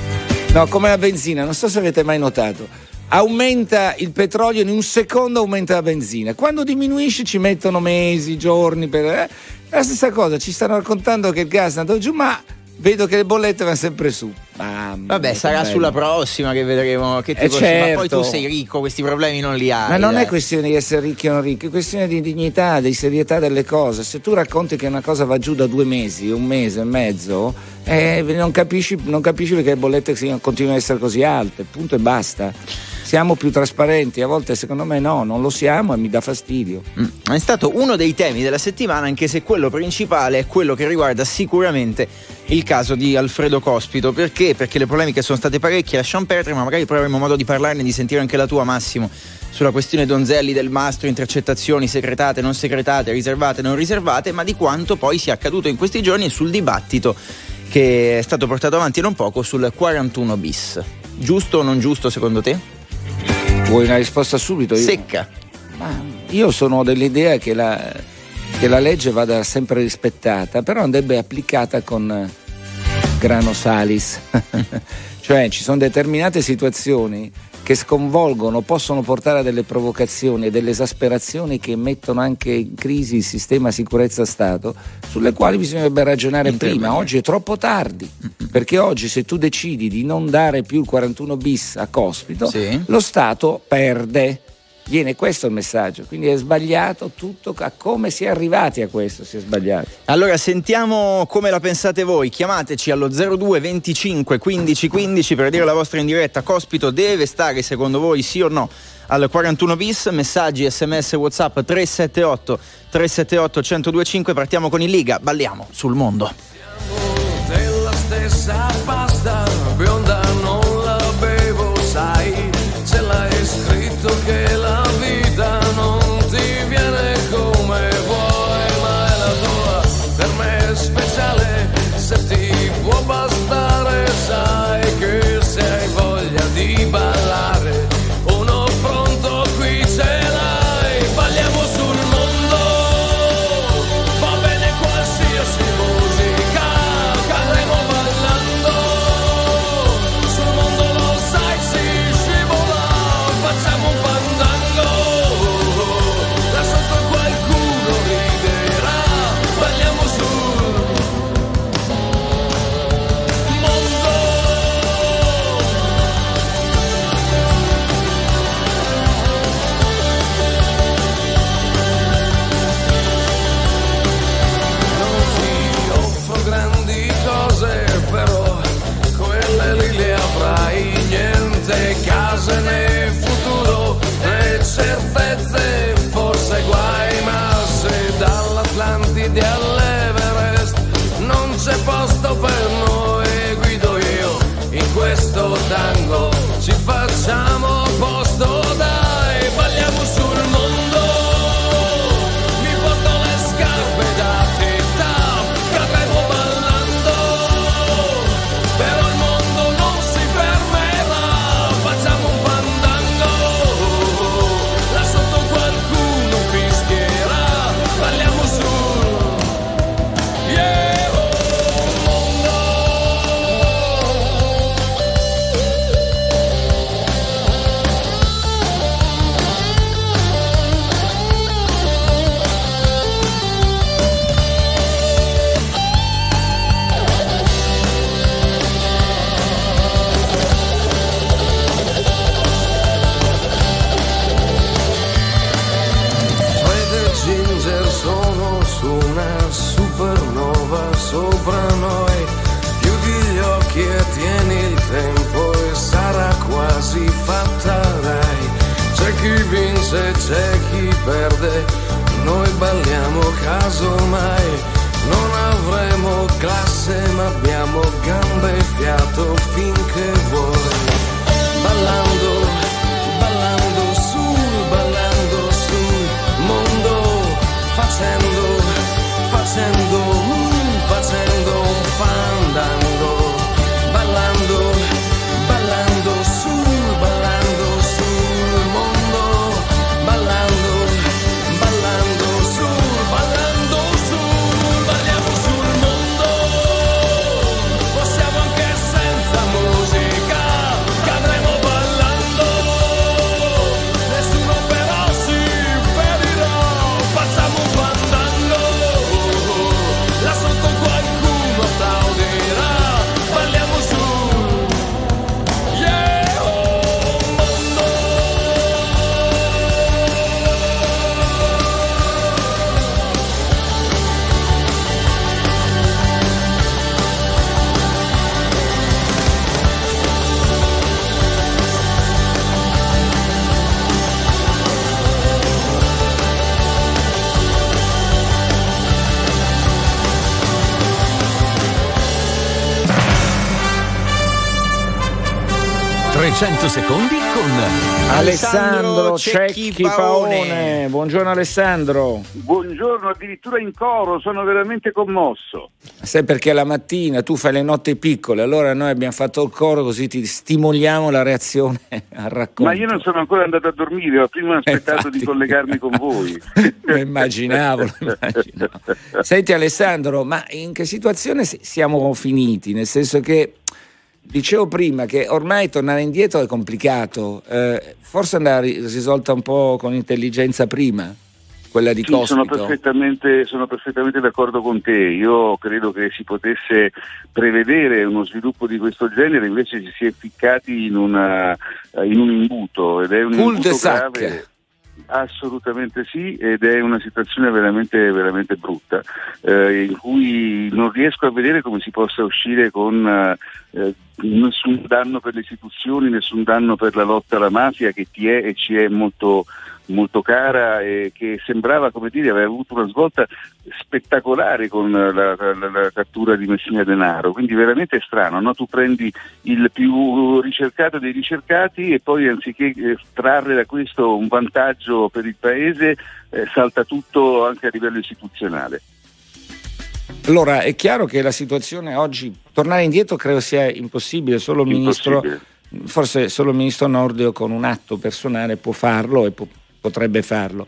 No, come la benzina, non so se avete mai notato. Aumenta il petrolio, in un secondo aumenta la benzina. Quando diminuisce ci mettono mesi, giorni per. La stessa cosa, ci stanno raccontando che il gas è andato giù, ma vedo che le bollette vanno sempre su. Vabbè, sarà bello. Sulla prossima che vedremo che tipo certo. Ma poi tu sei ricco, questi problemi non li hai. Ma non è questione di essere ricchi o non ricchi, è questione di dignità, di serietà delle cose. Se tu racconti che una cosa va giù da 2 mesi, 1 mese e mezzo, non capisci perché le bollette continuano ad essere così alte, punto e basta. Siamo più trasparenti, a volte secondo me no, non lo siamo e mi dà fastidio. È stato uno dei temi della settimana, anche se quello principale è quello che riguarda sicuramente il caso di Alfredo Cospito. Perché? Perché le polemiche sono state parecchie, lasciamo perdere, ma magari poi avremo modo di parlarne e di sentire anche la tua, Massimo, sulla questione Donzelli, Del Mastro, intercettazioni secretate, non secretate, riservate, non riservate, ma di quanto poi sia accaduto in questi giorni e sul dibattito che è stato portato avanti non poco sul 41 bis. Giusto o non giusto secondo te? Vuoi una risposta subito? Secca. Ma io sono dell'idea che la legge vada sempre rispettata, però andrebbe applicata con grano salis. Cioè ci sono determinate situazioni che sconvolgono, possono portare a delle provocazioni e delle esasperazioni che mettono anche in crisi il sistema sicurezza Stato, sulle quali bisognerebbe ragionare prima. Oggi è troppo tardi, perché oggi se tu decidi di non dare più il 41 bis a Cospito, sì, lo Stato perde. Viene questo il messaggio, quindi è sbagliato tutto, a come si è arrivati a questo si è sbagliato. Allora sentiamo come la pensate voi, chiamateci allo 02 25 15 15 per dire la vostra in diretta. Cospito deve stare secondo voi sì o no al 41 bis, messaggi, sms, whatsapp 378 1025. Partiamo con il Liga, balliamo sul mondo. Della stessa pasta bionda non la bevo, sai, ce l'hai scritto che la vita non ti viene come vuoi, ma è la tua, per me è speciale, se ti può bastare, sai che se hai voglia di ballare, uno pronto qui ce l'hai, balliamo sul mondo, va bene qualsiasi musica, cadremo ballando, sul mondo lo sai si scivola, facciamo un fandango, là sotto qualcuno riderà, balliamo sul mondo. Non ti offro grandi cose, però quelle lì le avrai, niente case né futuro né certezze, forse guai, ma se dall'Atlantide all'Everest non c'è posto per noi, guido io in questo tango, ci facciamo posto, dai, balliamo se c'è chi perde, noi balliamo casomai. Non avremo classe ma abbiamo gambe e fiato finché vuoi. Ballando, ballando sul mondo, facendo un fandango. Ballando sul mondo, ballando sul, balliamo sul mondo. Possiamo anche senza musica, cadremo ballando. Nessuno però si ferirà, facciamo un fandango. Là sotto qualcuno applaudirà, balliamo sul, yeah, mondo. 300 secondi con Alessandro Cecchi Paone. Buongiorno Alessandro. Buongiorno, addirittura in coro, sono veramente commosso. Sai perché la mattina tu fai le notti piccole, allora noi abbiamo fatto il coro così ti stimoliamo la reazione al racconto. Ma io non sono ancora andato a dormire, ho prima aspettato di collegarmi con voi. Lo immaginavo. Senti Alessandro, ma in che situazione siamo finiti? Nel senso che dicevo prima che ormai tornare indietro è complicato, forse andare risolta un po' con intelligenza prima, quella di Cospito. Sono perfettamente d'accordo con te. Io credo che si potesse prevedere uno sviluppo di questo genere, invece ci si è ficcati in un imbuto, ed è un imbuto grave. Assolutamente sì, ed è una situazione veramente, veramente brutta, in cui non riesco a vedere come si possa uscire con nessun danno per le istituzioni, nessun danno per la lotta alla mafia, che ti è e ci è molto, molto cara, e che sembrava, come dire, aveva avuto una svolta spettacolare con la cattura di Messina Denaro. Quindi veramente è strano, no? Tu prendi il più ricercato dei ricercati e poi, anziché trarre da questo un vantaggio per il paese, salta tutto anche a livello istituzionale. Allora è chiaro che la situazione oggi, tornare indietro credo sia impossibile, solo il ministro, forse solo il ministro Nordio con un atto personale può farlo e potrebbe farlo.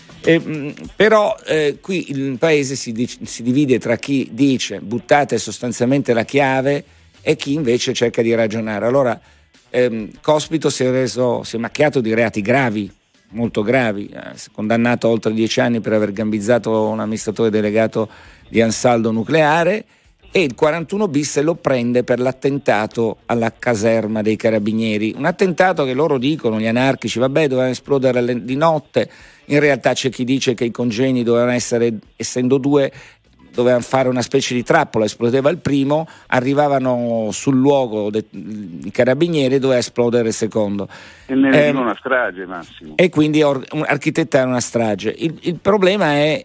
Però qui il paese si divide tra chi dice buttate sostanzialmente la chiave e chi invece cerca di ragionare. Allora Cospito si è macchiato di reati gravi, molto gravi, condannato a oltre 10 anni per aver gambizzato un amministratore delegato di Ansaldo Nucleare, e il 41 bis lo prende per l'attentato alla caserma dei Carabinieri, un attentato che loro dicono, gli anarchici, doveva esplodere di notte. In realtà c'è chi dice che i congegni dovevano essere, essendo due, dovevano fare una specie di trappola, esplodeva il primo, arrivavano sul luogo i Carabinieri e doveva esplodere il secondo. E ne veniva una strage, Massimo. E quindi architettare una strage. Il problema è,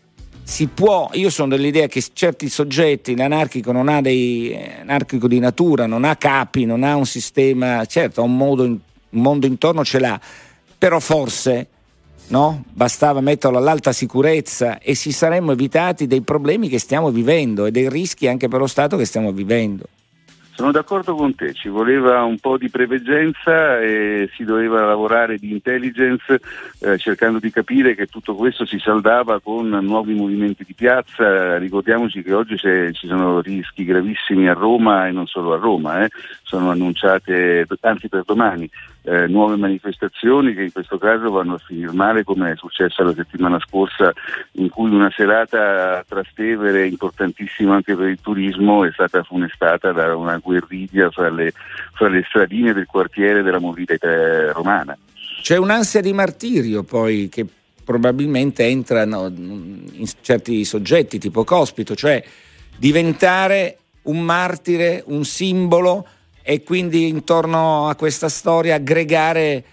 io sono dell'idea che certi soggetti, l'anarchico non ha anarchico di natura, non ha capi, non ha un sistema, certo ha un mondo intorno ce l'ha, però forse no? Bastava metterlo all'alta sicurezza e si saremmo evitati dei problemi che stiamo vivendo e dei rischi anche per lo Stato che stiamo vivendo. Sono d'accordo con te, ci voleva un po' di preveggenza e si doveva lavorare di intelligence, cercando di capire che tutto questo si saldava con nuovi movimenti di piazza. Ricordiamoci che oggi ci sono rischi gravissimi a Roma e non solo a Roma, sono annunciate, anzi per domani, nuove manifestazioni che in questo caso vanno a finire male, come è successo la settimana scorsa, in cui una serata a Trastevere, importantissima anche per il turismo, è stata funestata da una guerriglia fra le stradine del quartiere della mobilità romana. C'è un'ansia di martirio poi che probabilmente entra in certi soggetti tipo Cospito, cioè diventare un martire, un simbolo, e quindi intorno a questa storia aggregare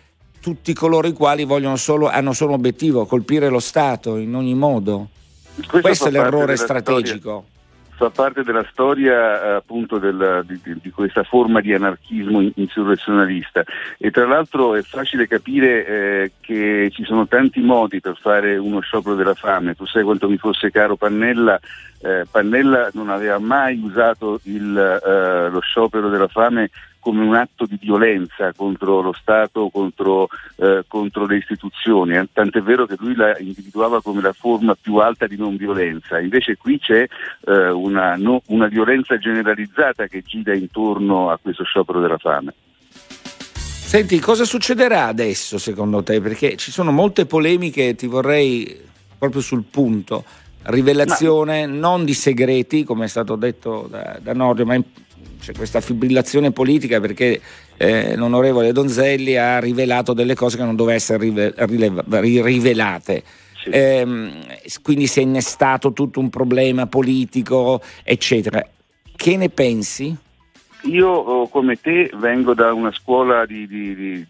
tutti coloro i quali hanno solo obiettivo colpire lo Stato in ogni modo. Questo è l'errore strategico. Fa parte della storia appunto di questa forma di anarchismo insurrezionalista, e tra l'altro è facile capire che ci sono tanti modi per fare uno sciopero della fame. Tu sai quanto mi fosse caro Pannella. Pannella non aveva mai usato lo sciopero della fame come un atto di violenza contro lo Stato, contro le istituzioni, tant'è vero che lui la individuava come la forma più alta di non violenza. Invece qui c'è una violenza generalizzata che gira intorno a questo sciopero della fame. Senti, cosa succederà adesso secondo te? Perché ci sono molte polemiche, ti vorrei proprio sul punto. Rivelazione non di segreti, come è stato detto da Nordio, ma c'è questa fibrillazione politica perché l'onorevole Donzelli ha rivelato delle cose che non dovevano essere rivelate. Sì. Quindi si è innestato tutto un problema politico, eccetera. Che ne pensi? Io, come te, vengo da una scuola di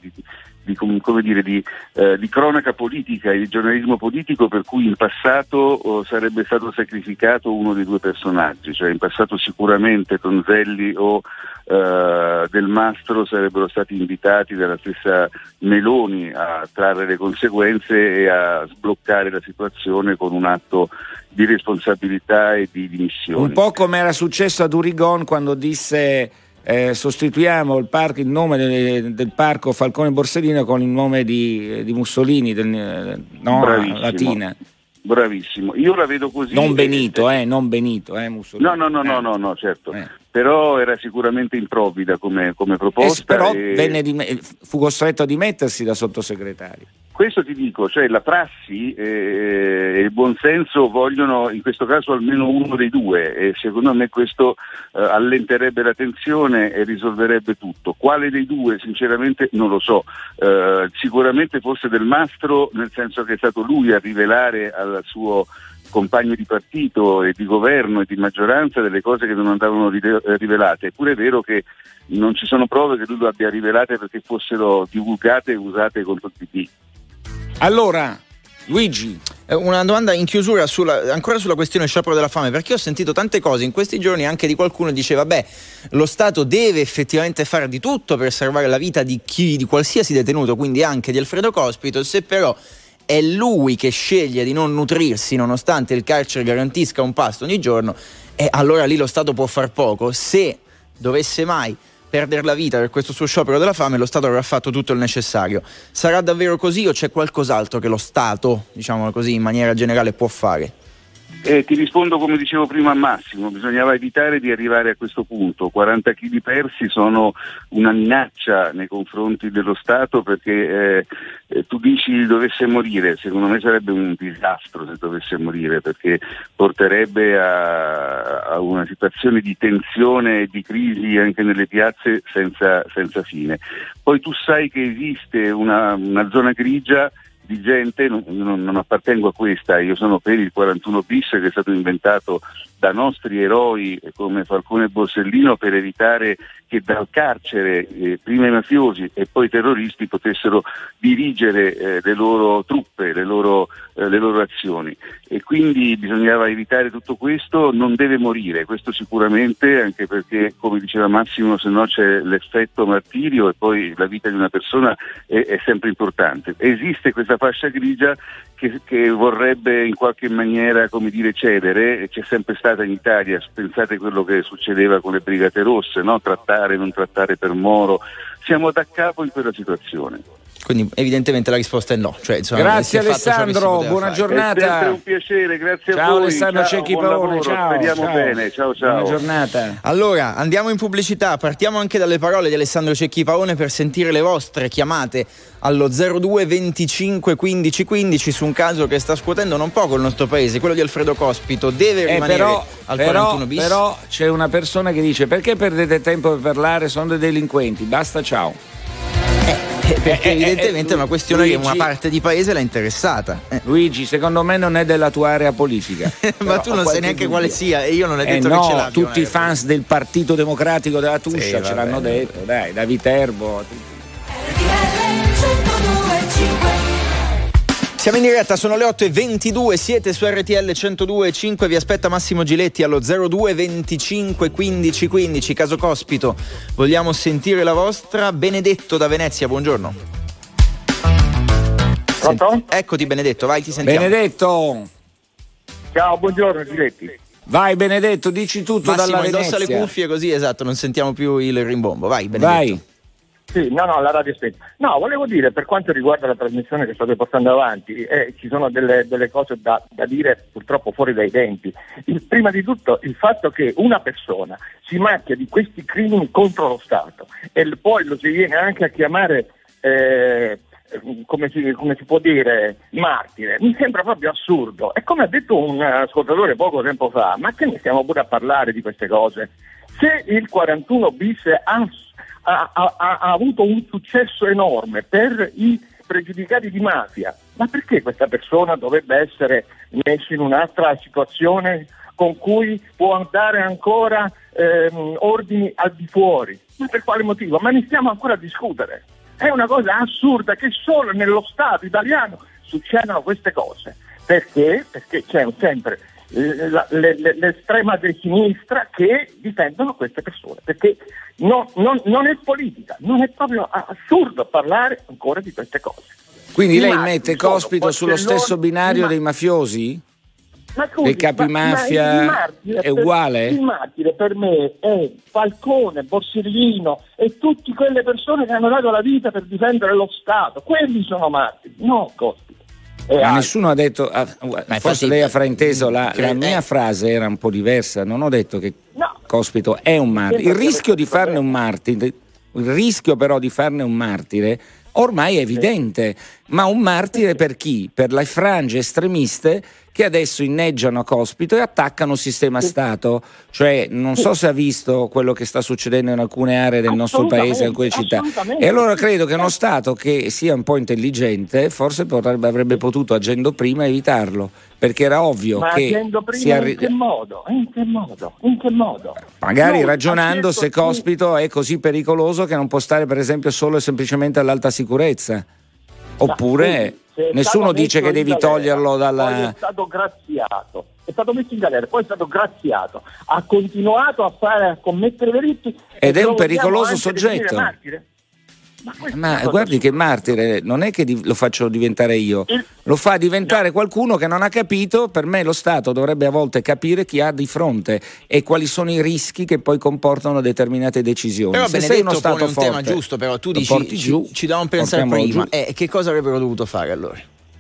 cronaca politica e di giornalismo politico, per cui in passato sarebbe stato sacrificato uno dei due personaggi, cioè in passato sicuramente Donzelli o Del Mastro sarebbero stati invitati dalla stessa Meloni a trarre le conseguenze e a sbloccare la situazione con un atto di responsabilità e di dimissioni. Un po' come era successo ad Urigon quando disse sostituiamo il nome del parco Falcone Borsellino con il nome di Mussolini, Latina. Bravissimo, io la vedo così. Non Benito, Mussolini. No, certo. Però era sicuramente improvvida come proposta. Però fu costretto a dimettersi da sottosegretario. Questo ti dico, cioè la prassi e il buonsenso vogliono in questo caso almeno uno dei due, e secondo me questo allenterebbe la tensione e risolverebbe tutto. Quale dei due sinceramente non lo so, sicuramente forse Del Mastro, nel senso che è stato lui a rivelare al suo compagno di partito e di governo e di maggioranza delle cose che non andavano rivelate. Eppure è vero che non ci sono prove che lui lo abbia rivelate perché fossero divulgate e usate contro il PD. Allora, Luigi, una domanda in chiusura ancora sulla questione sciopero della fame, perché ho sentito tante cose in questi giorni anche di qualcuno che diceva lo Stato deve effettivamente fare di tutto per salvare la vita di qualsiasi detenuto, quindi anche di Alfredo Cospito, se però è lui che sceglie di non nutrirsi nonostante il carcere garantisca un pasto ogni giorno, e allora lì lo Stato può far poco. Se dovesse mai perdere la vita per questo suo sciopero della fame, lo Stato avrà fatto tutto il necessario. Sarà davvero così o c'è qualcos'altro che lo Stato, diciamolo così, in maniera generale può fare? Ti rispondo come dicevo prima a Massimo, bisognava evitare di arrivare a questo punto. 40 kg persi sono una minaccia nei confronti dello Stato, perché tu dici dovesse morire, secondo me sarebbe un disastro se dovesse morire, perché porterebbe a una situazione di tensione e di crisi anche nelle piazze senza fine. Poi tu sai che esiste una zona grigia di gente, non appartengo a questa, io sono per il 41 bis che è stato inventato da nostri eroi come Falcone e Borsellino per evitare che dal carcere prima i mafiosi e poi i terroristi potessero dirigere le loro truppe, le loro azioni, e quindi bisognava evitare tutto questo. Non deve morire, questo sicuramente, anche perché come diceva Massimo, se no c'è l'effetto martirio e poi la vita di una persona è sempre importante. Esiste questa fascia grigia che vorrebbe in qualche maniera, come dire, cedere, e c'è sempre stata in Italia. Pensate quello che succedeva con le Brigate Rosse, no? Trattare, non trattare per Moro. Siamo da capo in quella situazione. Quindi evidentemente la risposta è no. Cioè, insomma, grazie Alessandro, buona giornata. È sempre un piacere, grazie ciao, a voi. Alessandro Cecchi Paone, ciao. Speriamo bene, ciao. Buona giornata. Allora, andiamo in pubblicità, partiamo anche dalle parole di Alessandro Cecchi Paone per sentire le vostre chiamate allo 02 25 15 15 su un caso che sta scuotendo non poco il nostro paese, quello di Alfredo Cospito. Deve rimanere al 41 bis. Però c'è una persona che dice: perché perdete tempo per parlare, sono dei delinquenti, basta, ciao. Perché evidentemente è una questione Luigi, che una parte di paese l'ha interessata. Luigi, secondo me non è della tua area politica. Ma tu non sai neanche quale sia, e io non è detto che ce l'abbia. Tutti i fans del Partito Democratico della Tuscia ce l'hanno detto, dai, da Viterbo. Siamo in diretta, sono le 8:22, siete su RTL 102.5, vi aspetta Massimo Giletti allo 02 25 15 15, caso Cospito, vogliamo sentire la vostra. Benedetto da Venezia, buongiorno. Pronto? Eccoti Benedetto, vai, ti sentiamo. Benedetto! Ciao, buongiorno Giletti. Vai Benedetto, dici tutto Massimo, dalla indossa Venezia. le cuffie così, esatto, non sentiamo più il rimbombo. Vai Benedetto. Vai. Sì, no, la radio è spenta. No, volevo dire, per quanto riguarda la trasmissione che state portando avanti, ci sono delle cose da dire purtroppo fuori dai denti. Prima di tutto il fatto che una persona si macchia di questi crimini contro lo Stato e poi lo si viene anche a chiamare, come si può dire, martire, mi sembra proprio assurdo. E come ha detto un ascoltatore poco tempo fa, ma che ne stiamo pure a parlare di queste cose? Se il 41 bis ha avuto un successo enorme per i pregiudicati di mafia, ma perché questa persona dovrebbe essere messa in un'altra situazione con cui può andare ancora ordini al di fuori? Ma per quale motivo? Ma ne stiamo ancora a discutere. È una cosa assurda che solo nello Stato italiano succedono queste cose. Perché? Perché c'è sempre l'estrema sinistra che difendono queste persone, perché non è politica, non è proprio assurdo parlare ancora di queste cose. Quindi lei mette Cospito sullo stesso binario dei mafiosi? Ma scusi, dei capi mafia è uguale? Il martire per me è Falcone, Borsellino e tutte quelle persone che hanno dato la vita per difendere lo Stato, quelli sono martiri, no Cospito. Ma nessuno ha detto, forse lei ha frainteso, la mia frase era un po' diversa, non ho detto che Cospito è un martire. Il rischio di farne un martire, il rischio però di farne un martire ormai è evidente, ma un martire per chi? Per le frange estremiste che adesso inneggiano a Cospito e attaccano il sistema Stato. Cioè, non so se ha visto quello che sta succedendo in alcune aree del nostro paese, in alcune città. E allora credo che uno Stato che sia un po' intelligente forse avrebbe potuto, agendo prima, evitarlo, perché era ovvio che agendo prima in che modo? In che modo? Magari ragionando se Cospito è così pericoloso che non può stare, per esempio, solo e semplicemente all'alta sicurezza. Oppure nessuno dice che devi toglierlo dalla... Poi è stato graziato, è stato messo in galera, poi è stato graziato, ha continuato a commettere delitti ed è un pericoloso soggetto. Ma guardi che martire non è che lo faccio diventare io, lo fa diventare qualcuno che non ha capito. Per me lo Stato dovrebbe a volte capire chi ha di fronte e quali sono i rischi che poi comportano determinate decisioni. Però se Benedetto sei uno Stato pone un forte, tema giusto, però tu dici ci davamo pensare portiamolo prima, che cosa avrebbero dovuto fare allora?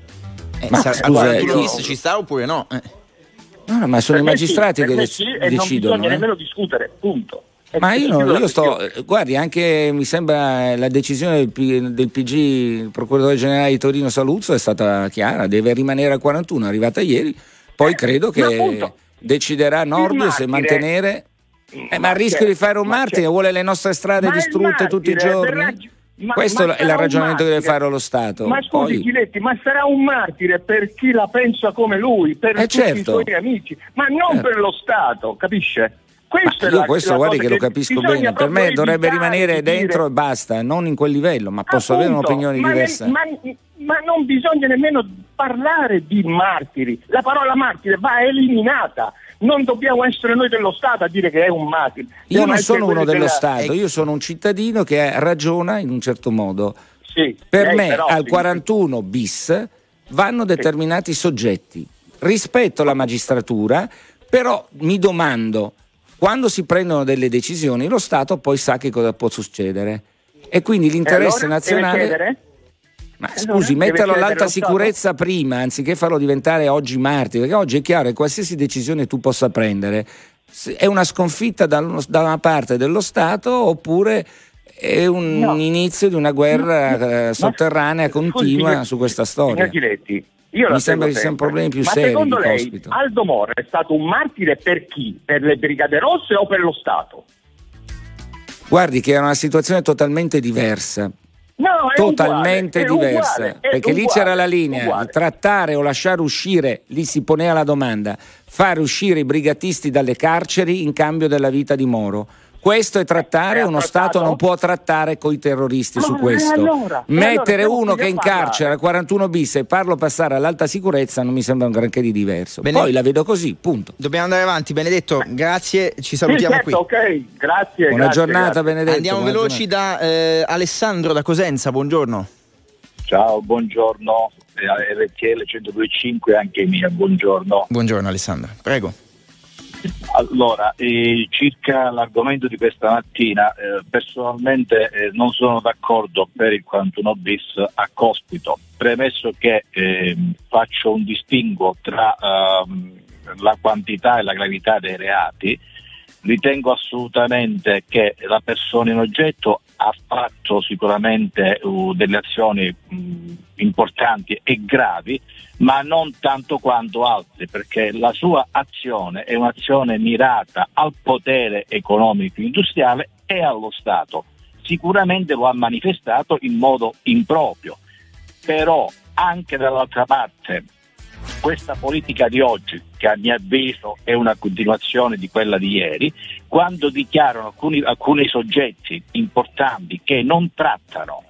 Ma scusa, ci sta oppure no? No, ma sono i magistrati che decidono. E non bisogna nemmeno discutere, punto. Ma io sto, guardi, anche mi sembra la decisione del PG, il procuratore generale di Torino Saluzzo, è stata chiara, deve rimanere al 41, è arrivata ieri, poi credo che deciderà Nordio se mantenere, ma a rischio di fare un martire, vuole le nostre strade distrutte tutti i giorni. Questo è il ragionamento che deve fare lo Stato. Ma scusi Giletti, ma sarà un martire per chi la pensa come lui, per tutti i suoi amici, ma non per lo Stato, capisce? Io questo guardi che lo capisco bene, per me dovrebbe rimanere dentro e basta, non in quel livello, ma posso avere un'opinione diversa. Ma non bisogna nemmeno parlare di martiri, la parola martire va eliminata, non dobbiamo essere noi dello Stato a dire che è un martire. Io non sono uno dello Stato, io sono un cittadino che ragiona in un certo modo. Sì, per me al 41 bis vanno determinati soggetti, rispetto alla magistratura, però mi domando, quando si prendono delle decisioni, lo Stato poi sa che cosa può succedere. E quindi l'interesse nazionale... Ma scusi, metterlo all'alta sicurezza prima, anziché farlo diventare oggi martire, perché oggi è chiaro che qualsiasi decisione tu possa prendere è una sconfitta da una parte dello Stato oppure è un inizio di una guerra sotterranea continua su questa storia. Mi sembra che siano problemi più seri. Secondo di lei Cospito. Aldo Moro è stato un martire per chi? Per le Brigate Rosse o per lo Stato? Guardi che era una situazione totalmente diversa. No, è totalmente uguale, diversa, uguale, perché lì c'era la linea di trattare o lasciare uscire, lì si poneva la domanda, fare uscire i brigatisti dalle carceri in cambio della vita di Moro. Questo è trattare, uno Stato non può trattare coi terroristi su questo. Mettere uno che è in carcere a 41 bis e farlo passare all'alta sicurezza non mi sembra un granché di diverso. Poi la vedo così, punto. Dobbiamo andare avanti, Benedetto, grazie, ci salutiamo qui. Ok, grazie. Buona giornata, Benedetto. Andiamo veloci da Alessandro da Cosenza, buongiorno. Ciao, buongiorno, RTL 102.5 anche mia, buongiorno. Buongiorno Alessandro, prego. Allora, circa l'argomento di questa mattina, personalmente non sono d'accordo per il 41 bis a Cospito, premesso che faccio un distinguo tra la quantità e la gravità dei reati. Ritengo assolutamente che la persona in oggetto ha fatto sicuramente delle azioni importanti e gravi, ma non tanto quanto altre, perché la sua azione è un'azione mirata al potere economico industriale e allo Stato. Sicuramente lo ha manifestato in modo improprio, però anche dall'altra parte questa politica di oggi, che a mio avviso è una continuazione di quella di ieri, quando dichiarano alcuni soggetti importanti che non trattano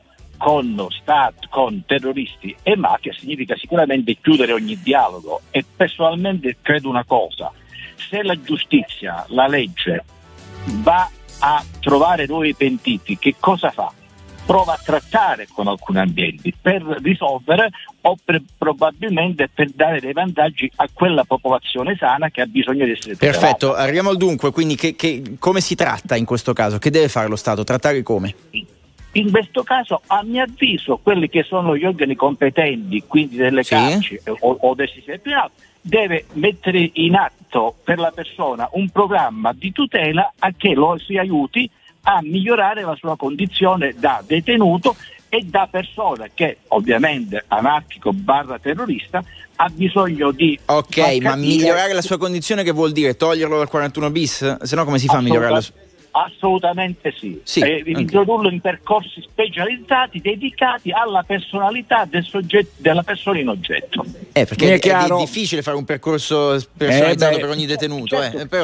con terroristi e mafia, significa sicuramente chiudere ogni dialogo. E personalmente credo una cosa: se la giustizia, la legge va a trovare nuovi pentiti, che cosa fa? Prova a trattare con alcuni ambienti per risolvere o probabilmente per dare dei vantaggi a quella popolazione sana che ha bisogno di essere tutelata. Perfetto, arriviamo al dunque, quindi come si tratta in questo caso? Che deve fare lo Stato? Trattare come? In questo caso, a mio avviso, quelli che sono gli organi competenti, quindi delle carceri o del sistema penale, deve mettere in atto per la persona un programma di tutela a che lo si aiuti a migliorare la sua condizione da detenuto e da persona che ovviamente anarchico / terrorista ha bisogno di... Ok, ma migliorare la sua condizione che vuol dire? Toglierlo dal 41 bis? Se no come si fa a migliorare la sua... Assolutamente sì, introdurlo in percorsi specializzati dedicati alla personalità del soggetto, della persona in oggetto. Perché è difficile fare un percorso personalizzato per ogni detenuto.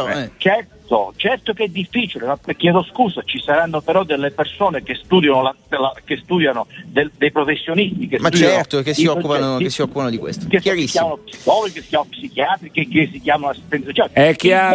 Certo che è difficile, ma chiedo scusa, ci saranno però delle persone che studiano dei professionisti che si occupano di questo. Che si chiamano psicologi, che si chiamano psichiatri, che si chiamano assistenti sociali. È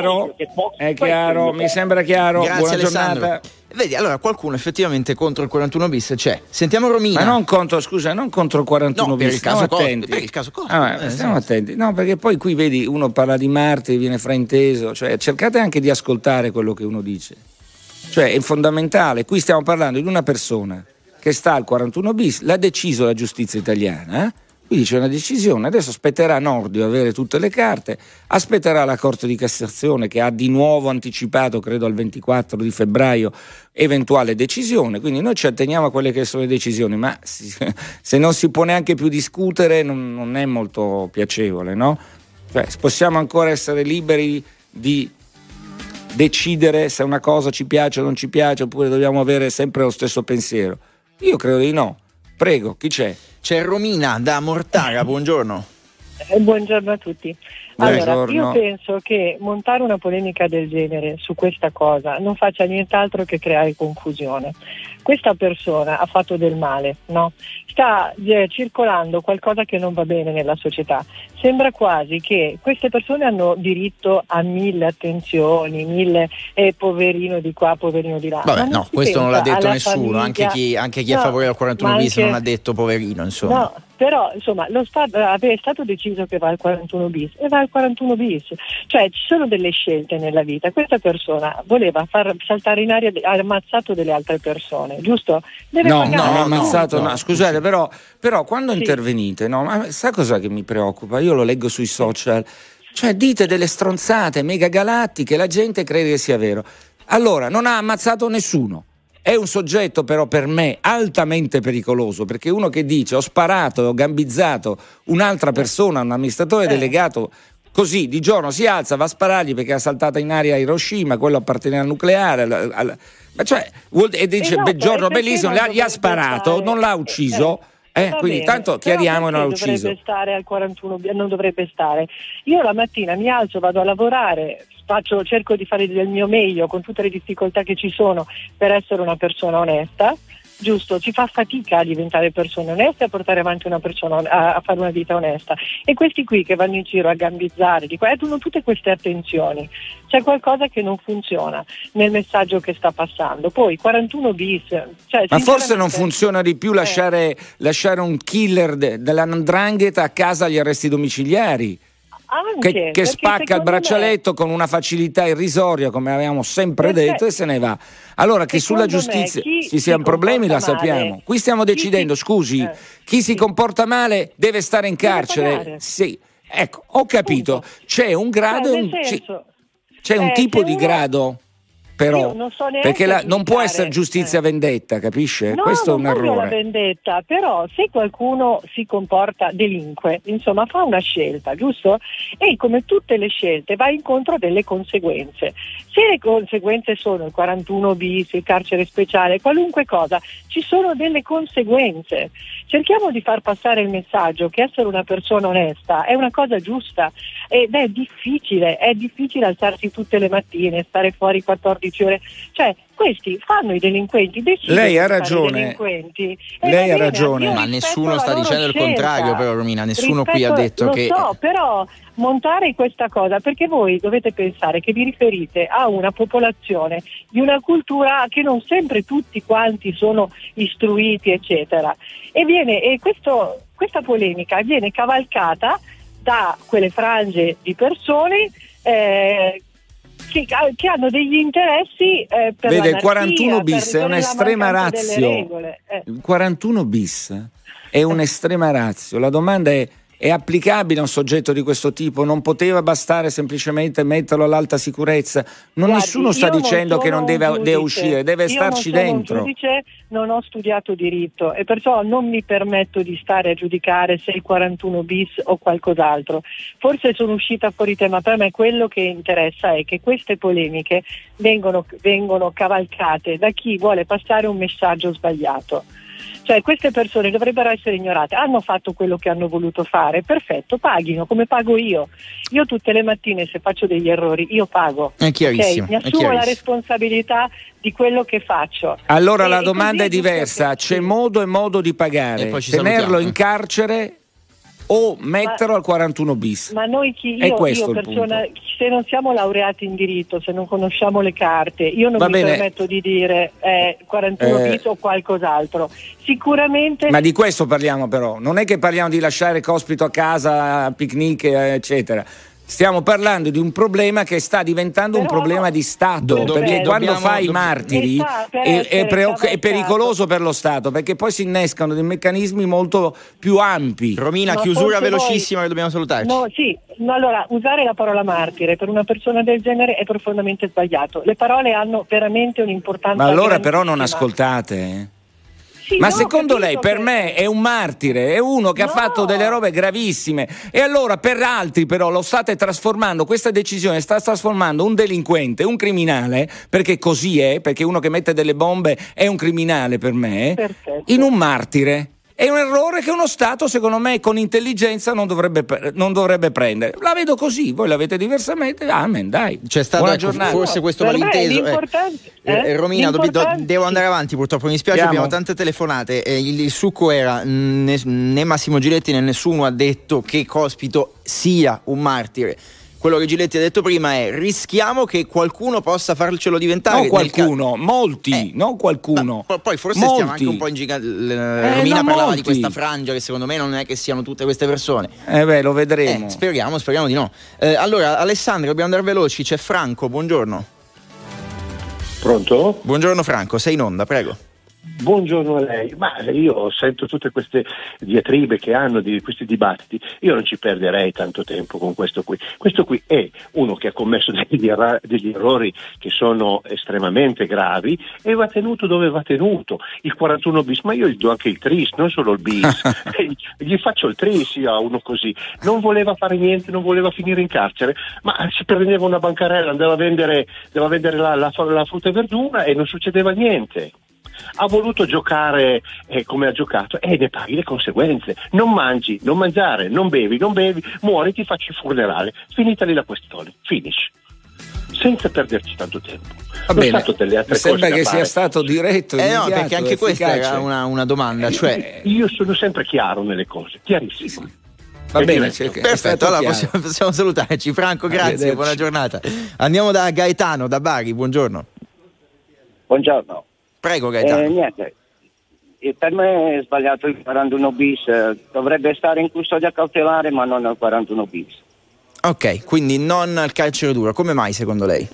chiaro, mi sembra chiaro. Grazie, buona Alessandro. giornata. Vedi, allora qualcuno effettivamente contro il 41 bis c'è. Sentiamo Romina. Ma non contro il 41 bis. Per il caso Cospito. Stiamo attenti. No, perché poi qui vedi, uno parla di Marte, viene frainteso. Cioè, cercate anche di ascoltare quello che uno dice. Cioè, è fondamentale. Qui stiamo parlando di una persona che sta al 41 bis, l'ha deciso la giustizia italiana, Quindi c'è una decisione, adesso aspetterà Nordio avere tutte le carte, aspetterà la Corte di Cassazione che ha di nuovo anticipato, credo al 24 di febbraio, eventuale decisione, quindi noi ci atteniamo a quelle che sono le decisioni, ma se non si può neanche più discutere non è molto piacevole, no? Cioè, possiamo ancora essere liberi di decidere se una cosa ci piace o non ci piace, oppure dobbiamo avere sempre lo stesso pensiero? Io credo di no. Prego, chi c'è? C'è Romina da Mortara, buongiorno. Buongiorno a tutti. Allora, io penso che montare una polemica del genere su questa cosa non faccia nient'altro che creare confusione. Questa persona ha fatto del male, no? Sta circolando qualcosa che non va bene nella società. Sembra quasi che queste persone hanno diritto a 1000 attenzioni, 1000 poverino di qua, poverino di là. Vabbè, no, questo non l'ha detto nessuno, anche chi è a favore del 41 bis non ha detto poverino, insomma. No, però insomma è stato deciso che va al 41 bis e va al 41 bis. Cioè ci sono delle scelte nella vita. Questa persona voleva far saltare in aria, ha ammazzato delle altre persone, giusto? No, scusate, però quando intervenite, no, ma sa cosa che mi preoccupa? Io lo leggo sui social, cioè dite delle stronzate mega galattiche, la gente crede che sia vero. Allora, non ha ammazzato nessuno. È un soggetto però per me altamente pericoloso, perché uno che dice ho sparato, ho gambizzato un'altra persona, un amministratore delegato, così di giorno si alza, va a sparargli perché ha saltato in aria Hiroshima, quello appartiene al nucleare, ma cioè, e dice giorno bellissimo, gli ha sparato, non l'ha ucciso. Quindi bene, tanto chiariamo, non l'ha ucciso. Dovrebbe stare al 41, non dovrebbe stare. Io la mattina mi alzo, vado a lavorare, cerco di fare del mio meglio con tutte le difficoltà che ci sono per essere una persona onesta. Giusto, ci fa fatica a diventare persone oneste, a portare avanti una persona, a fare una vita onesta. E questi qui che vanno in giro a gambizzare, hanno tutte queste attenzioni. C'è qualcosa che non funziona nel messaggio che sta passando. Poi 41 bis. Ma forse non funziona di più lasciare un killer della 'ndrangheta a casa agli arresti domiciliari. Che spacca il braccialetto con una facilità irrisoria, come avevamo sempre detto, e se ne va. Allora, che sulla giustizia ci siano problemi la sappiamo. Qui stiamo decidendo, chi si comporta male deve stare in carcere. Sì, ecco, ho capito. C'è un grado, c'è un tipo di grado. Però, perché non può essere giustizia vendetta, capisce? No, questo è un non errore. La vendetta, però se qualcuno si comporta, delinque, insomma fa una scelta, giusto? E come tutte le scelte va incontro a delle conseguenze. Se le conseguenze sono il 41 bis, il carcere speciale, qualunque cosa, ci sono delle conseguenze. Cerchiamo di far passare il messaggio che essere una persona onesta è una cosa giusta ed è difficile alzarsi tutte le mattine, stare fuori 14 ore, cioè questi fanno i delinquenti, decidono. Lei ha di fare ragione. i delinquenti. Lei ha ragione. Ma nessuno sta dicendo il contrario, però, Romina, nessuno qui ha detto che... Lo so, però montare questa cosa, perché voi dovete pensare che vi riferite a una popolazione di una cultura che non sempre tutti quanti sono istruiti, eccetera. E questa polemica viene cavalcata da quelle frange di persone che hanno degli interessi per Vede, il l'anarchia, 41 bis per è un'estrema ratio. Il 41 bis è un'estrema ratio. La domanda è applicabile a un soggetto di questo tipo? Non poteva bastare semplicemente metterlo all'alta sicurezza? Nessuno sta dicendo che non deve uscire, deve starci dentro. Io non sono un giudice, non ho studiato diritto e perciò non mi permetto di stare a giudicare se il 41 bis o qualcos'altro. Forse sono uscita fuori tema, per me quello che interessa è che queste polemiche vengono cavalcate da chi vuole passare un messaggio sbagliato. Cioè queste persone dovrebbero essere ignorate, hanno fatto quello che hanno voluto fare, perfetto, paghino come pago io. Io tutte le mattine, se faccio degli errori, io pago. È chiarissimo. Okay? Mi assumo la responsabilità di quello che faccio. Allora la domanda è diversa, c'è modo e modo di pagare, tenerlo in carcere o metterlo al 41 bis. Ma noi io persona, se non siamo laureati in diritto, se non conosciamo le carte, io non permetto di dire 41 bis o qualcos'altro. Sicuramente. Ma di questo parliamo, però non è che parliamo di lasciare Cospito a casa, picnic, eccetera. Stiamo parlando di un problema che sta diventando un problema di Stato, perché quando fai i martiri è pericoloso per lo Stato, perché poi si innescano dei meccanismi molto più ampi. Romina, chiusura velocissima che dobbiamo salutarci. Allora, usare la parola martire per una persona del genere è profondamente sbagliato. Le parole hanno veramente un'importanza. Ma allora però non ascoltate, Sì, ma secondo lei per me è un martire, è uno che ha fatto delle robe gravissime, e allora per altri però lo state trasformando, questa decisione sta trasformando un delinquente, un criminale, perché così è, perché uno che mette delle bombe è un criminale per me, in un martire. È un errore che uno Stato, secondo me, con intelligenza non dovrebbe prendere. La vedo così, voi la vedete diversamente. Amen, dai. C'è stato forse questo malinteso. Romina, devo andare avanti, purtroppo mi spiace, abbiamo tante telefonate. Il succo era né Massimo Giletti né nessuno ha detto che Cospito sia un martire. Quello che Giletti ha detto prima è: rischiamo che qualcuno possa farcelo diventare. Non qualcuno, molti, non qualcuno. Poi forse stiamo anche un po' in Romina parlava di questa frangia che secondo me non è che siano tutte queste persone. Lo vedremo. Speriamo di no. Allora, Alessandro, dobbiamo andare veloci. C'è Franco, buongiorno. Pronto? Buongiorno Franco, sei in onda, prego. Buongiorno a lei, ma io sento tutte queste diatribe che hanno di questi dibattiti, io non ci perderei tanto tempo con questo qui. Questo qui è uno che ha commesso degli errori che sono estremamente gravi e va tenuto dove va tenuto. Il 41 bis, ma io gli do anche il tris, non solo il bis, gli faccio il tris io a uno così. Non voleva fare niente, non voleva finire in carcere, ma si prendeva una bancarella, andava a vendere la frutta e verdura e non succedeva niente. Ha voluto giocare come ha giocato e ne paghi le conseguenze. Non mangi, non mangiare, non bevi, muori, ti faccio il funerale. Finita lì la questione, finish. senza perderci tanto tempo. Va bene, mi sembra che sia stato diretto. No, perché anche questa era una domanda. Cioè... Io sono sempre chiaro nelle cose, chiarissimo. Va bene, perfetto, allora possiamo salutarci. Franco, grazie, buona giornata. Andiamo da Gaetano, da Bari, buongiorno. Buongiorno. Prego Gaetano. Niente, per me è sbagliato il 41 bis, dovrebbe stare in custodia cautelare ma non al 41 bis. Ok, quindi non al carcere duro, come mai secondo lei?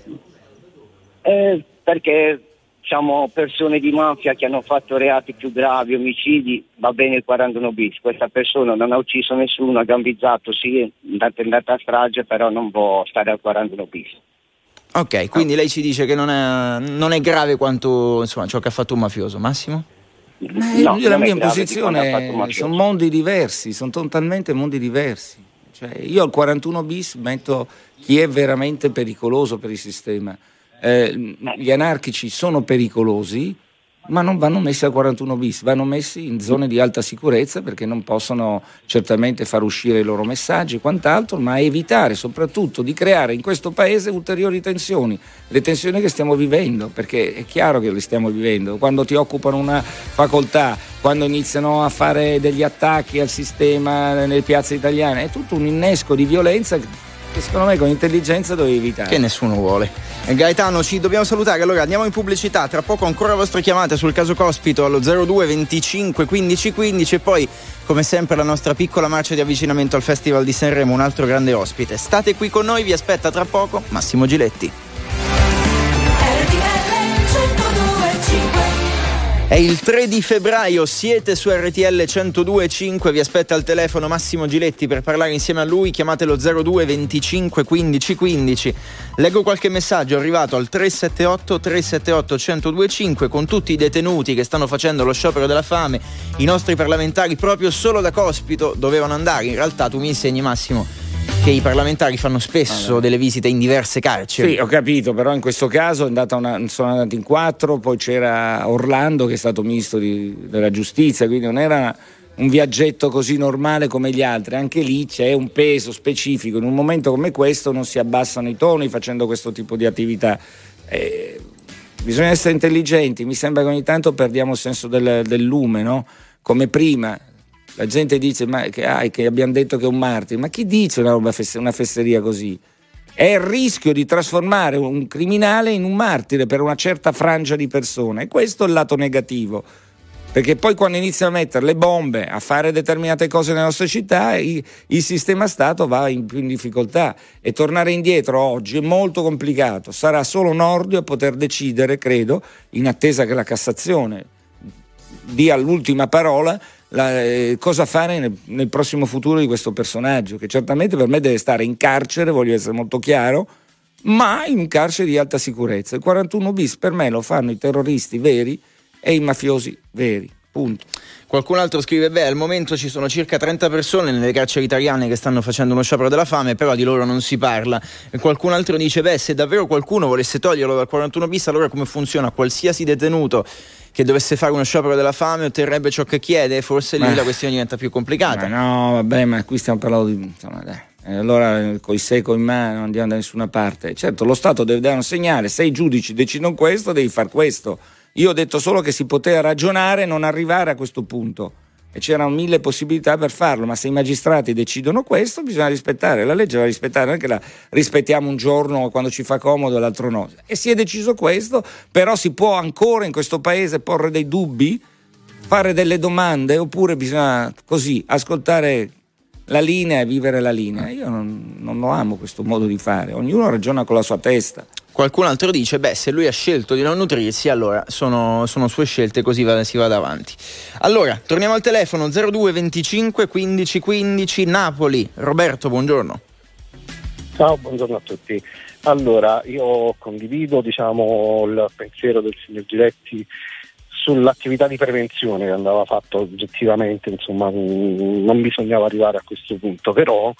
Perché diciamo persone di mafia che hanno fatto reati più gravi, omicidi, va bene il 41 bis, questa persona non ha ucciso nessuno, ha gambizzato, sì, è andata a strage, però non può stare al 41 bis. Ok, quindi lei ci dice che non è grave quanto insomma ciò che ha fatto un mafioso, Massimo? No, la mia posizione sono mondi diversi, sono totalmente mondi diversi. Cioè, io al 41 bis metto chi è veramente pericoloso per il sistema. Gli anarchici sono pericolosi, ma non vanno messi al 41 bis, vanno messi in zone di alta sicurezza perché non possono certamente far uscire i loro messaggi e quant'altro, ma evitare soprattutto di creare in questo paese ulteriori tensioni, le tensioni che stiamo vivendo, perché è chiaro che le stiamo vivendo, quando ti occupano una facoltà, quando iniziano a fare degli attacchi al sistema nelle piazze italiane, è tutto un innesco di violenza che secondo me con intelligenza dovevi evitare. Che nessuno vuole. Gaetano, ci dobbiamo salutare, allora andiamo in pubblicità, tra poco ancora vostre chiamate sul caso Cospito allo 02 25 15 15 e poi come sempre la nostra piccola marcia di avvicinamento al Festival di Sanremo, un altro grande ospite. State qui con noi, vi aspetta tra poco Massimo Giletti. È il 3 di febbraio, siete su RTL 102.5, vi aspetta al telefono Massimo Giletti per parlare insieme a lui, chiamatelo 02 25 15 15. Leggo qualche messaggio arrivato al 378 102.5 con tutti i detenuti che stanno facendo lo sciopero della fame, i nostri parlamentari proprio solo da Cospito dovevano andare. In realtà tu mi insegni, Massimo, che i parlamentari fanno spesso delle visite in diverse carceri. Sì, ho capito, però in questo caso sono andati in 4, poi c'era Orlando che è stato ministro della giustizia, quindi non era un viaggetto così normale come gli altri, anche lì c'è un peso specifico, in un momento come questo non si abbassano i toni facendo questo tipo di attività. Bisogna essere intelligenti, mi sembra che ogni tanto perdiamo il senso del lume, no? Come prima. La gente dice che abbiamo detto che è un martire, ma chi dice una fesseria così? È il rischio di trasformare un criminale in un martire per una certa frangia di persone, e questo è il lato negativo, perché poi quando iniziano a mettere le bombe, a fare determinate cose nelle nostre città, il sistema Stato va più in difficoltà, e tornare indietro oggi è molto complicato. Sarà solo Nordio a poter decidere, credo, in attesa che la Cassazione dia l'ultima parola, cosa fare nel prossimo futuro di questo personaggio, che certamente per me deve stare in carcere, voglio essere molto chiaro, ma in un carcere di alta sicurezza. Il 41 bis per me lo fanno i terroristi veri e i mafiosi veri, punto. Qualcun altro scrive: al momento ci sono circa 30 persone nelle carceri italiane che stanno facendo uno sciopero della fame, però di loro non si parla. E qualcun altro dice: se davvero qualcuno volesse toglierlo dal 41 bis, allora come funziona? Qualsiasi detenuto che dovesse fare uno sciopero della fame otterrebbe ciò che chiede, forse lì la questione diventa più complicata. No, vabbè, ma qui stiamo parlando di... Insomma, dai. Allora coi secco in mano non andiamo da nessuna parte. Certo, lo Stato deve dare un segnale: se i giudici decidono questo, devi far questo. Io ho detto solo che si poteva ragionare e non arrivare a questo punto, e c'erano 1000 possibilità per farlo, ma se i magistrati decidono questo bisogna rispettare la legge, va rispettare, non è che la rispettiamo un giorno quando ci fa comodo e l'altro no, e si è deciso questo. Però si può ancora in questo paese porre dei dubbi, fare delle domande, oppure bisogna così ascoltare la linea e vivere la linea. Io non lo amo questo modo di fare, ognuno ragiona con la sua testa. Qualcun altro dice: se lui ha scelto di non nutrirsi, allora sono sue scelte, così si va avanti. Allora, torniamo al telefono 02 25 15 15 Napoli. Roberto, buongiorno. Ciao, buongiorno a tutti. Allora, io condivido il pensiero del signor Giletti sull'attività di prevenzione che andava fatto oggettivamente, insomma, non bisognava arrivare a questo punto, però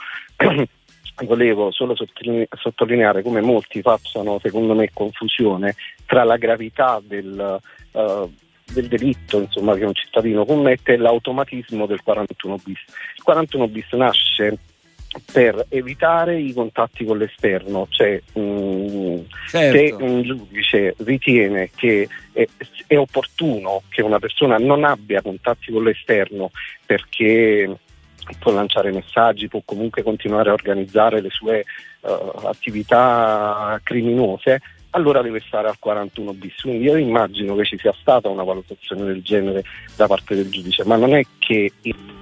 volevo solo sottolineare come molti facciano, secondo me, confusione tra la gravità del delitto, insomma, che un cittadino commette e l'automatismo del 41 bis. Il 41 bis nasce per evitare i contatti con l'esterno, cioè se un giudice ritiene che è opportuno che una persona non abbia contatti con l'esterno perché può lanciare messaggi, può comunque continuare a organizzare le sue attività criminose, allora deve stare al 41 bis. Quindi io immagino che ci sia stata una valutazione del genere da parte del giudice, ma non è che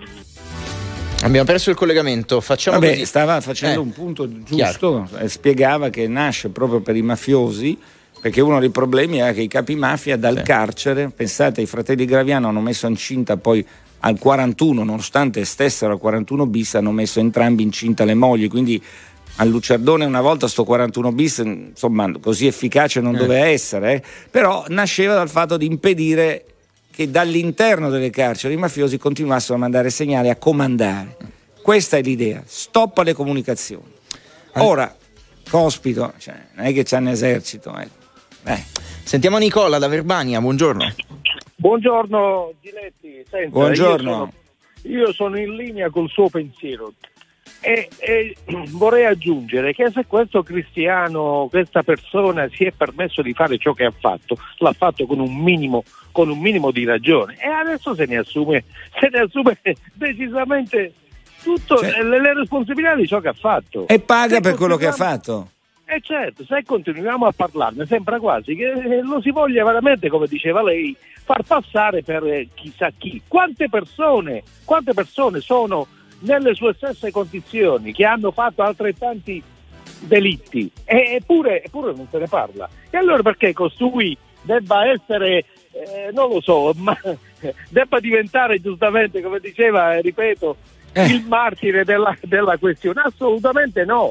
abbiamo perso il collegamento, facciamo così. Stava facendo un punto giusto, spiegava che nasce proprio per i mafiosi, perché uno dei problemi è che i capi mafia dal carcere, pensate, i fratelli Graviano hanno messo incinta poi al 41, nonostante stessero al 41 bis, hanno messo entrambi incinta le mogli, quindi a Lucerdone una volta sto 41 bis, insomma, così efficace non doveva essere, però nasceva dal fatto di impedire che dall'interno delle carceri i mafiosi continuassero a mandare segnali, a comandare. Questa è l'idea, stop alle comunicazioni. Ora, Cospito, non è che c'è un esercito. Sentiamo Nicola da Verbania, buongiorno. Buongiorno Giletti. Senta, buongiorno. Io sono in linea col suo pensiero e vorrei aggiungere che se questo cristiano, questa persona si è permesso di fare ciò che ha fatto, l'ha fatto con un minimo di ragione, e adesso se ne assume decisamente tutto, le responsabilità di ciò che ha fatto e paga per quello che ha fatto. E certo, se continuiamo a parlarne sembra quasi che lo si voglia veramente, come diceva lei, far passare per chissà chi. Quante persone sono nelle sue stesse condizioni, che hanno fatto altrettanti delitti, eppure non se ne parla. E allora perché costui debba essere non lo so, ma debba diventare giustamente, come diceva, ripeto, il martire della questione? Assolutamente no.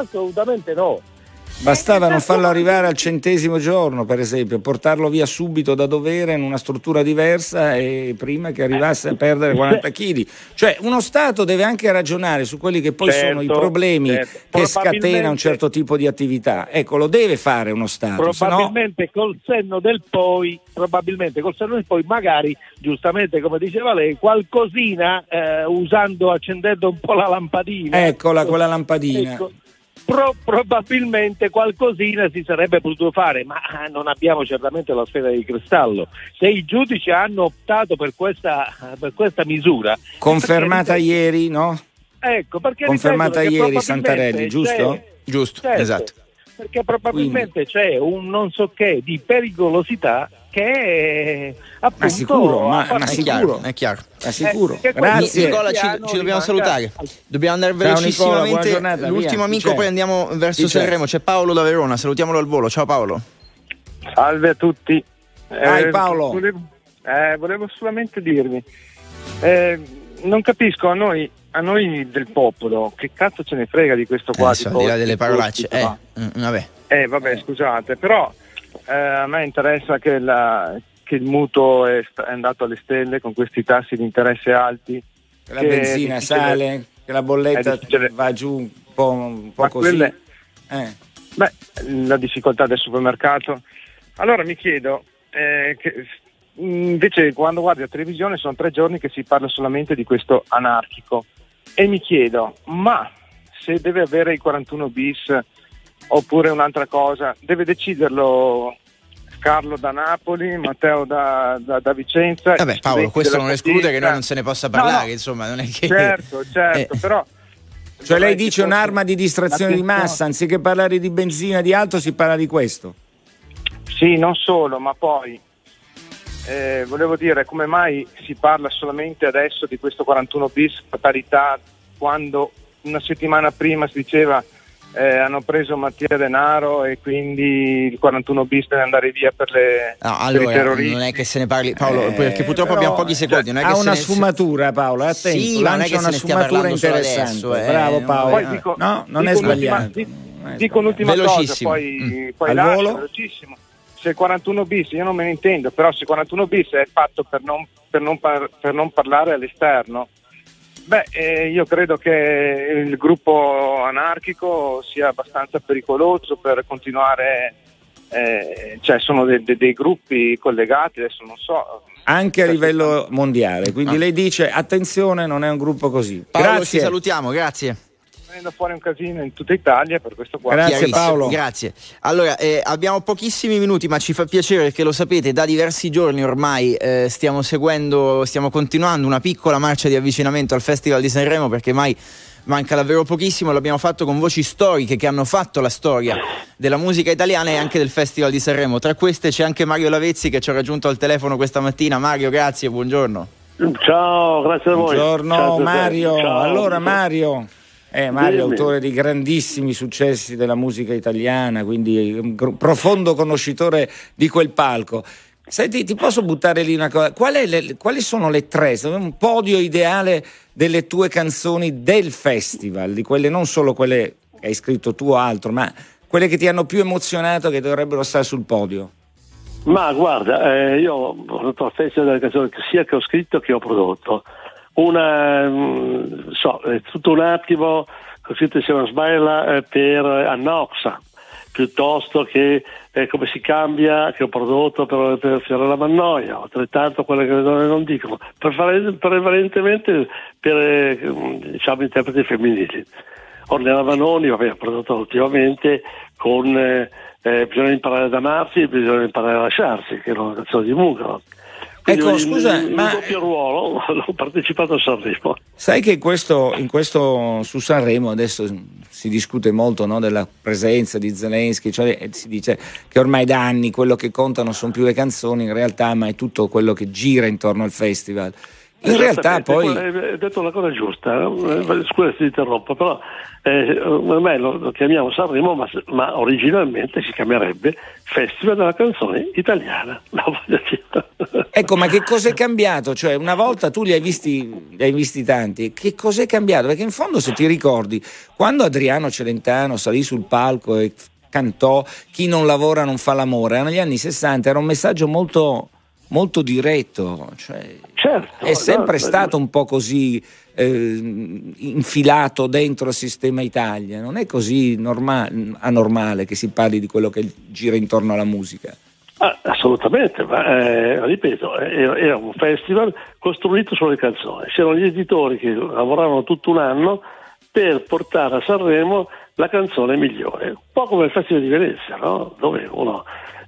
Bastava non farlo arrivare al 100° giorno, per esempio, portarlo via subito da dovere in una struttura diversa e prima che arrivasse a perdere 40 kg. Cioè uno Stato deve anche ragionare su quelli che poi sono i problemi che scatena un certo tipo di attività. Ecco, lo deve fare uno Stato. Probabilmente col senno del poi, magari, giustamente come diceva lei, qualcosina, accendendo un po' la lampadina. Eccola, quella lampadina. Ecco. Probabilmente qualcosina si sarebbe potuto fare, ma non abbiamo certamente la sfera di cristallo. Se i giudici hanno optato per questa misura, confermata ieri, no? Ecco, perché confermata ieri Santarelli, giusto? Giusto, certo, esatto. Perché probabilmente c'è un non so che di pericolosità che è appunto è chiaro. Grazie Nicola, ci dobbiamo salutare, dobbiamo andare velocissimamente. Nicola, l'ultimo amico, poi andiamo verso Sanremo. C'è Paolo da Verona, salutiamolo al volo. Ciao Paolo. Salve a tutti. Paolo. Volevo solamente dirvi, non capisco, a noi del popolo che cazzo ce ne frega di questo qua, al di là delle parolacce. Vabbè, scusate, però a me interessa che il mutuo è andato alle stelle con questi tassi di interesse alti, che la benzina sale, che la bolletta va giù un po' così. La difficoltà del supermercato. Allora mi chiedo, che invece quando guardi la televisione sono 3 giorni che si parla solamente di questo anarchico, e mi chiedo, ma se deve avere i 41 bis oppure un'altra cosa, deve deciderlo Carlo da Napoli, Matteo da Vicenza. Vabbè, Paolo, questo non esclude che noi non se ne possa parlare, insomma, non è che... Certo, però... Cioè lei dice un'arma di distrazione di massa, anziché parlare di benzina, di altro, si parla di questo? Sì, non solo, ma poi volevo dire, come mai si parla solamente adesso di questo 41 bis per parità, quando una settimana prima si diceva hanno preso Mattia Denaro e quindi il 41 bis deve andare via per i terroristi. Non è che se ne parli, Paolo, perché purtroppo abbiamo pochi secondi. Non è che ha una sfumatura, Paolo, attento, sì, ma non è che una sfumatura interessante. Bravo Paolo. Poi non è sbagliato. Dico un'un'ultima cosa, poi lascio velocissimo. Se il 41 bis, io non me ne intendo, però se il 41 bis è fatto per non parlare all'esterno, io credo che il gruppo anarchico sia abbastanza pericoloso per continuare, sono dei gruppi collegati, adesso non so. Anche a livello mondiale, quindi lei dice attenzione, non è un gruppo così. Paolo, Grazie. ci salutiamo, grazie. venendo fuori un casino in tutta Italia per questo qua. Grazie Paolo. Grazie. Allora, abbiamo pochissimi minuti, ma ci fa piacere perché lo sapete, da diversi giorni ormai stiamo continuando una piccola marcia di avvicinamento al Festival di Sanremo, perché mai manca davvero pochissimo. L'abbiamo fatto con voci storiche che hanno fatto la storia della musica italiana e anche del Festival di Sanremo. Tra queste c'è anche Mario Lavezzi, che ci ha raggiunto al telefono questa mattina. Mario, grazie, buongiorno. Ciao, grazie a voi. Buongiorno. Ciao, Mario. Ciao. Allora Mario è autore di grandissimi successi della musica italiana, quindi un profondo conoscitore di quel palco. Senti, ti posso buttare lì una cosa? Quali sono le tre, un podio ideale delle tue canzoni del festival, di quelle, non solo quelle che hai scritto tu o altro, ma quelle che ti hanno più emozionato, che dovrebbero stare sul podio? Ma guarda, io ho fatto il festival delle canzoni sia che ho scritto che ho prodotto. È tutto un attimo, ho scritto Se non sbaglio per Annoxa, piuttosto che come si cambia, che ho prodotto per Fiorella Mannoia, altrettanto quelle che le donne non dicono, prevalentemente per interpreti femminili. Ornella Vanoni, ho prodotto ultimamente con Bisogna imparare ad amarsi e bisogna imparare a lasciarsi, che è una canzone di Mugaro. Ecco, scusa, ma doppio ruolo, ho partecipato a Sanremo. Sai che in questo su Sanremo adesso si discute molto, no, della presenza di Zelensky, cioè si dice che ormai da anni quello che conta non sono più le canzoni in realtà, ma è tutto quello che gira intorno al festival. In realtà poi hai detto la cosa giusta, scusa se ti interrompo, però ormai lo chiamiamo Sanremo, ma originalmente si chiamerebbe Festival della canzone italiana. Ecco, ma che cos'è cambiato? Cioè, una volta tu li hai visti tanti, che cos'è cambiato? Perché in fondo, se ti ricordi, quando Adriano Celentano salì sul palco e cantò Chi non lavora non fa l'amore, negli anni 60 era un messaggio molto molto diretto, cioè certo, è sempre stato un po' così infilato dentro il sistema Italia, non è così anormale che si parli di quello che gira intorno alla musica. Assolutamente, ma ripeto, era un festival costruito sulle canzoni, c'erano gli editori che lavoravano tutto un anno per portare a Sanremo la canzone migliore, un po' come il Festival di Venezia, no? Dove uno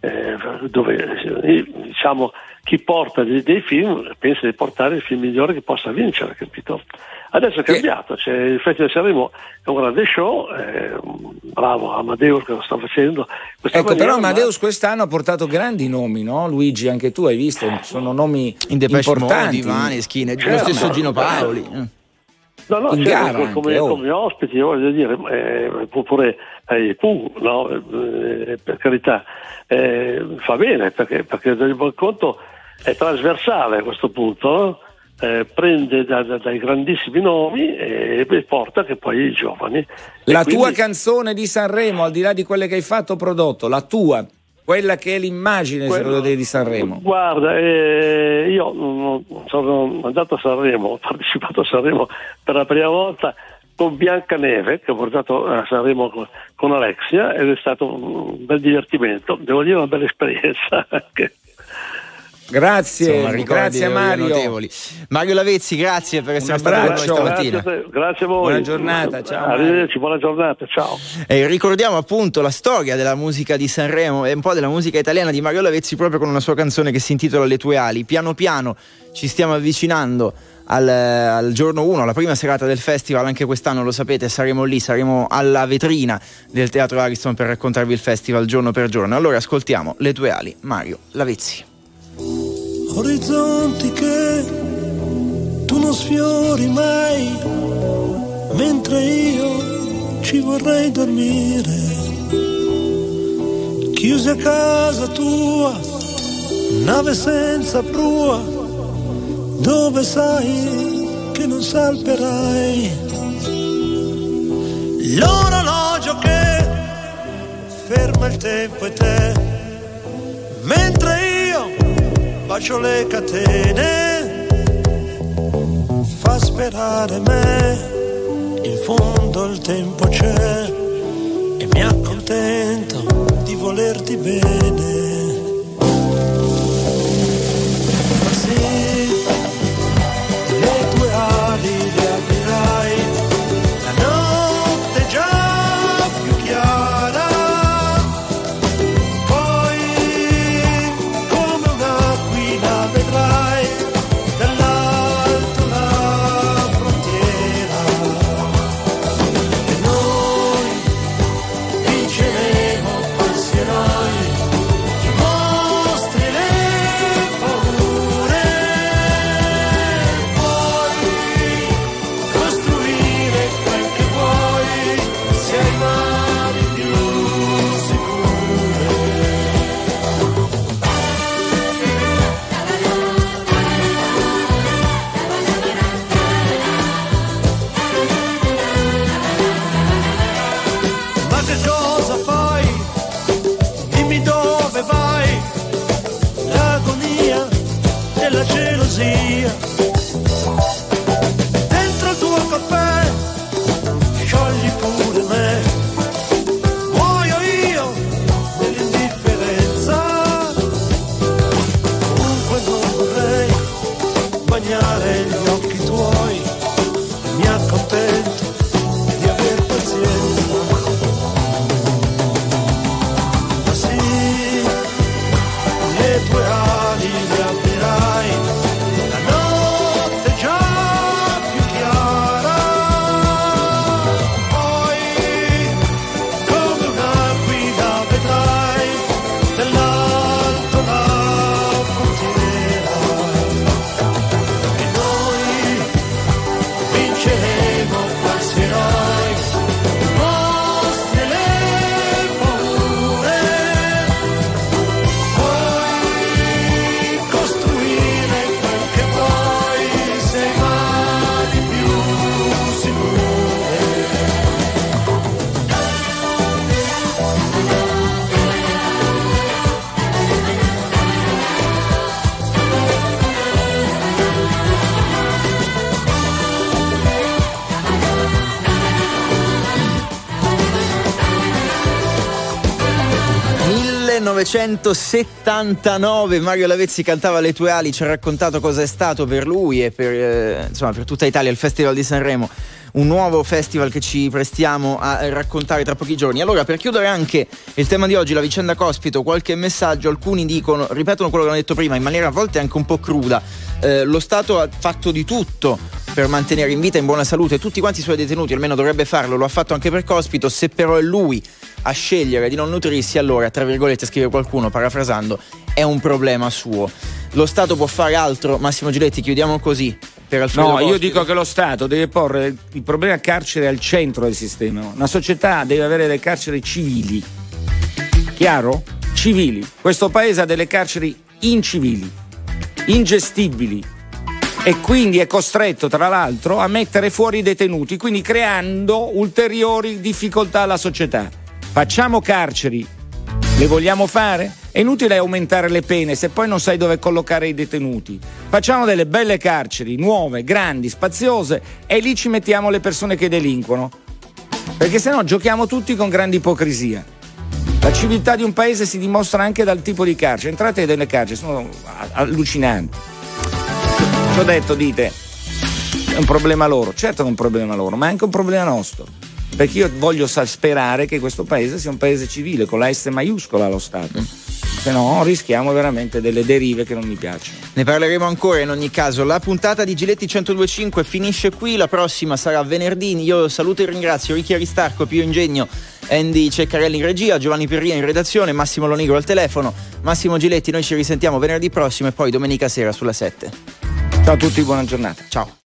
diciamo chi porta dei film pensa di portare il film migliore che possa vincere, capito? Adesso è cambiato, c'è il Festival di Sanremo, è un grande show, bravo Amadeus che lo sta facendo. Ecco, però Amadeus quest'anno ha portato grandi nomi, no? Luigi, anche tu hai visto, sono nomi importanti. Maneskin, lo stesso Gino Paoli. No, in gara come ospiti, voglio dire, pure Pooh, no? Per carità, fa bene perché il conto è trasversale a questo punto, no? Prende dai grandissimi nomi e porta che poi i giovani. La tua canzone di Sanremo, al di là di quelle che hai fatto prodotto, la tua, quella che è l'immagine di Sanremo. Guarda, io sono andato a Sanremo, ho partecipato a Sanremo per la prima volta con Biancaneve, che ho portato a Sanremo con Alexia, ed è stato un bel divertimento, devo dire una bella esperienza anche. Grazie, grazie Mario. Notevoli. Mario Lavezzi, grazie per essere stato con noi stamattina. Grazie a voi. Buona giornata, ciao. Arrivederci, buona giornata, ciao. E ricordiamo appunto la storia della musica di Sanremo e un po' della musica italiana di Mario Lavezzi proprio con una sua canzone che si intitola Le tue ali. Piano piano ci stiamo avvicinando al giorno 1, alla prima serata del festival. Anche quest'anno, lo sapete, saremo lì, saremo alla vetrina del Teatro Ariston per raccontarvi il festival giorno per giorno. Allora ascoltiamo Le tue ali, Mario Lavezzi. Orizzonti che tu non sfiori mai, mentre io ci vorrei dormire, chiusi a casa tua, nave senza prua, dove sai che non salperai. L'orologio che ferma il tempo e te, mentre io bacio le catene, fa sperare me, in fondo il tempo c'è e mi accontento di volerti bene. Ma sì, le tue ali le aprirai, la 1979 Mario Lavezzi cantava Le tue ali, ci ha raccontato cosa è stato per lui e per tutta Italia il Festival di Sanremo, un nuovo festival che ci prestiamo a raccontare tra pochi giorni. Allora, per chiudere anche il tema di oggi, la vicenda Cospito, qualche messaggio. Alcuni ripetono quello che hanno detto prima in maniera a volte anche un po' cruda. Lo Stato ha fatto di tutto per mantenere in vita e in buona salute tutti quanti i suoi detenuti, almeno dovrebbe farlo, lo ha fatto anche per Cospito. Se però è lui a scegliere di non nutrirsi, allora, tra virgolette, scrive qualcuno parafrasando, è un problema suo. Lo Stato può fare altro? Massimo Giletti, chiudiamo così per Alfredo Cospito. Io dico che lo Stato deve porre il problema carcere al centro del sistema. Una società deve avere delle carceri civili, chiaro? Civili. Questo paese ha delle carceri incivili, ingestibili, e quindi è costretto tra l'altro a mettere fuori i detenuti, quindi creando ulteriori difficoltà alla società. Facciamo carceri, le vogliamo fare? È inutile aumentare le pene se poi non sai dove collocare i detenuti. Facciamo delle belle carceri, nuove, grandi, spaziose, e lì ci mettiamo le persone che delinquono, perché sennò giochiamo tutti con grande ipocrisia. La civiltà di un paese si dimostra anche dal tipo di carcere. Entrate nelle carceri, sono allucinanti. Ci ho detto, dite, è un problema loro. Certo che è un problema loro, ma è anche un problema nostro, perché io voglio sperare che questo paese sia un paese civile, con la S maiuscola allo Stato, se no rischiamo veramente delle derive che non mi piacciono. Ne parleremo ancora in ogni caso. La puntata di Giletti 102.5 finisce qui, la prossima sarà venerdì. Io saluto e ringrazio Ricchi Aristarco, Pio Ingegno, Andy Ceccarelli in regia, Giovanni Perria in redazione, Massimo Lonigro al telefono, Massimo Giletti. Noi ci risentiamo venerdì prossimo e poi domenica sera sulla 7. Ciao a tutti, buona giornata. Ciao.